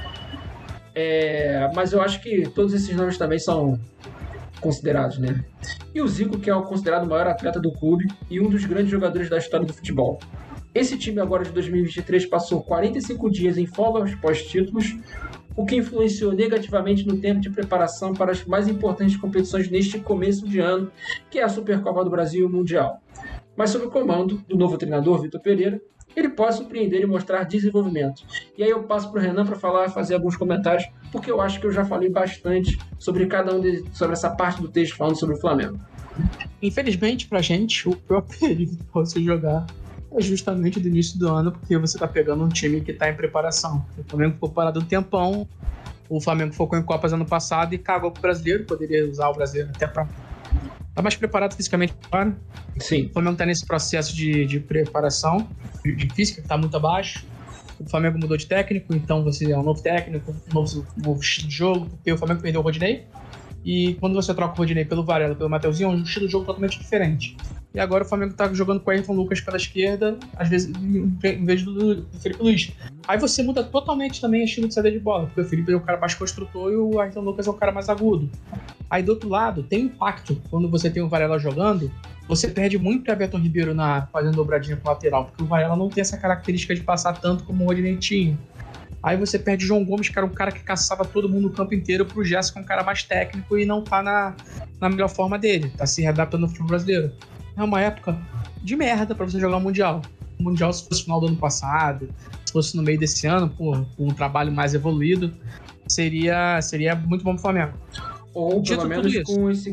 Mas eu acho que todos esses nomes também são considerados, né? E o Zico, que é considerado o maior atleta do clube e um dos grandes jogadores da história do futebol. Esse time agora de 2023 passou 45 dias em folga pós-títulos, o que influenciou negativamente no tempo de preparação para as mais importantes competições neste começo de ano, que é a Supercopa do Brasil e o Mundial. Mas sob o comando do novo treinador, Vitor Pereira, ele pode surpreender e mostrar desenvolvimento. E aí eu passo para o Renan para fazer alguns comentários, porque eu acho que eu já falei bastante sobre sobre essa parte do texto falando sobre o Flamengo. Infelizmente, pra gente, o pior período para você jogar é justamente do início do ano, porque você tá pegando um time que tá em preparação. O Flamengo ficou parado um tempão, o Flamengo focou em Copas ano passado e cagou pro brasileiro, poderia usar o brasileiro até pra... Tá mais preparado fisicamente agora. Sim. O Flamengo tá nesse processo de preparação, de física, que tá muito abaixo. O Flamengo mudou de técnico, então você é um novo técnico, um novo estilo de jogo, porque o Flamengo perdeu o Rodinei. E quando você troca o Rodinei pelo Varela, pelo Mateuzinho, é um estilo de jogo totalmente diferente. E agora o Flamengo tá jogando com o Ayrton Lucas pela esquerda, às vezes em vez do Felipe Luiz. Aí você muda totalmente também o estilo de saída de bola, porque o Felipe é o cara mais construtor e o Ayrton Lucas é o cara mais agudo. Aí do outro lado, tem impacto. Quando você tem o Varela jogando, você perde muito o Everton Ribeiro fazendo dobradinha pro lateral, porque o Varela não tem essa característica de passar tanto como o Rodinei tinha. Aí você perde o João Gomes, que era um cara que caçava todo mundo no campo inteiro, pro Gerson, que é um cara mais técnico e não tá na melhor forma dele, tá se readaptando no futebol brasileiro. É uma época de merda pra você jogar o Mundial. O Mundial, se fosse no final do ano passado, se fosse no meio desse ano, com um trabalho mais evoluído, seria muito bom pro Flamengo. Ou pelo menos com esse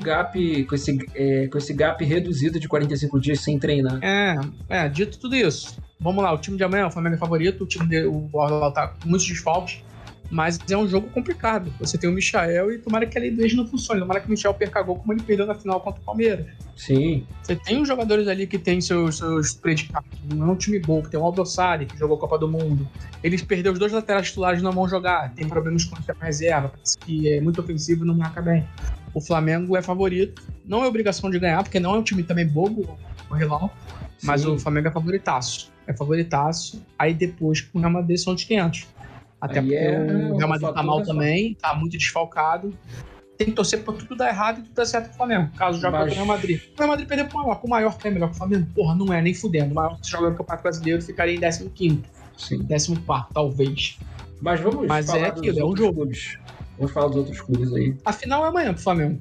gap reduzido de 45 dias sem treinar. Dito tudo isso. Vamos lá, o time de amanhã, o Flamengo é favorito, o Borla tá com muitos desfalques, mas é um jogo complicado. Você tem o Michael e tomara que a lei do ex não funcione, tomara que o Michael perca gol como ele perdeu na final contra o Palmeiras. Sim. Você tem os jogadores ali que tem seus predicados, não é um time bom, tem o Aldosari, que jogou a Copa do Mundo. Eles perderam os dois laterais titulares, não vão jogar, tem problemas com a reserva, que é muito ofensivo e não marca bem. O Flamengo é favorito, não é obrigação de ganhar, porque não é um time também bobo, o Hilal, mas o Flamengo é favoritaço. Aí depois com o Real Madrid são os 500. Até aí porque o Real Madrid tá mal também, tá muito desfalcado. Tem que torcer pra tudo dar errado e tudo dar certo pro Flamengo, caso jogue contra o Real Madrid. O Real Madrid perder pro Maior, o Maior que é melhor que o Flamengo? Porra, não é, nem fudendo. O Maior que joga no Campeonato Brasileiro ficaria em 15º. Sim. 14º, talvez. Mas vamos falar aquilo, é um jogo. Clubes. Vamos falar dos outros clubes aí. A final é amanhã pro Flamengo.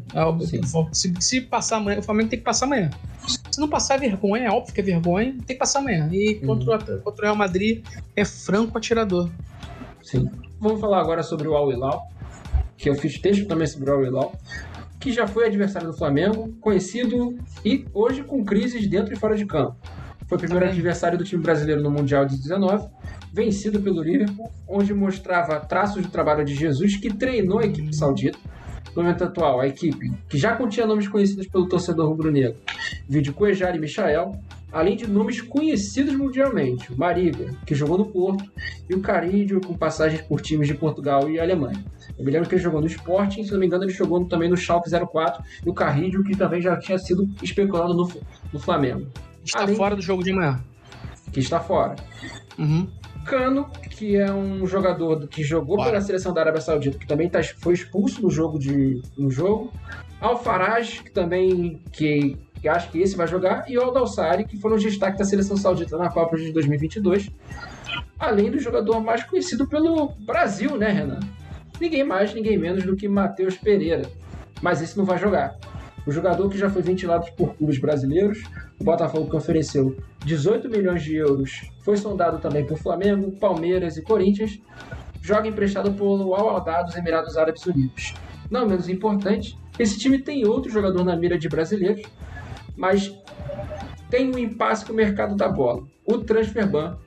Se passar amanhã, o Flamengo tem que passar amanhã. Se não passar, é vergonha, é óbvio que é vergonha, tem que passar amanhã. E contra o Real Madrid é franco atirador. Sim. Vamos falar agora sobre o Al Hilal, que eu fiz texto também sobre o Al Hilal, que já foi adversário do Flamengo, conhecido e hoje com crises dentro e fora de campo. Foi o primeiro adversário do time brasileiro no Mundial de 19, vencido pelo Liverpool, onde mostrava traços do trabalho de Jesus, que treinou a equipe saudita. No momento atual, a equipe, que já continha nomes conhecidos pelo torcedor rubro-negro, vídeo Cuejar e Michael, além de nomes conhecidos mundialmente, o Mariga, que jogou no Porto, e o Carrillo, com passagens por times de Portugal e Alemanha. Eu me lembro que ele jogou no Sporting, se não me engano ele jogou também no Schalke 04, e o Carrillo, que também já tinha sido especulado no Flamengo. Está fora do jogo de amanhã. Que está fora. Cano, que é um jogador que jogou pela seleção da Arábia Saudita, que também foi expulso no jogo. Al-Faraj, que também que acho que esse vai jogar, e o Aldalsari, que foram os destaques da seleção saudita na Copa de 2022. Além do jogador mais conhecido pelo Brasil, né, Renan? Ninguém mais, ninguém menos do que Matheus Pereira. Mas esse não vai jogar. O jogador que já foi ventilado por clubes brasileiros, o Botafogo, que ofereceu 18 milhões de euros, foi sondado também por Flamengo, Palmeiras e Corinthians, joga emprestado pelo Al-Ahly dos Emirados Árabes Unidos. Não menos importante, esse time tem outro jogador na mira de brasileiros, mas tem um impasse com o mercado da bola. O Transferban,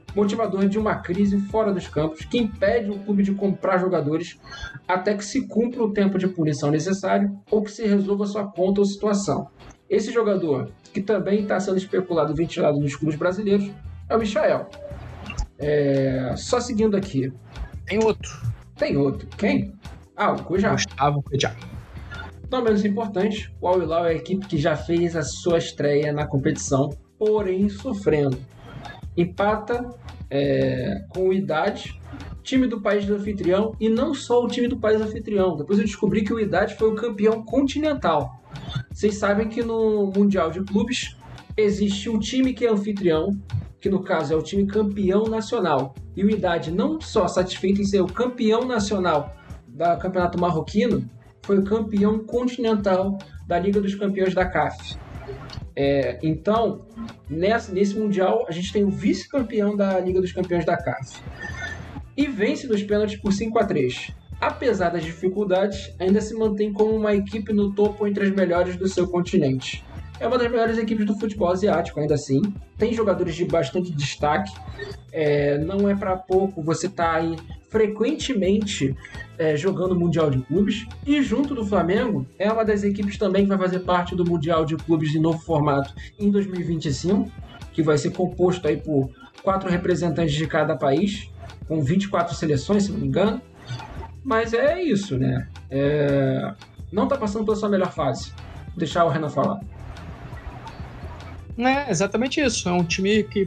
motivador de uma crise fora dos campos que impede o clube de comprar jogadores até que se cumpra o tempo de punição necessário ou que se resolva sua conta ou situação. Esse jogador, que também está sendo especulado e ventilado nos clubes brasileiros, é o Michael. Só seguindo aqui. Tem outro. Quem? O Cuejá. Gustavo Cuejá. Não menos importante, o Al Hilal é a equipe que já fez a sua estreia na competição, porém sofrendo. Empata com o Wydad, time do país do anfitrião, e não só o time do país anfitrião. Depois eu descobri que o Wydad foi o campeão continental. Vocês sabem que no Mundial de Clubes existe um time que é anfitrião, que no caso é o time campeão nacional. E o Wydad, não só satisfeito em ser o campeão nacional do campeonato marroquino, foi o campeão continental da Liga dos Campeões da CAF. Então, nesse Mundial, a gente tem o vice-campeão da Liga dos Campeões da CAF. E vence nos pênaltis por 5-3. Apesar das dificuldades, ainda se mantém como uma equipe no topo entre as melhores do seu continente. É uma das melhores equipes do futebol asiático, ainda assim. Tem jogadores de bastante destaque. Não é para pouco você tá aí frequentemente jogando o Mundial de Clubes. E junto do Flamengo, é uma das equipes também que vai fazer parte do Mundial de Clubes de novo formato em 2025, que vai ser composto aí por 4 representantes de cada país, com 24 seleções, se não me engano. Mas é isso, né? Não tá passando pela sua melhor fase. Vou deixar o Renan falar. É exatamente isso. É um time que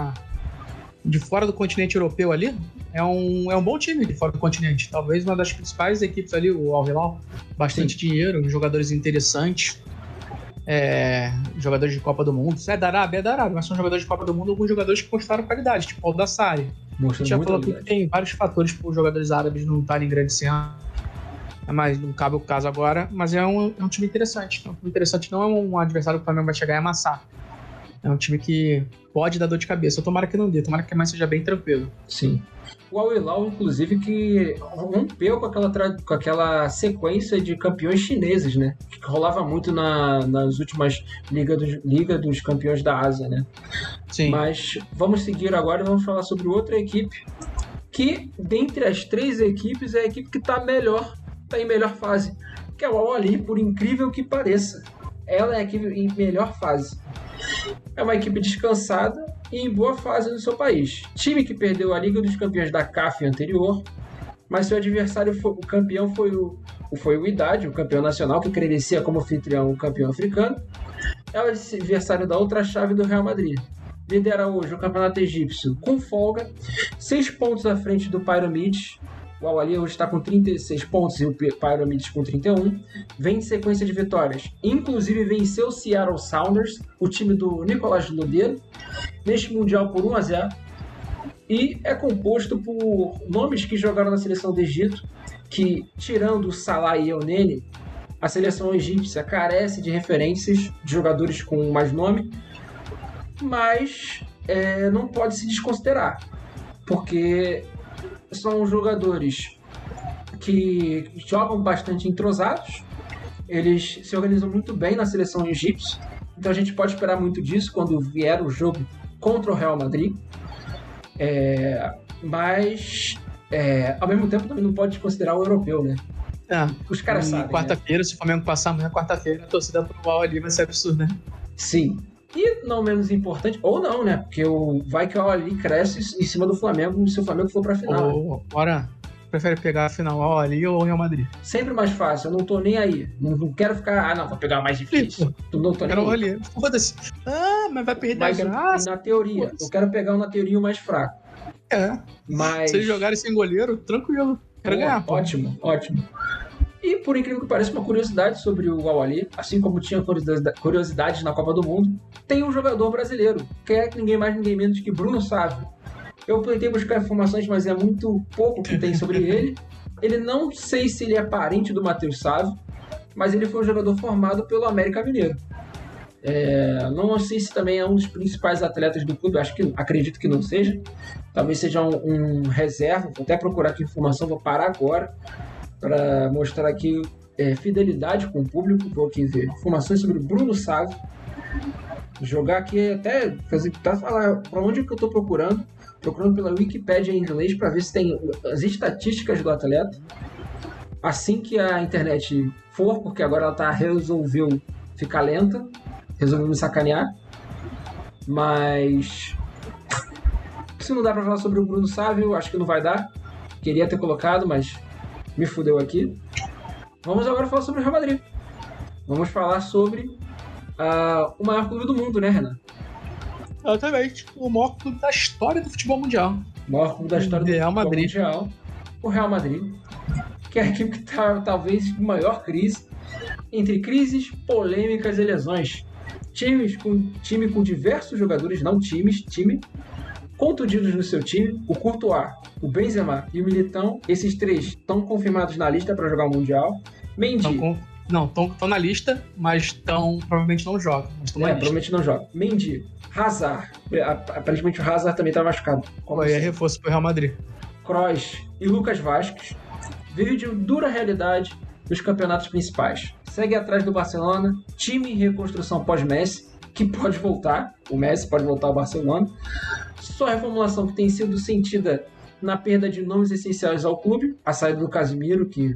de fora do continente europeu ali é um bom time de fora do continente. Talvez uma das principais equipes ali, o Al Hilal. Bastante dinheiro, jogadores interessantes, jogadores de Copa do Mundo. É da Arábia, mas são jogadores de Copa do Mundo, alguns jogadores que mostraram qualidade, tipo o Aldassari. A gente já falou que tem vários fatores para os jogadores árabes não estarem grandes esse ano. Mas não cabe o caso agora. Mas é um time interessante. Um time interessante, não é um adversário que o Flamengo vai chegar e amassar. É um time que pode dar dor de cabeça. Eu tomara que não dê, tomara que mais seja bem tranquilo. Sim. O Al Hilal, inclusive, que rompeu com aquela sequência de campeões chineses, né? Que rolava muito nas últimas Liga dos Campeões da Ásia, né? Sim. Mas vamos seguir agora e vamos falar sobre outra equipe que, dentre as 3 equipes, é a equipe que está em melhor fase, que é o Al Ahly, por incrível que pareça. Ela é a equipe em melhor fase. É uma equipe descansada e em boa fase no seu país. Time que perdeu a Liga dos Campeões da CAF anterior, mas seu adversário, o campeão, foi o Wydad, o campeão nacional, que credencia como anfitrião o campeão africano. É o adversário da outra chave do Real Madrid. Lidera hoje o campeonato egípcio com folga, 6 pontos à frente do Pyramids. O Al Ahly hoje está com 36 pontos e o Pyramids com 31. Vem em sequência de vitórias. Inclusive venceu o Seattle Sounders, o time do Nicolás Lodeiro, neste Mundial por 1-0. E é composto por nomes que jogaram na seleção do Egito, que, tirando o Salah e El Neni, a seleção egípcia carece de referências de jogadores com mais nome, mas não pode se desconsiderar, porque são jogadores que jogam bastante entrosados, eles se organizam muito bem na seleção egípcia, então a gente pode esperar muito disso quando vier o jogo contra o Real Madrid, mas ao mesmo tempo também não pode desconsiderar o europeu, né? Os caras sabem. Quarta-feira, se o Flamengo passar amanhã, quarta-feira, a torcida pro Al Ahly vai ser absurdo, né? Sim. E não menos importante, ou não, né? Porque vai que o Al Ahly cresce em cima do Flamengo se o Flamengo for pra final. Bora. Prefere pegar a final Al Ahly ou o Real Madrid? Sempre mais fácil, eu não tô nem aí. Não quero ficar, vou pegar a mais difícil. Não tô nem aí. Al Ahly. Foda-se. Mas vai perder a graça. Na teoria, eu quero pegar na teoria o mais fraco. Mas... se eles jogarem sem goleiro, tranquilo. Quero ganhar. Ótimo. E, por incrível que pareça, uma curiosidade sobre o Al Ahly, assim como tinha curiosidades na Copa do Mundo, tem um jogador brasileiro, que é ninguém mais, ninguém menos que Bruno Sávio. Eu tentei buscar informações, mas é muito pouco que tem sobre ele. Ele não sei se ele é parente do Matheus Sávio, mas ele foi um jogador formado pelo América Mineiro. Não sei se também é um dos principais atletas do clube, acredito que não seja. Talvez seja um reserva, vou até procurar aqui informação, vou parar agora para mostrar aqui fidelidade com o público. Vou aqui ver informações sobre Bruno Sávio. jogar aqui até falar para onde que eu tô procurando pela Wikipédia em inglês para ver se tem as estatísticas do atleta. Assim que a internet for, porque agora ela resolveu ficar lenta, resolveu me sacanear, mas se não dá para falar sobre o Bruno Sávio, acho que não vai dar. Queria ter colocado, mas me fudeu aqui. Vamos agora falar sobre o Real Madrid. Vamos falar sobre o maior clube do mundo, né, Renan? Exatamente. O maior clube da história do futebol mundial. O maior clube da história do Real futebol Madrid. mundial. O Real Madrid, que é a equipe que está talvez em maior crise, entre crises, polêmicas e lesões. Time com diversos jogadores, não times, time, contundidos no seu time. O Courtois, o Benzema e o Militão, esses três estão confirmados na lista para jogar o Mundial. Mendy... Estão na lista, mas provavelmente não jogam. Provavelmente não jogam. Mendy, Hazard, aparentemente o Hazard também está machucado. É reforço para o Real Madrid. Kroos e Lucas Vázquez veio de dura realidade nos campeonatos principais. Segue atrás do Barcelona, time em reconstrução pós-Messi, que pode voltar. O Messi pode voltar ao Barcelona. Só a reformulação que tem sido sentida na perda de nomes essenciais ao clube. A saída do Casemiro, que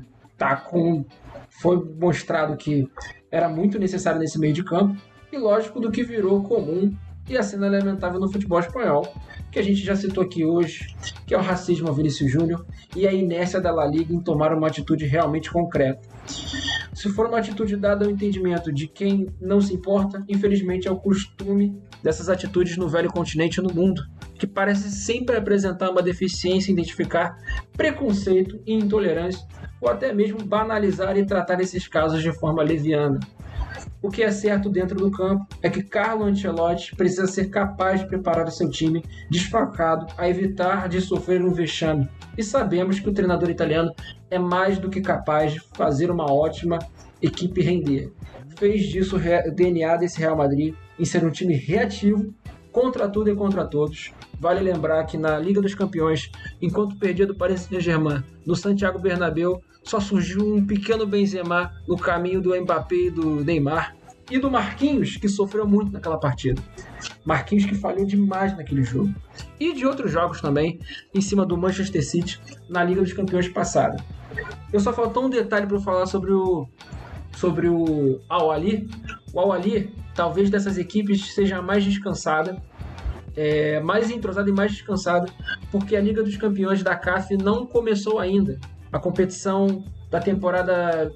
foi mostrado que era muito necessário nesse meio de campo. E lógico, do que virou comum e a cena lamentável no futebol espanhol, que a gente já citou aqui hoje, que é o racismo ao Vinícius Júnior e a inércia da La Liga em tomar uma atitude realmente concreta. Se for uma atitude dada ao entendimento de quem não se importa, infelizmente é o costume dessas atitudes no velho continente e no mundo, que parece sempre apresentar uma deficiência em identificar preconceito e intolerância, ou até mesmo banalizar e tratar esses casos de forma leviana. O que é certo dentro do campo é que Carlo Ancelotti precisa ser capaz de preparar o seu time desfalcado a evitar de sofrer um vexame. E sabemos que o treinador italiano é mais do que capaz de fazer uma ótima equipe render. Fez disso o DNA desse Real Madrid em ser um time reativo, contra tudo e contra todos. Vale lembrar que na Liga dos Campeões, enquanto perdia do Paris Saint-Germain no Santiago Bernabéu, só surgiu um pequeno Benzema no caminho do Mbappé e do Neymar. E do Marquinhos, que sofreu muito naquela partida. Marquinhos que falhou demais naquele jogo. E de outros jogos também, em cima do Manchester City, na Liga dos Campeões passada. Eu só faltou um detalhe para eu falar sobre o Al-Ahly. O Al-Ahly, talvez dessas equipes, seja a mais descansada, mais entrosada e mais descansada, porque a Liga dos Campeões da CAF não começou ainda. A competição da temporada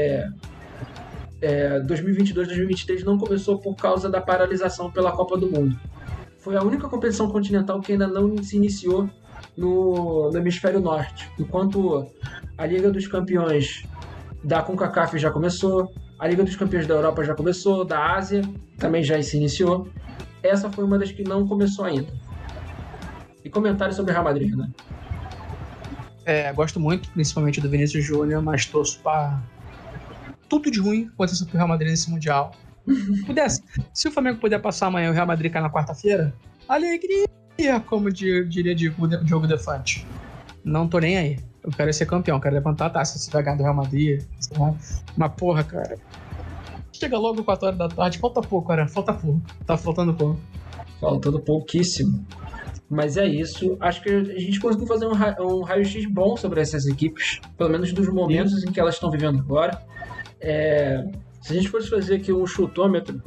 2022-2023 não começou por causa da paralisação pela Copa do Mundo. Foi a única competição continental que ainda não se iniciou no hemisfério norte, enquanto a Liga dos Campeões da CONCACAF já começou, a Liga dos Campeões da Europa já começou, da Ásia também já se iniciou. Essa foi uma das que não começou ainda. E comentários sobre o Real Madrid, né? Gosto muito, principalmente do Vinícius Júnior, mas torço para tudo de ruim aconteça pro Real Madrid nesse Mundial. Se o Flamengo puder passar amanhã e o Real Madrid cai na quarta-feira, alegria, como diria Diogo Defante. Não tô nem aí. Eu quero ser campeão, quero levantar a taça. Se vai ganhar do Real Madrid, mas porra, cara. Chega logo 4 horas da tarde, falta pouco, cara. Falta pouco. Tá faltando pouco. Faltando pouquíssimo. Mas é isso. Acho que a gente conseguiu fazer um raio-x bom sobre essas equipes, pelo menos dos momentos em que elas estão vivendo agora. Se a gente fosse fazer aqui um chutômetro,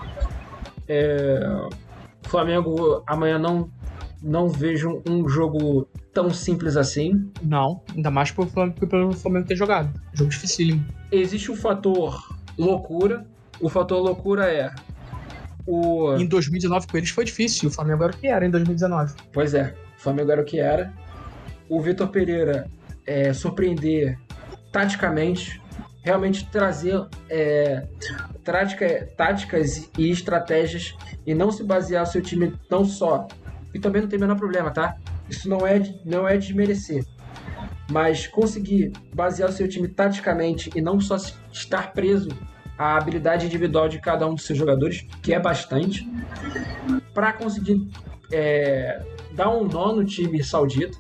o Flamengo amanhã não vejo um jogo tão simples assim. Não, ainda mais pelo Flamengo ter jogado. Jogo dificílimo. Existe o fator loucura. O fator loucura Em 2019 com eles foi difícil. O Flamengo era o que era em 2019. Pois é, o Flamengo era o que era. O Vitor Pereira surpreender taticamente, realmente trazer táticas e estratégias e não se basear o seu time tão só. E também não tem o menor problema, tá? Isso não é desmerecer. Mas conseguir basear o seu time taticamente e não só estar preso à habilidade individual de cada um dos seus jogadores, que é bastante, para conseguir dar um nó no time saudita.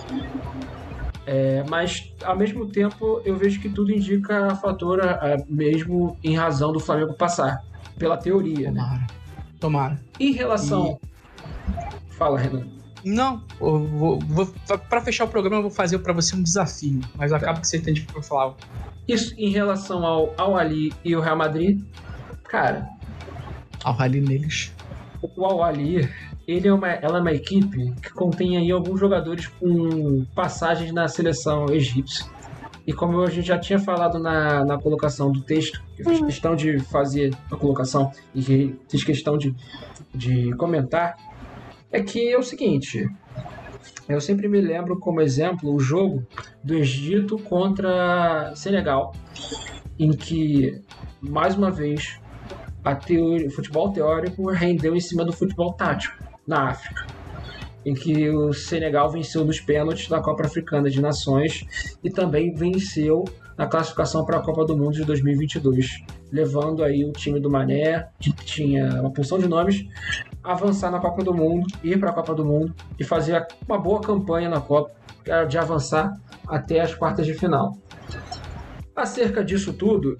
Mas, ao mesmo tempo, eu vejo que tudo indica a fator mesmo em razão do Flamengo passar, pela teoria, né? Tomara. Em relação... Fala, Renan. Não, pra fechar o programa eu vou fazer pra você um desafio, mas acaba que você entende o que eu falava. Isso em relação ao Al-Ahly e o Real Madrid, cara... Al-Ahly neles. O Al-Ahly, ela é uma equipe que contém aí alguns jogadores com passagens na seleção egípcia. E como a gente já tinha falado na colocação do texto, que eu fiz questão de fazer a colocação e que fiz questão de comentar, é que é o seguinte, eu sempre me lembro como exemplo o jogo do Egito contra Senegal, em que, mais uma vez, o futebol teórico rendeu em cima do futebol tático na África, em que o Senegal venceu nos pênaltis da Copa Africana de Nações e também venceu na classificação para a Copa do Mundo de 2022, levando aí o time do Mané, que tinha uma porção de nomes, a avançar na Copa do Mundo, ir para a Copa do Mundo e fazer uma boa campanha na Copa, de avançar até as quartas de final. Acerca disso tudo,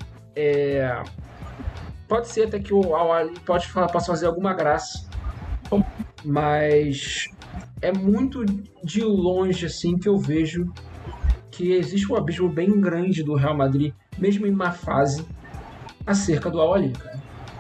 pode ser até que o Al-Ahly possa fazer alguma graça, mas é muito de longe assim que eu vejo que existe um abismo bem grande do Real Madrid, mesmo em má fase, acerca do Al-Ahly, cara.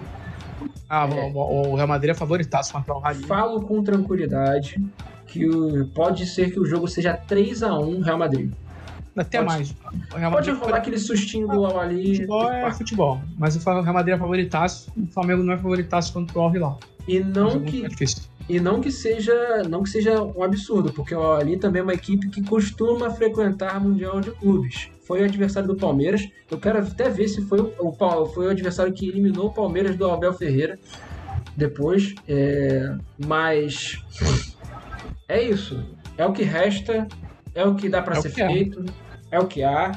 O Real Madrid é favoritaço contra o Al-Ahly. Falo com tranquilidade que pode ser que o jogo seja 3-1 Real Madrid. Até mais. Pode rolar aquele sustinho do Al-Ahly. Futebol é futebol, mas o Real Madrid é favoritaço, o Flamengo não é favoritaço contra o Al-Hilal. E não que seja um absurdo, porque o Al-Ahly também é uma equipe que costuma frequentar Mundial de Clubes. Foi o adversário do Palmeiras. Eu quero até ver se foi o adversário que eliminou o Palmeiras do Abel Ferreira depois. Mas é isso. É o que resta, é o que dá para ser feito, é o que há.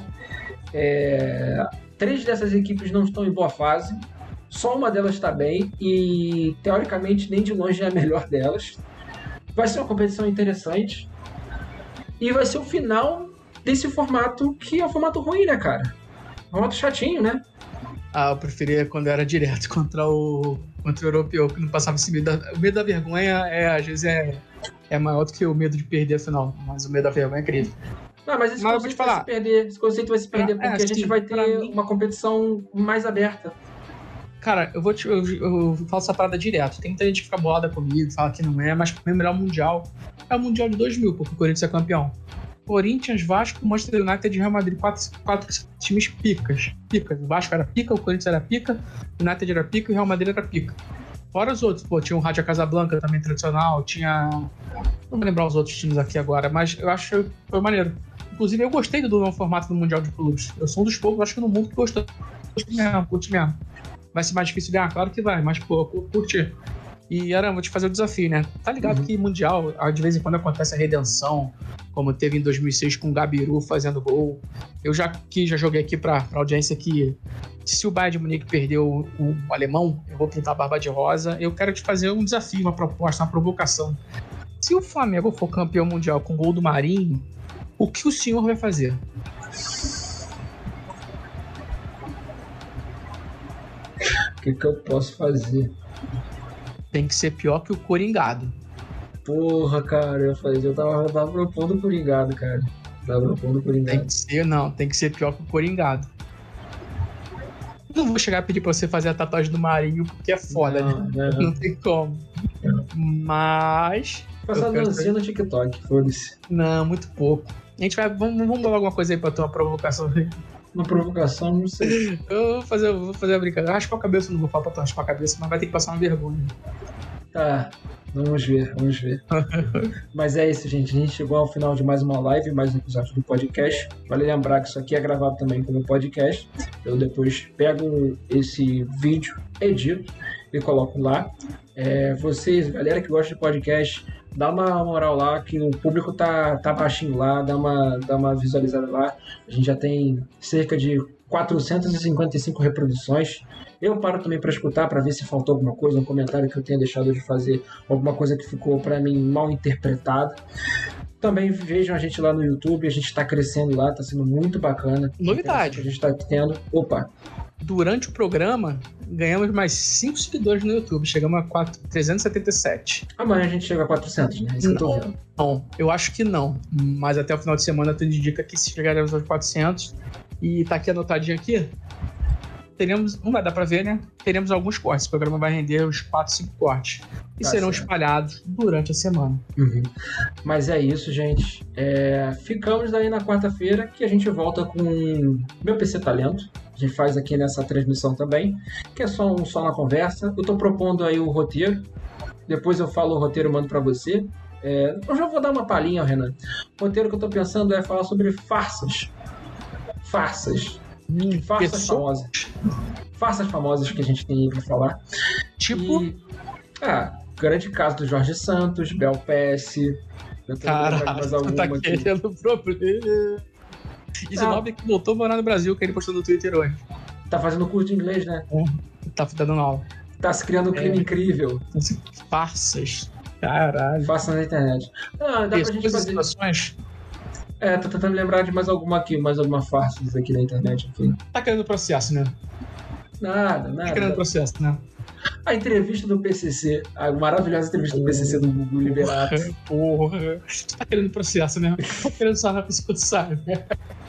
3 dessas equipes não estão em boa fase. Só uma delas está bem e, teoricamente, nem de longe é a melhor delas. Vai ser uma competição interessante e vai ser o final desse formato, que é um formato ruim, né, cara? Formato chatinho, né? Eu preferia quando era direto contra o europeu, que não passava esse medo. O medo da vergonha, às vezes, é maior do que o medo de perder a final, mas o medo da vergonha é incrível. Não, mas esse conceito vai se perder porque a gente vai ter uma competição mais aberta. Cara, eu falo essa parada direto. Tem muita gente que fica bolada comigo, fala que não é, mas o melhor mundial é o Mundial de 2000, porque o Corinthians é campeão. Corinthians, Vasco, Manchester United e Real Madrid, 4 times picas. O Vasco era pica, o Corinthians era pica, o United era pica e o Real Madrid era pica. Fora os outros, tinha o Raja Casablanca também tradicional, tinha... Não vou lembrar os outros times aqui agora, mas eu acho que foi maneiro. Inclusive, eu gostei do novo formato do Mundial de Clubes. Eu sou um dos poucos, acho que no mundo que gostou. Curti mesmo. Vai ser mais difícil ganhar? Claro que vai, mas, eu curti. E, Aram, vou te fazer o desafio, né? Tá ligado que Mundial, de vez em quando acontece a redenção, como teve em 2006 com o Gabiru fazendo gol. Eu já joguei aqui pra audiência que se o Bayern de Munique perdeu o alemão, eu vou pintar a barba de rosa. Eu quero te fazer um desafio, uma proposta, uma provocação. Se o Flamengo for campeão mundial com gol do Marinho, o que o senhor vai fazer? O que eu posso fazer? Tem que ser pior que o Coringado. Porra, cara, eu tava propondo o Coringado, cara. Tem que ser pior que o Coringado. Não vou chegar a pedir pra você fazer a tatuagem do Marinho, porque é foda, né? Não tem como. Mas... Passar dancinha no TikTok, foda-se. Não, muito pouco. A gente vai... Vamos dar alguma coisa aí pra tua provocação aí. Uma provocação, não sei. Eu vou fazer a brincadeira. Raspar a cabeça, não vou falar pra tu raspar a cabeça, mas vai ter que passar uma vergonha. Tá, vamos ver. Mas é isso, gente. A gente chegou ao final de mais uma live, mais um episódio do podcast. Vale lembrar que isso aqui é gravado também como podcast. Eu depois pego esse vídeo, edito e coloco lá. Vocês, galera que gosta de podcast, dá uma moral lá, que o público tá baixinho lá, dá uma visualizada lá. A gente já tem cerca de 455 reproduções. Eu paro também para escutar, para ver se faltou alguma coisa, um comentário que eu tenha deixado de fazer, alguma coisa que ficou para mim mal interpretada. Também vejam a gente lá no YouTube, a gente está crescendo lá, está sendo muito bacana. Novidade. A gente está tendo. Opa! durante o programa, ganhamos mais 5 seguidores no YouTube. Chegamos a 377. Amanhã a gente chega a 400, né? Isso que eu tô vendo. Não, eu acho que não. Mas até o final de semana tudo indica que se chegaremos aos 400, e tá aqui anotadinho aqui, teremos, não vai dar pra ver, né? Teremos alguns cortes. O programa vai render uns 4, 5 cortes. E serão espalhados durante a semana. Uhum. Mas é isso, gente. Ficamos daí na quarta-feira, que a gente volta com Meu PC Talento. A gente faz aqui nessa transmissão também, que é só na conversa. Eu tô propondo aí o roteiro. Depois eu falo o roteiro e mando pra você. Eu já vou dar uma palhinha, Renan. O roteiro que eu tô pensando é falar sobre farsas. Farsas famosas. Farsas famosas que a gente tem aí pra falar. Tipo? Grande caso do Jorge Santos, Bel Pesce. Caralho, tu tá querendo problema. E Zinobi que voltou a morar no Brasil, que ele postou no Twitter hoje. Tá fazendo curso de inglês, né? Tá dando aula. Tá se criando um crime incrível. Farsas. Caralho. Farsas na internet. Dá pra gente fazer... situações. Tô tentando lembrar de mais alguma farsa aqui na internet. Enfim. Tá querendo processo, né? Nada. Tá querendo processo, né? A entrevista do PCC, a maravilhosa entrevista do PCC do Gugu Liberato. Porra. Tá querendo processo, né? Tá querendo só na psicossar, né?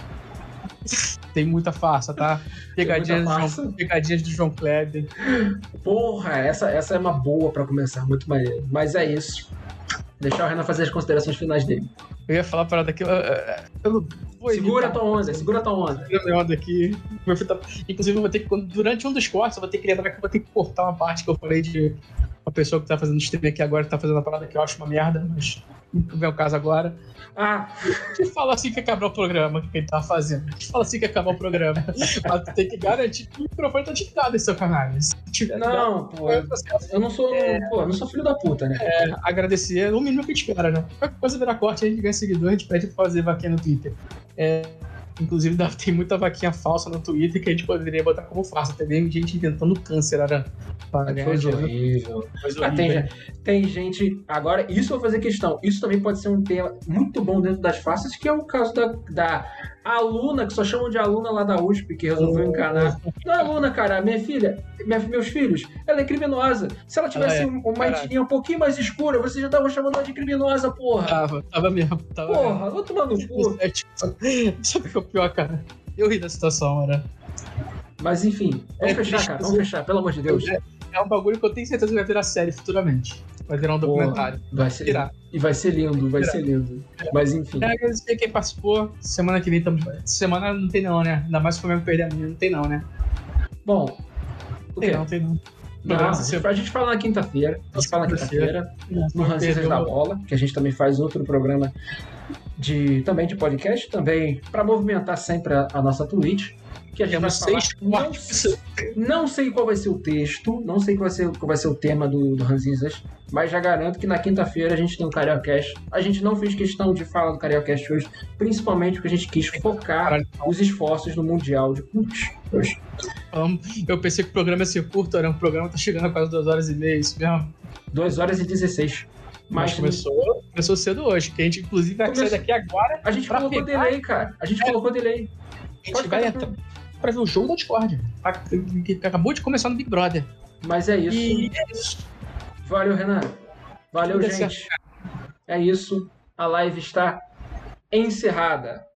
Tem muita farsa, tá? Pegadinhas do João Kleber. Porra, essa é uma boa pra começar, muito maneiro. Mas é isso. Deixar o Renan fazer as considerações finais dele. Eu ia falar a parada aqui. Segura a tua onda. Segura a minha onda aqui. Inclusive, eu vou ter que. Durante um dos cortes, eu vou ter que lembrar que eu vou ter que cortar uma parte que eu falei de uma pessoa que tá fazendo stream aqui agora, que tá fazendo uma parada que eu acho uma merda, mas não vem o caso agora. Que fala assim que acabar o programa que ele tava fazendo. Que fala assim que acabar o programa. Mas tu tem que garantir que o microfone tá desligado em seu canal. Eu não sou filho da puta, né? Agradecer, o mínimo que a gente espera, né? Qualquer coisa virar corte, a gente ganha seguidor, a gente pede pra fazer vaquinha no Twitter. Inclusive, tem muita vaquinha falsa no Twitter que a gente poderia botar como farsa. Tem gente inventando câncer, era coisa horrível. Tem gente... Agora, isso eu vou fazer questão. Isso também pode ser um tema muito bom dentro das farsas, que é o caso da aluna, que só chamam de aluna lá da USP, que resolveu encanar. Não é aluna, cara. Minha filha, meus filhos, ela é criminosa. Se ela tivesse uma etnia um pouquinho mais escura, você já tava chamando ela de criminosa, porra. Tava mesmo. Porra, vou tomar no cu. Sabe o que é o pior, cara? Eu ri da situação, né? Mas enfim, vamos fechar, cara. Vamos fechar, pelo amor de Deus. É um bagulho que eu tenho certeza que vai virar série futuramente. Vai virar um documentário. Vai ser lindo, vai ser lindo. Mas enfim. Agradecer quem participou. Semana que vem estamos. Semana não tem não, né? Ainda mais se o Flamengo perder amanhã, não tem não, né? Bom. Tem não. A gente fala na quinta-feira. No Ranzinhas da Bola, que a gente também faz outro programa também de podcast, também para movimentar sempre a nossa Twitch. Que a gente vai falar. Não sei qual vai ser o texto, não sei qual vai ser o tema do Ranzinhas, mas já garanto que na quinta-feira a gente tem o Cariocast. A gente não fez questão de falar do Cariocast hoje, principalmente porque a gente quis focar os esforços no Mundial de Clubes hoje. Eu pensei que o programa ia ser curto, né? O programa tá chegando a quase 2 horas e meia, isso mesmo? 2 horas e 16. Mas começou cedo hoje, que a gente inclusive vai sair daqui agora. A gente colocou delay, cara. A gente colocou delay. A gente vai entrar pra ver o jogo da Discord, que acabou de começar no Big Brother. Mas é isso. Valeu, Renan. Valeu, gente. É isso. A live está encerrada.